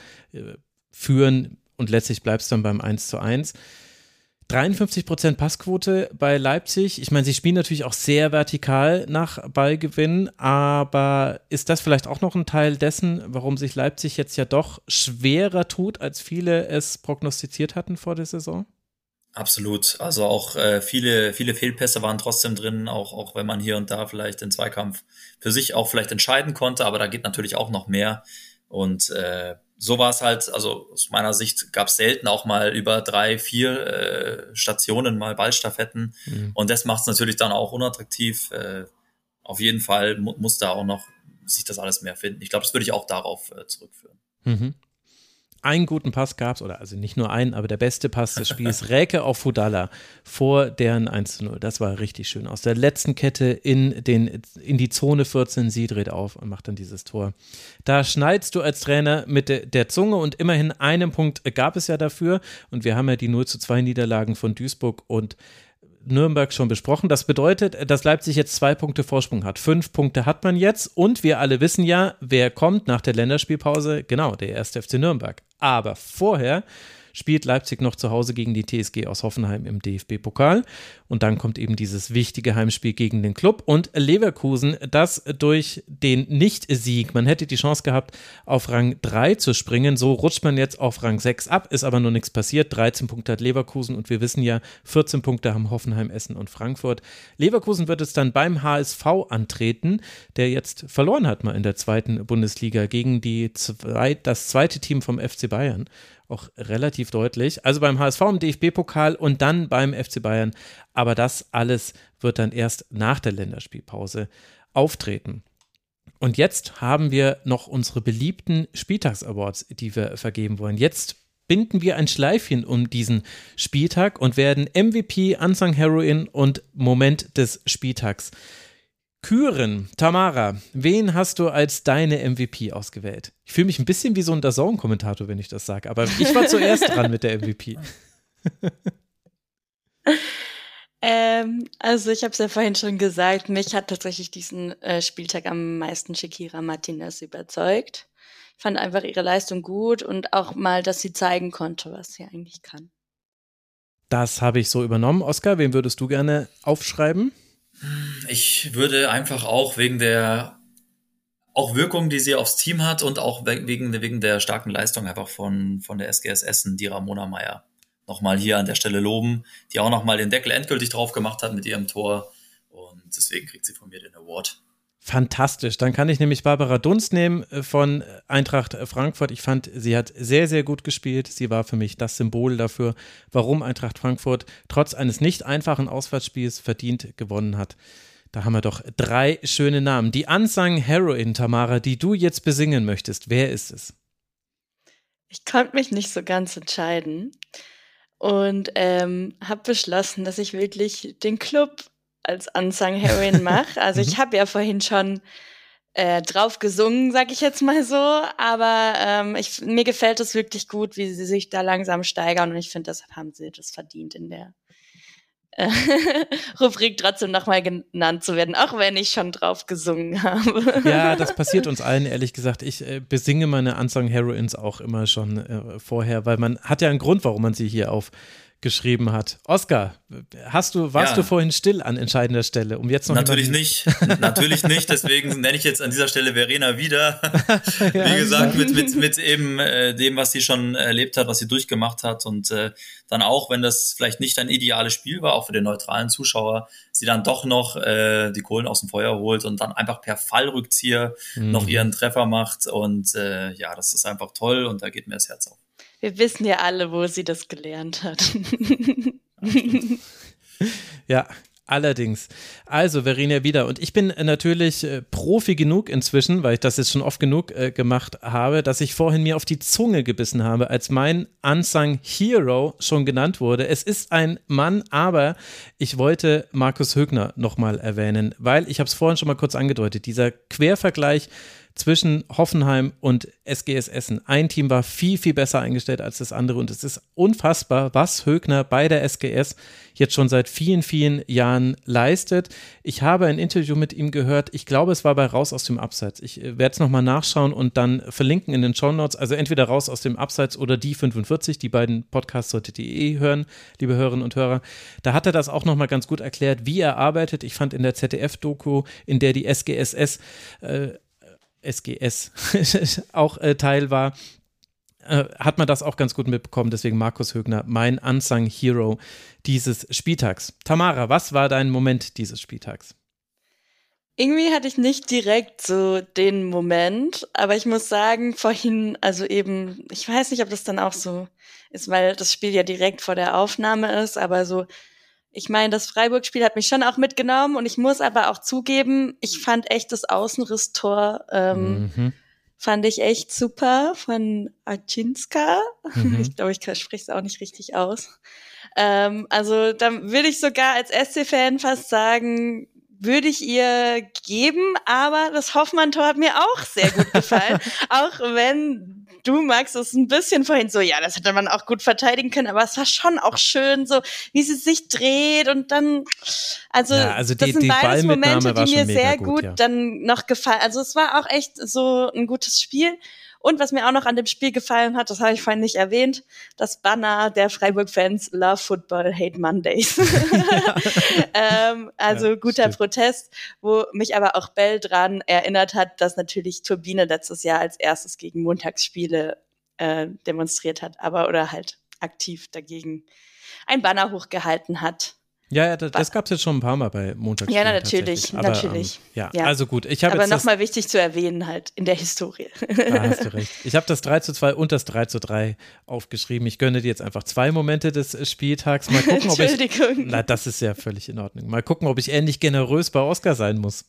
führen. Und letztlich bleibt es dann beim eins zu eins. dreiundfünfzig Prozent Passquote bei Leipzig. Ich meine, sie spielen natürlich auch sehr vertikal nach Ballgewinn, aber ist das vielleicht auch noch ein Teil dessen, warum sich Leipzig jetzt ja doch schwerer tut, als viele es prognostiziert hatten vor der Saison? Absolut. Also auch äh, viele viele Fehlpässe waren trotzdem drin, auch auch wenn man hier und da vielleicht den Zweikampf für sich auch vielleicht entscheiden konnte, aber da geht natürlich auch noch mehr und äh, so war es halt, also aus meiner Sicht gab es selten auch mal über drei, vier äh, Stationen mal Ballstaffetten mhm. und das macht es natürlich dann auch unattraktiv. Äh, auf jeden Fall mu- muss da auch noch sich das alles mehr finden. Ich glaube, das würde ich auch darauf äh, zurückführen. Mhm. Einen guten Pass gab es, oder also nicht nur einen, aber der beste Pass des Spiels, Räke auf Fudala vor deren eins zu null. Das war richtig schön. Aus der letzten Kette in, den, in die Zone vierzehn, sie dreht auf und macht dann dieses Tor. Da schneidest du als Trainer mit de, der Zunge und immerhin einen Punkt gab es ja dafür und wir haben ja die null zu zwei Niederlagen von Duisburg und Nürnberg schon besprochen. Das bedeutet, dass Leipzig jetzt zwei Punkte Vorsprung hat. Fünf Punkte hat man jetzt und wir alle wissen ja, wer kommt nach der Länderspielpause? Genau, der erste F C Nürnberg. Aber vorher spielt Leipzig noch zu Hause gegen die T S G aus Hoffenheim im D F B-Pokal. Und dann kommt eben dieses wichtige Heimspiel gegen den Club. Und Leverkusen, das durch den Nicht-Sieg, man hätte die Chance gehabt, auf Rang drei zu springen. So rutscht man jetzt auf Rang sechs ab, ist aber noch nichts passiert. dreizehn Punkte hat Leverkusen und wir wissen ja, vierzehn Punkte haben Hoffenheim, Essen und Frankfurt. Leverkusen wird es dann beim H S V antreten, der jetzt verloren hat mal in der zweiten Bundesliga gegen die zwei, das zweite Team vom F C Bayern. Auch relativ deutlich. Also beim H S V im D F B-Pokal und dann beim F C Bayern. Aber das alles wird dann erst nach der Länderspielpause auftreten. Und jetzt haben wir noch unsere beliebten Spieltags-Awards, die wir vergeben wollen. Jetzt binden wir ein Schleifchen um diesen Spieltag und werden M V P, Unsung Heroine und Moment des Spieltags küren. Tamara, wen hast du als deine M V P ausgewählt? Ich fühle mich ein bisschen wie so ein D A Z N-Kommentator, wenn ich das sage, aber ich war zuerst dran mit der M V P. ähm, also ich habe es ja vorhin schon gesagt, mich hat tatsächlich diesen äh, Spieltag am meisten Shakira Martinez überzeugt. Ich fand einfach ihre Leistung gut und auch mal, dass sie zeigen konnte, was sie eigentlich kann. Das habe ich so übernommen. Oskar, wen würdest du gerne aufschreiben? Ich würde einfach auch wegen der auch Wirkung, die sie aufs Team hat und auch wegen, wegen der starken Leistung einfach von, von der S G S Essen, die Ramona Meyer, nochmal hier an der Stelle loben, die auch nochmal den Deckel endgültig drauf gemacht hat mit ihrem Tor und deswegen kriegt sie von mir den Award. Fantastisch. Dann kann ich nämlich Barbara Dunst nehmen von Eintracht Frankfurt. Ich fand, sie hat sehr, sehr gut gespielt. Sie war für mich das Symbol dafür, warum Eintracht Frankfurt trotz eines nicht einfachen Auswärtsspiels verdient gewonnen hat. Da haben wir doch drei schöne Namen. Die Unsung Heroine, Tamara, die du jetzt besingen möchtest. Wer ist es? Ich konnte mich nicht so ganz entscheiden und ähm, habe beschlossen, dass ich wirklich den Club als Unsung Heroine mache. Also ich habe ja vorhin schon äh, drauf gesungen, sag ich jetzt mal so, aber ähm, ich, mir gefällt es wirklich gut, wie sie sich da langsam steigern und ich finde, deshalb haben sie das verdient, in der äh, Rubrik trotzdem nochmal genannt zu werden, auch wenn ich schon drauf gesungen habe. Ja, das passiert uns allen, ehrlich gesagt. Ich äh, besinge meine Unsung Heroines auch immer schon äh, vorher, weil man hat ja einen Grund, warum man sie hier auf geschrieben hat. Oskar, hast du, warst ja. du vorhin still an entscheidender Stelle? Um jetzt noch Natürlich nicht, natürlich nicht, deswegen nenne ich jetzt an dieser Stelle Verena wieder. Wie ja, gesagt, mit, mit, mit eben äh, dem, was sie schon erlebt hat, was sie durchgemacht hat und äh, dann auch, wenn das vielleicht nicht ein ideales Spiel war, auch für den neutralen Zuschauer, sie dann doch noch äh, die Kohlen aus dem Feuer holt und dann einfach per Fallrückzieher mhm. noch ihren Treffer macht und äh, ja, das ist einfach toll und da geht mir das Herz auf. Wir wissen ja alle, wo sie das gelernt hat. Ja, allerdings. Also, Verena wieder. Und ich bin natürlich äh, Profi genug inzwischen, weil ich das jetzt schon oft genug äh, gemacht habe, dass ich vorhin mir auf die Zunge gebissen habe, als mein Unsung Hero schon genannt wurde. Es ist ein Mann, aber ich wollte Markus Högner nochmal erwähnen, weil ich habe es vorhin schon mal kurz angedeutet, dieser Quervergleich zwischen Hoffenheim und S G S Essen. Ein Team war viel, viel besser eingestellt als das andere und es ist unfassbar, was Högner bei der S G S jetzt schon seit vielen, vielen Jahren leistet. Ich habe ein Interview mit ihm gehört, ich glaube, es war bei Raus aus dem Abseits. Ich werde es nochmal nachschauen und dann verlinken in den Shownotes, also entweder Raus aus dem Abseits oder die fünfundvierzig, die beiden Podcasts solltet ihr eh hören, liebe Hörerinnen und Hörer. Da hat er das auch nochmal ganz gut erklärt, wie er arbeitet. Ich fand in der Z D F-Doku, in der die S G S S äh, S G S auch äh, Teil war, äh, hat man das auch ganz gut mitbekommen. Deswegen Markus Högner, mein Unsung Hero dieses Spieltags. Tamara, was war dein Moment dieses Spieltags? Irgendwie hatte ich nicht direkt so den Moment, aber ich muss sagen, vorhin, also eben, ich weiß nicht, ob das dann auch so ist, weil das Spiel ja direkt vor der Aufnahme ist, aber so, ich meine, das Freiburg-Spiel hat mich schon auch mitgenommen und ich muss aber auch zugeben, ich fand echt das Außenrisstor, ähm, mhm. fand ich echt super von Aczynska. Mhm. Ich glaube, ich spreche es auch nicht richtig aus. Ähm, also da würde ich sogar als S C-Fan fast sagen, würde ich ihr geben, aber das Hoffmann-Tor hat mir auch sehr gut gefallen. Auch wenn du, Max, es ein bisschen vorhin so, ja, das hätte man auch gut verteidigen können, aber es war schon auch schön, so wie sie sich dreht und dann, also, ja, also die, das sind die beides Momente, die mir sehr gut, gut ja. dann noch gefallen. Also es war auch echt so ein gutes Spiel. Und was mir auch noch an dem Spiel gefallen hat, das habe ich vorhin nicht erwähnt, das Banner der Freiburg-Fans Love Football, Hate Mondays. ähm, also ja, guter stimmt. Protest, wo mich aber auch Bell dran erinnert hat, dass natürlich Turbine letztes Jahr als erstes gegen Montagsspiele äh, demonstriert hat, aber oder halt aktiv dagegen ein Banner hochgehalten hat. Ja, ja, das, das gab es jetzt schon ein paar Mal bei Montagsspielen. Ja, natürlich, aber, natürlich. Ähm, ja, ja, also gut. Ich aber nochmal wichtig zu erwähnen halt in der Historie. Da hast du recht. Ich habe das drei zu zwei und das drei zu drei aufgeschrieben. Ich gönne dir jetzt einfach zwei Momente des Spieltags. Mal gucken, ob ich… Entschuldigung. Na, das ist ja völlig in Ordnung. Mal gucken, ob ich ähnlich generös bei Oscar sein muss.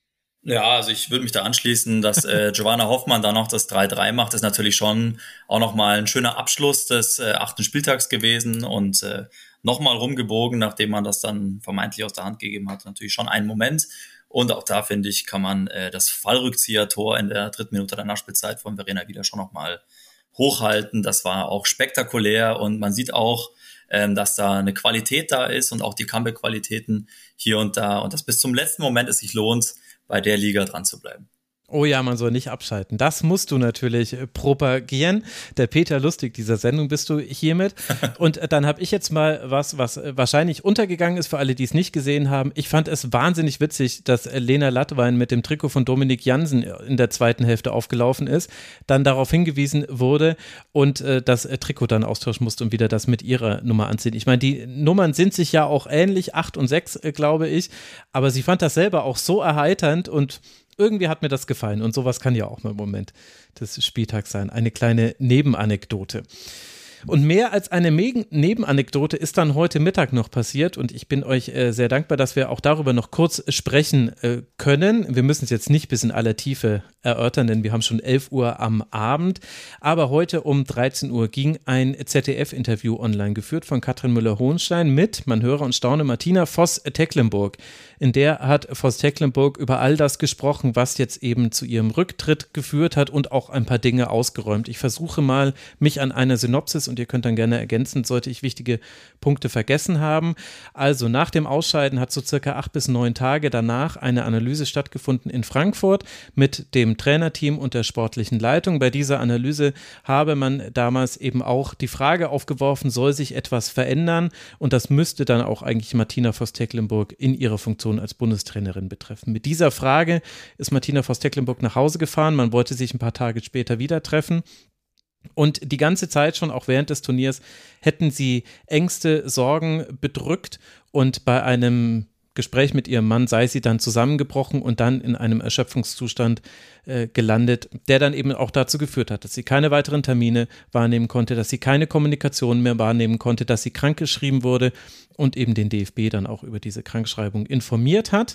Ja, also ich würde mich da anschließen, dass äh, Giovanna Hoffmann da noch das drei drei macht, ist natürlich schon auch nochmal ein schöner Abschluss des äh, achten Spieltags gewesen und äh, nochmal rumgebogen, nachdem man das dann vermeintlich aus der Hand gegeben hat. Natürlich schon ein Moment. Und auch da, finde ich, kann man äh, das Fallrückzieher-Tor in der dritten Minute der Nachspielzeit von Verena Wieder schon nochmal hochhalten. Das war auch spektakulär und man sieht auch, ähm, dass da eine Qualität da ist und auch die Comeback-Qualitäten hier und da und dass bis zum letzten Moment es sich lohnt, bei der Liga dran zu bleiben. Oh ja, man soll nicht abschalten. Das musst du natürlich propagieren. Der Peter Lustig dieser Sendung bist du hiermit. Und dann habe ich jetzt mal was, was wahrscheinlich untergegangen ist für alle, die es nicht gesehen haben. Ich fand es wahnsinnig witzig, dass Lena Lattwein mit dem Trikot von Dominik Jansen in der zweiten Hälfte aufgelaufen ist, dann darauf hingewiesen wurde und äh, das Trikot dann austauschen musste und wieder das mit ihrer Nummer anziehen. Ich meine, die Nummern sind sich ja auch ähnlich, acht und sechs, äh, glaube ich, aber sie fand das selber auch so erheiternd und irgendwie hat mir das gefallen und sowas kann ja auch mal im Moment des Spieltags sein. Eine kleine Nebenanekdote. Und mehr als eine Me- Nebenanekdote ist dann heute Mittag noch passiert und ich bin euch äh, sehr dankbar, dass wir auch darüber noch kurz sprechen äh, können. Wir müssen es jetzt nicht bis in aller Tiefe erörtern, denn wir haben schon elf Uhr am Abend. Aber heute um dreizehn Uhr ging ein Z D F-Interview online geführt von Katrin Müller-Hohenstein mit, man höre und staune, Martina Voss-Tecklenburg. In der hat Voss-Tecklenburg über all das gesprochen, was jetzt eben zu ihrem Rücktritt geführt hat und auch ein paar Dinge ausgeräumt. Ich versuche mal, mich an eine Synopsis und ihr könnt dann gerne ergänzen, sollte ich wichtige Punkte vergessen haben. Also nach dem Ausscheiden hat so circa acht bis neun Tage danach eine Analyse stattgefunden in Frankfurt mit dem Trainerteam und der sportlichen Leitung. Bei dieser Analyse habe man damals eben auch die Frage aufgeworfen, soll sich etwas verändern? Und das müsste dann auch eigentlich Martina Voss-Tecklenburg in ihrer Funktion als Bundestrainerin betreffen. Mit dieser Frage ist Martina Voss-Tecklenburg nach Hause gefahren. Man wollte sich ein paar Tage später wieder treffen. Und die ganze Zeit schon, auch während des Turniers, hätten sie Ängste, Sorgen bedrückt und bei einem Gespräch mit ihrem Mann sei sie dann zusammengebrochen und dann in einem Erschöpfungszustand äh, gelandet, der dann eben auch dazu geführt hat, dass sie keine weiteren Termine wahrnehmen konnte, dass sie keine Kommunikation mehr wahrnehmen konnte, dass sie krankgeschrieben wurde und eben den D F B dann auch über diese Krankschreibung informiert hat.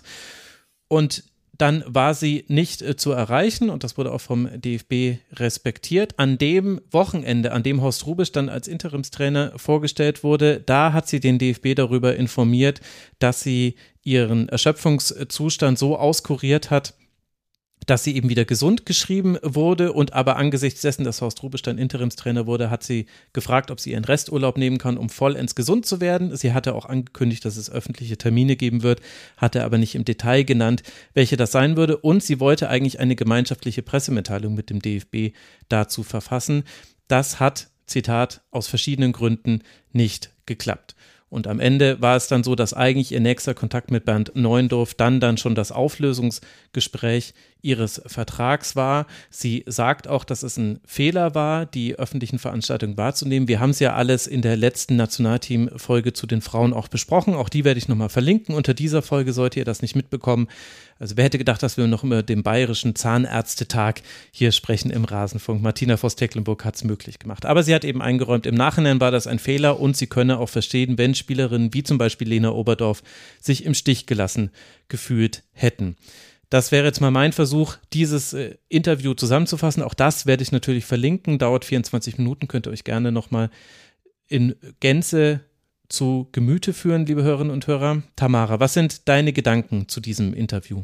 Und dann war sie nicht äh, zu erreichen und das wurde auch vom D F B respektiert. An dem Wochenende, an dem Horst Hrubesch dann als Interimstrainer vorgestellt wurde, da hat sie den D F B darüber informiert, dass sie ihren Erschöpfungszustand so auskuriert hat, dass sie eben wieder gesund geschrieben wurde und aber angesichts dessen, dass Horst Hrubesch dann Interimstrainer wurde, hat sie gefragt, ob sie ihren Resturlaub nehmen kann, um vollends gesund zu werden. Sie hatte auch angekündigt, dass es öffentliche Termine geben wird, hatte aber nicht im Detail genannt, welche das sein würde und sie wollte eigentlich eine gemeinschaftliche Pressemitteilung mit dem D F B dazu verfassen. Das hat, Zitat, aus verschiedenen Gründen nicht geklappt. Und am Ende war es dann so, dass eigentlich ihr nächster Kontakt mit Bernd Neuendorf dann dann schon das Auflösungsgespräch ihres Vertrags war. Sie sagt auch, dass es ein Fehler war, die öffentlichen Veranstaltungen wahrzunehmen. Wir haben es ja alles in der letzten Nationalteam-Folge zu den Frauen auch besprochen. Auch die werde ich nochmal verlinken. Unter dieser Folge solltet ihr das nicht mitbekommen. Also wer hätte gedacht, dass wir noch über den Bayerischen Zahnärztetag hier sprechen im Rasenfunk. Martina Voss-Tecklenburg hat es möglich gemacht. Aber sie hat eben eingeräumt, im Nachhinein war das ein Fehler und sie könne auch verstehen, wenn Spielerinnen wie zum Beispiel Lena Oberdorf sich im Stich gelassen gefühlt hätten. Das wäre jetzt mal mein Versuch, dieses äh, Interview zusammenzufassen. Auch das werde ich natürlich verlinken. Dauert vierundzwanzig Minuten, könnt ihr euch gerne nochmal in Gänze zu Gemüte führen, liebe Hörerinnen und Hörer. Tamara, was sind deine Gedanken zu diesem Interview?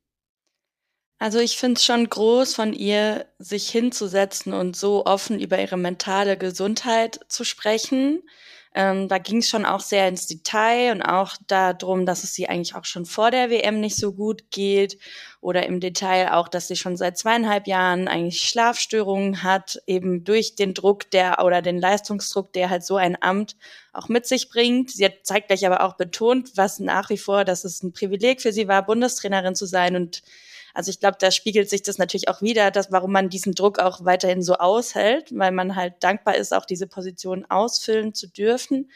Also ich finde es schon groß von ihr, sich hinzusetzen und so offen über ihre mentale Gesundheit zu sprechen. Ähm, da ging es schon auch sehr ins Detail und auch darum, dass es sie eigentlich auch schon vor der W M nicht so gut geht oder im Detail auch, dass sie schon seit zweieinhalb Jahren eigentlich Schlafstörungen hat, eben durch den Druck der oder den Leistungsdruck, der halt so ein Amt auch mit sich bringt. Sie hat zeitgleich aber auch betont, was nach wie vor, dass es ein Privileg für sie war, Bundestrainerin zu sein. Und also ich glaube, da spiegelt sich das natürlich auch wieder, dass, warum man diesen Druck auch weiterhin so aushält, weil man halt dankbar ist, auch diese Position ausfüllen zu dürfen.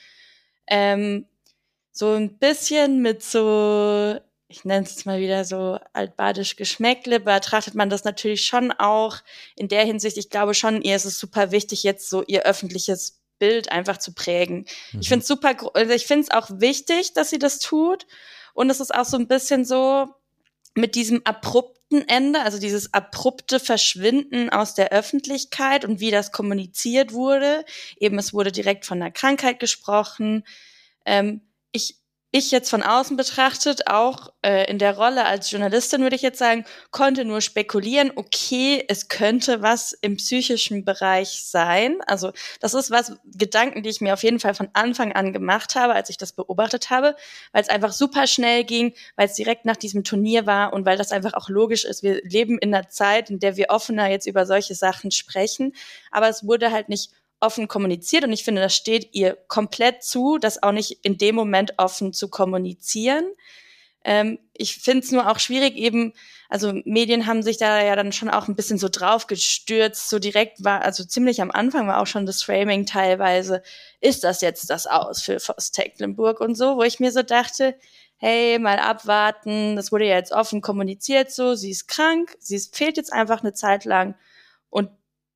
Ähm, so ein bisschen mit so, ich nenne es jetzt mal wieder so altbadisch Geschmäckle, betrachtet man das natürlich schon auch in der Hinsicht, ich glaube schon, ihr ist es super wichtig, jetzt so ihr öffentliches Bild einfach zu prägen. Mhm. Ich finde es super, also ich finde es auch wichtig, dass sie das tut. Und es ist auch so ein bisschen so, mit diesem abrupten Ende, also dieses abrupte Verschwinden aus der Öffentlichkeit und wie das kommuniziert wurde. Eben, es wurde direkt von einer Krankheit gesprochen. Ähm, ich Ich jetzt von außen betrachtet, auch äh, in der Rolle als Journalistin würde ich jetzt sagen, konnte nur spekulieren, okay, es könnte was im psychischen Bereich sein. Also das ist was, Gedanken, die ich mir auf jeden Fall von Anfang an gemacht habe, als ich das beobachtet habe, weil es einfach super schnell ging, weil es direkt nach diesem Turnier war und weil das einfach auch logisch ist. Wir leben in einer Zeit, in der wir offener jetzt über solche Sachen sprechen, aber es wurde halt nicht offen kommuniziert und ich finde, das steht ihr komplett zu, das auch nicht in dem Moment offen zu kommunizieren. Ähm, ich finde es nur auch schwierig eben, also Medien haben sich da ja dann schon auch ein bisschen so drauf gestürzt, so direkt war, also ziemlich am Anfang war auch schon das Framing teilweise, ist das jetzt das Aus für Voss Tecklenburg und so, wo ich mir so dachte, hey, mal abwarten, das wurde ja jetzt offen kommuniziert so, sie ist krank, sie ist, fehlt jetzt einfach eine Zeit lang und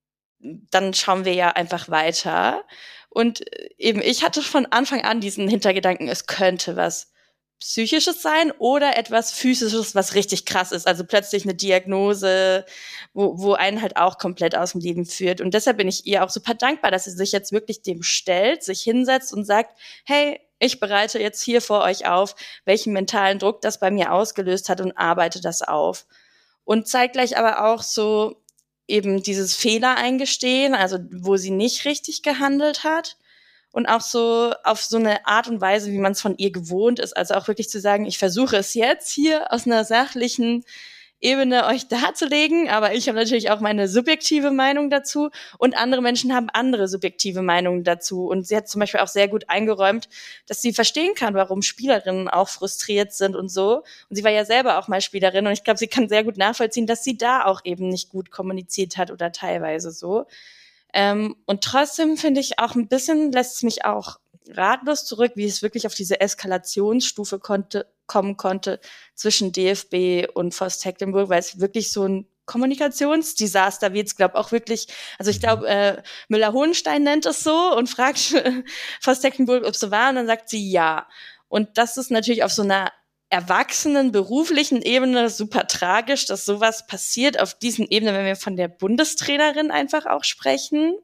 dann schauen wir ja einfach weiter. Und eben, ich hatte von Anfang an diesen Hintergedanken, es könnte was Psychisches sein oder etwas Physisches, was richtig krass ist. Also plötzlich eine Diagnose, wo, wo einen halt auch komplett aus dem Leben führt. Und deshalb bin ich ihr auch super dankbar, dass sie sich jetzt wirklich dem stellt, sich hinsetzt und sagt, hey, ich bereite jetzt hier vor euch auf, welchen mentalen Druck das bei mir ausgelöst hat und arbeite das auf. Und zeitgleich aber auch so, eben dieses Fehler eingestehen, also wo sie nicht richtig gehandelt hat und auch so auf so eine Art und Weise, wie man es von ihr gewohnt ist, also auch wirklich zu sagen, ich versuche es jetzt hier aus einer sachlichen Ebene euch darzulegen, aber ich habe natürlich auch meine subjektive Meinung dazu und andere Menschen haben andere subjektive Meinungen dazu und sie hat zum Beispiel auch sehr gut eingeräumt, dass sie verstehen kann, warum Spielerinnen auch frustriert sind und so und sie war ja selber auch mal Spielerin und ich glaube, sie kann sehr gut nachvollziehen, dass sie da auch eben nicht gut kommuniziert hat oder teilweise so ähm, und trotzdem finde ich auch ein bisschen, lässt es mich auch ratlos zurück, wie es wirklich auf diese Eskalationsstufe konnte, kommen konnte zwischen D F B und Voss Tecklenburg, weil es wirklich so ein Kommunikationsdesaster wird es, glaube auch wirklich, also ich glaube, äh, Müller-Hohenstein nennt es so und fragt Voss Tecklenburg, ob es so war und dann sagt sie ja. Und das ist natürlich auf so einer erwachsenen, beruflichen Ebene super tragisch, dass sowas passiert auf diesen Ebenen, wenn wir von der Bundestrainerin einfach auch sprechen.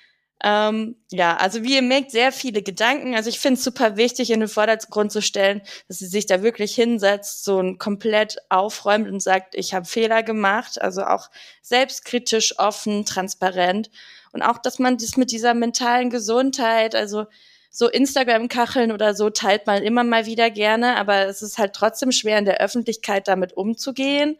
Ähm, ja, also wie ihr merkt, sehr viele Gedanken. Also ich finde es super wichtig, in den Vordergrund zu stellen, dass sie sich da wirklich hinsetzt, so ein komplett aufräumt und sagt, ich habe Fehler gemacht. Also auch selbstkritisch, offen, transparent. Und auch, dass man das mit dieser mentalen Gesundheit, also so Instagram-Kacheln oder so teilt man immer mal wieder gerne, aber es ist halt trotzdem schwer, in der Öffentlichkeit damit umzugehen.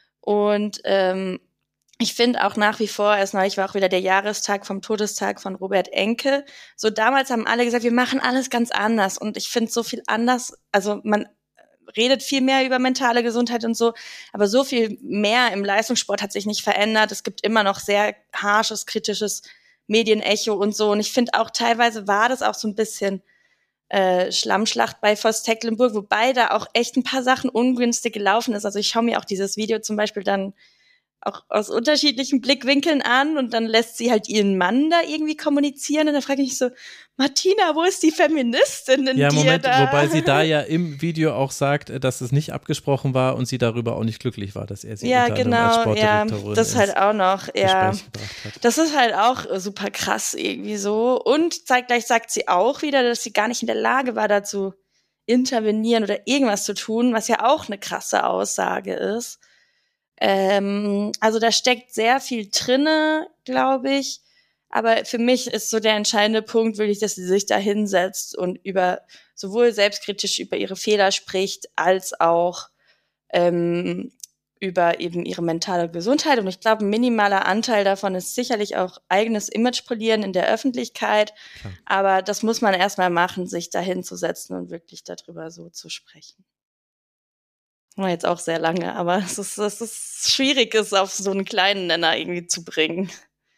Und ähm, ich finde auch nach wie vor, erst neulich war auch wieder der Jahrestag vom Todestag von Robert Enke. So damals haben alle gesagt, wir machen alles ganz anders. Und ich finde so viel anders, also man redet viel mehr über mentale Gesundheit und so, aber so viel mehr im Leistungssport hat sich nicht verändert. Es gibt immer noch sehr harsches, kritisches Medienecho und so. Und ich finde auch teilweise war das auch so ein bisschen äh, Schlammschlacht bei Voss Tecklenburg, wobei da auch echt ein paar Sachen ungünstig gelaufen ist. Also ich schaue mir auch dieses Video zum Beispiel dann auch aus unterschiedlichen Blickwinkeln an und dann lässt sie halt ihren Mann da irgendwie kommunizieren und dann frage ich mich so, Martina, wo ist die Feministin in ja, dir Moment, da? Wobei sie da ja im Video auch sagt, dass es nicht abgesprochen war und sie darüber auch nicht glücklich war, dass er sie ja, unter genau, anderem als Sportdirektorin ja, das halt auch noch, ja, Gespräch gebracht hat. Das ist halt auch super krass irgendwie so und zeitgleich sagt sie auch wieder, dass sie gar nicht in der Lage war, dazu intervenieren oder irgendwas zu tun, was ja auch eine krasse Aussage ist. Ähm, also da steckt sehr viel drinne, glaube ich. Aber für mich ist so der entscheidende Punkt wirklich, dass sie sich da hinsetzt und über sowohl selbstkritisch über ihre Fehler spricht, als auch ähm, über eben ihre mentale Gesundheit. Und ich glaube, ein minimaler Anteil davon ist sicherlich auch eigenes Image polieren in der Öffentlichkeit. Klar. Aber das muss man erstmal machen, sich da hinzusetzen und wirklich darüber so zu sprechen. War jetzt auch sehr lange, aber es ist, es ist schwierig, es auf so einen kleinen Nenner irgendwie zu bringen.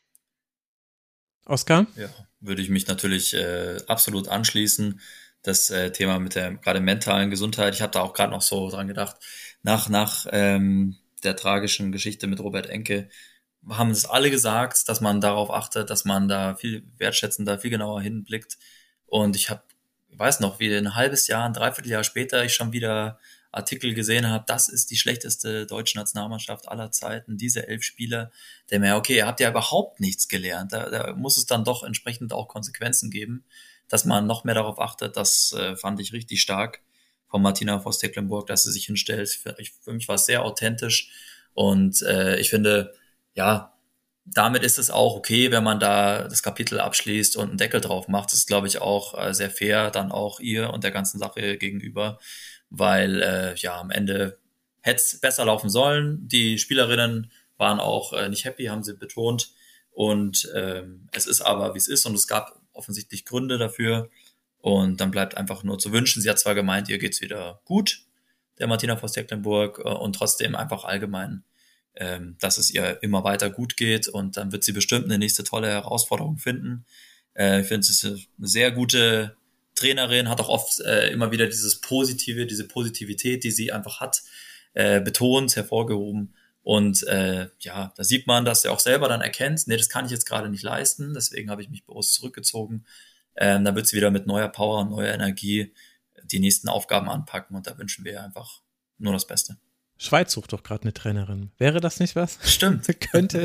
Oskar? Ja, würde ich mich natürlich äh, absolut anschließen. Das äh, Thema mit der gerade mentalen Gesundheit. Ich habe da auch gerade noch so dran gedacht. Nach nach ähm, der tragischen Geschichte mit Robert Enke haben es alle gesagt, dass man darauf achtet, dass man da viel wertschätzender, viel genauer hinblickt. Und ich habe, weiß noch, wie ein halbes Jahr, ein Dreivierteljahr später ich schon wieder Artikel gesehen habe, das ist die schlechteste deutsche Nationalmannschaft aller Zeiten, diese elf Spieler, der mir, okay, ihr habt ja überhaupt nichts gelernt, da, da muss es dann doch entsprechend auch Konsequenzen geben, dass man noch mehr darauf achtet, das äh, fand ich richtig stark von Martina Voss-Tecklenburg, dass sie sich hinstellt, für, ich, für mich war es sehr authentisch und äh, ich finde, ja, damit ist es auch okay, wenn man da das Kapitel abschließt und einen Deckel drauf macht, das ist, glaube ich, auch äh, sehr fair, dann auch ihr und der ganzen Sache gegenüber, weil äh, ja am Ende hätte es besser laufen sollen. Die Spielerinnen waren auch äh, nicht happy, haben sie betont. Und ähm, es ist aber, wie es ist. Und es gab offensichtlich Gründe dafür. Und dann bleibt einfach nur zu wünschen. Sie hat zwar gemeint, ihr geht's wieder gut, der Martina Voss-Tecklenburg, äh, und trotzdem einfach allgemein, ähm, dass es ihr immer weiter gut geht. Und dann wird sie bestimmt eine nächste tolle Herausforderung finden. Äh, ich finde, es ist eine sehr gute Trainerin, hat auch oft äh, immer wieder dieses Positive, diese Positivität, die sie einfach hat, äh, betont, hervorgehoben. Und äh, ja, da sieht man, dass sie auch selber dann erkennt, nee, das kann ich jetzt gerade nicht leisten, deswegen habe ich mich bewusst zurückgezogen. Ähm, dann wird sie wieder mit neuer Power und neuer Energie die nächsten Aufgaben anpacken und da wünschen wir einfach nur das Beste. Schweiz sucht doch gerade eine Trainerin. Wäre das nicht was? Stimmt. Könnte.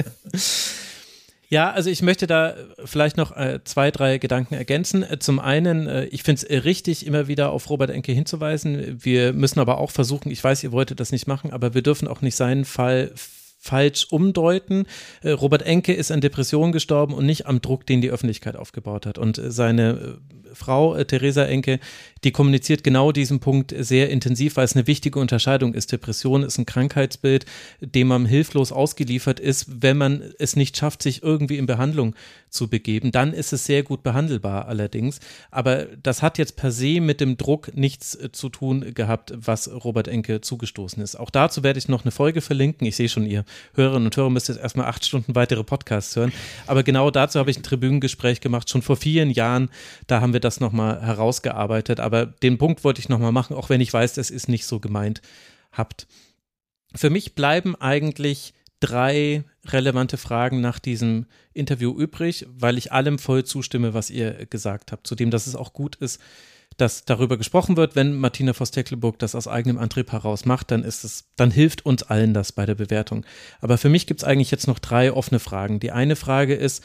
Ja, also ich möchte da vielleicht noch äh, zwei, drei Gedanken ergänzen. Äh, zum einen, äh, ich finde es richtig, immer wieder auf Robert Enke hinzuweisen. Wir müssen aber auch versuchen, ich weiß, ihr wolltet das nicht machen, aber wir dürfen auch nicht seinen Fall falsch umdeuten. Äh, Robert Enke ist an Depressionen gestorben und nicht am Druck, den die Öffentlichkeit aufgebaut hat. Und äh, seine äh, Frau, äh, Theresa Enke, die kommuniziert genau diesen Punkt sehr intensiv, weil es eine wichtige Unterscheidung ist. Depression ist ein Krankheitsbild, dem man hilflos ausgeliefert ist, wenn man es nicht schafft, sich irgendwie in Behandlung zu begeben. Dann ist es sehr gut behandelbar allerdings. Aber das hat jetzt per se mit dem Druck nichts äh, zu tun gehabt, was Robert Enke zugestoßen ist. Auch dazu werde ich noch eine Folge verlinken. Ich sehe schon, ihr Hörerinnen und Hörer müsst jetzt erstmal acht Stunden weitere Podcasts hören. Aber genau dazu habe ich ein Tribünengespräch gemacht, schon vor vielen Jahren. Da haben wir das nochmal herausgearbeitet. Aber den Punkt wollte ich nochmal machen, auch wenn ich weiß, das ist nicht so gemeint habt. Für mich bleiben eigentlich drei relevante Fragen nach diesem Interview übrig, weil ich allem voll zustimme, was ihr gesagt habt. Zudem, dass es auch gut ist, dass darüber gesprochen wird. Wenn Martina Voss-Tecklenburg das aus eigenem Antrieb heraus macht, dann ist es, dann hilft uns allen das bei der Bewertung. Aber für mich gibt es eigentlich jetzt noch drei offene Fragen. Die eine Frage ist,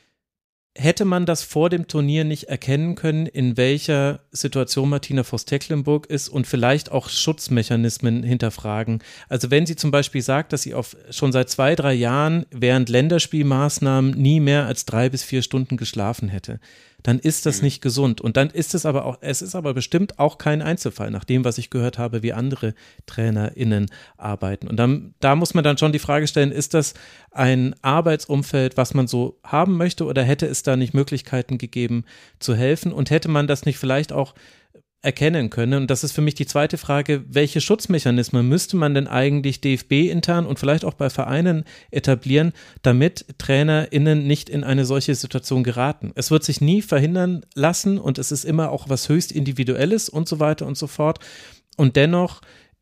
hätte man das vor dem Turnier nicht erkennen können, in welcher Situation Martina Voss-Tecklenburg ist und vielleicht auch Schutzmechanismen hinterfragen? Also wenn sie zum Beispiel sagt, dass sie auf, schon seit zwei, drei Jahren während Länderspielmaßnahmen nie mehr als drei bis vier Stunden geschlafen hätte, dann ist das nicht gesund. Und dann ist es aber auch, es ist aber bestimmt auch kein Einzelfall, nach dem, was ich gehört habe, wie andere TrainerInnen arbeiten. Und dann, da muss man dann schon die Frage stellen, ist das ein Arbeitsumfeld, was man so haben möchte, oder hätte es da nicht Möglichkeiten gegeben, zu helfen? Und hätte man das nicht vielleicht auch erkennen können? Und das ist für mich die zweite Frage, welche Schutzmechanismen müsste man denn eigentlich D F B-intern und vielleicht auch bei Vereinen etablieren, damit TrainerInnen nicht in eine solche Situation geraten? Es wird sich nie verhindern lassen und es ist immer auch was höchst Individuelles und so weiter und so fort. Und dennoch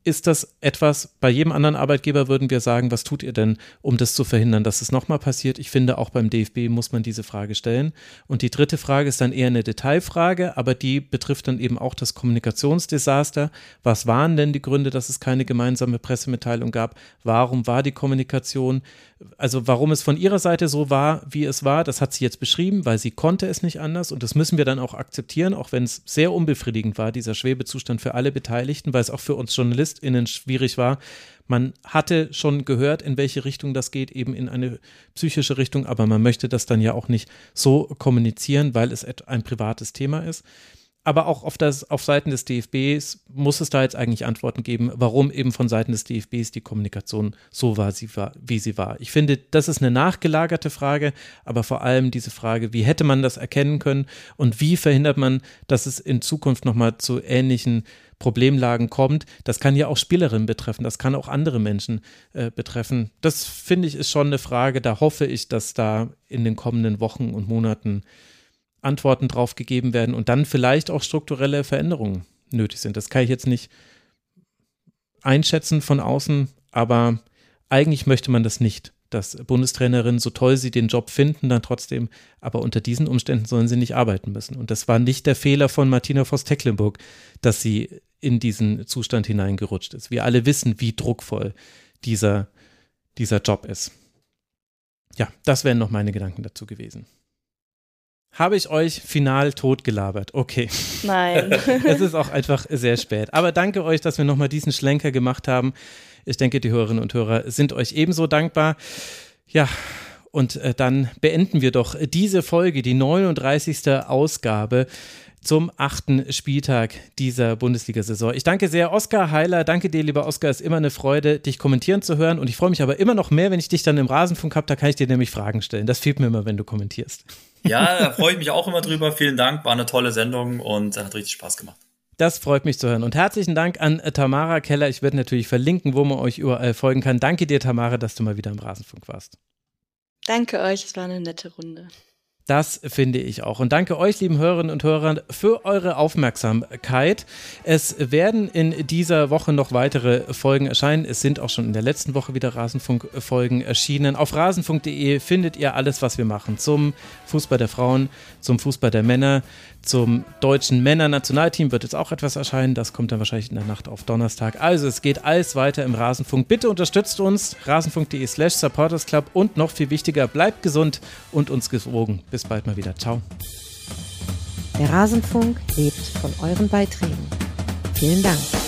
ist das etwas, bei jedem anderen Arbeitgeber würden wir sagen, was tut ihr denn, um das zu verhindern, dass es nochmal passiert? Ich finde, auch beim D F B muss man diese Frage stellen. Und die dritte Frage ist dann eher eine Detailfrage, aber die betrifft dann eben auch das Kommunikationsdesaster. Was waren denn die Gründe, dass es keine gemeinsame Pressemitteilung gab? Warum war die Kommunikation, also warum es von ihrer Seite so war, wie es war, das hat sie jetzt beschrieben, weil sie konnte es nicht anders und das müssen wir dann auch akzeptieren, auch wenn es sehr unbefriedigend war, dieser Schwebezustand für alle Beteiligten, weil es auch für uns JournalistInnen schwierig war. Man hatte schon gehört, in welche Richtung das geht, eben in eine psychische Richtung, aber man möchte das dann ja auch nicht so kommunizieren, weil es ein privates Thema ist. Aber auch auf, das, auf Seiten des D F Bs muss es da jetzt eigentlich Antworten geben, warum eben von Seiten des D F Bs die Kommunikation so war, sie war, wie sie war. Ich finde, das ist eine nachgelagerte Frage, aber vor allem diese Frage, wie hätte man das erkennen können und wie verhindert man, dass es in Zukunft nochmal zu ähnlichen Problemlagen kommt. Das kann ja auch Spielerinnen betreffen, das kann auch andere Menschen äh, betreffen. Das finde ich ist schon eine Frage, da hoffe ich, dass da in den kommenden Wochen und Monaten Antworten drauf gegeben werden und dann vielleicht auch strukturelle Veränderungen nötig sind. Das kann ich jetzt nicht einschätzen von außen, aber eigentlich möchte man das nicht, dass Bundestrainerinnen, so toll sie den Job finden, dann trotzdem, aber unter diesen Umständen sollen sie nicht arbeiten müssen. Und das war nicht der Fehler von Martina Voss-Tecklenburg, dass sie in diesen Zustand hineingerutscht ist. Wir alle wissen, wie druckvoll dieser, dieser Job ist. Ja, das wären noch meine Gedanken dazu gewesen. Habe ich euch final totgelabert? Okay. Nein. Es ist auch einfach sehr spät. Aber danke euch, dass wir nochmal diesen Schlenker gemacht haben. Ich denke, die Hörerinnen und Hörer sind euch ebenso dankbar. Ja, und äh, dann beenden wir doch diese Folge, die neununddreißigste Ausgabe zum achten Spieltag dieser Bundesliga-Saison. Ich danke sehr Oskar Heiler, danke dir, lieber Oskar, ist immer eine Freude, dich kommentieren zu hören und ich freue mich aber immer noch mehr, wenn ich dich dann im Rasenfunk habe, da kann ich dir nämlich Fragen stellen. Das fehlt mir immer, wenn du kommentierst. Ja, da freue ich mich auch immer drüber. Vielen Dank, war eine tolle Sendung und hat richtig Spaß gemacht. Das freut mich zu hören. Und herzlichen Dank an Tamara Keller. Ich werde natürlich verlinken, wo man euch überall folgen kann. Danke dir, Tamara, dass du mal wieder im Rasenfunk warst. Danke euch, es war eine nette Runde. Das finde ich auch. Und danke euch, lieben Hörerinnen und Hörern, für eure Aufmerksamkeit. Es werden in dieser Woche noch weitere Folgen erscheinen. Es sind auch schon in der letzten Woche wieder Rasenfunk-Folgen erschienen. Auf rasenfunk punkt de findet ihr alles, was wir machen. Zum Fußball der Frauen, zum Fußball der Männer, zum deutschen Männer-Nationalteam wird jetzt auch etwas erscheinen. Das kommt dann wahrscheinlich in der Nacht auf Donnerstag. Also es geht alles weiter im Rasenfunk. Bitte unterstützt uns. rasenfunk punkt de slash supportersclub und noch viel wichtiger, bleibt gesund und uns gewogen. Bis bald mal wieder. Ciao. Der Rasenfunk lebt von euren Beiträgen. Vielen Dank.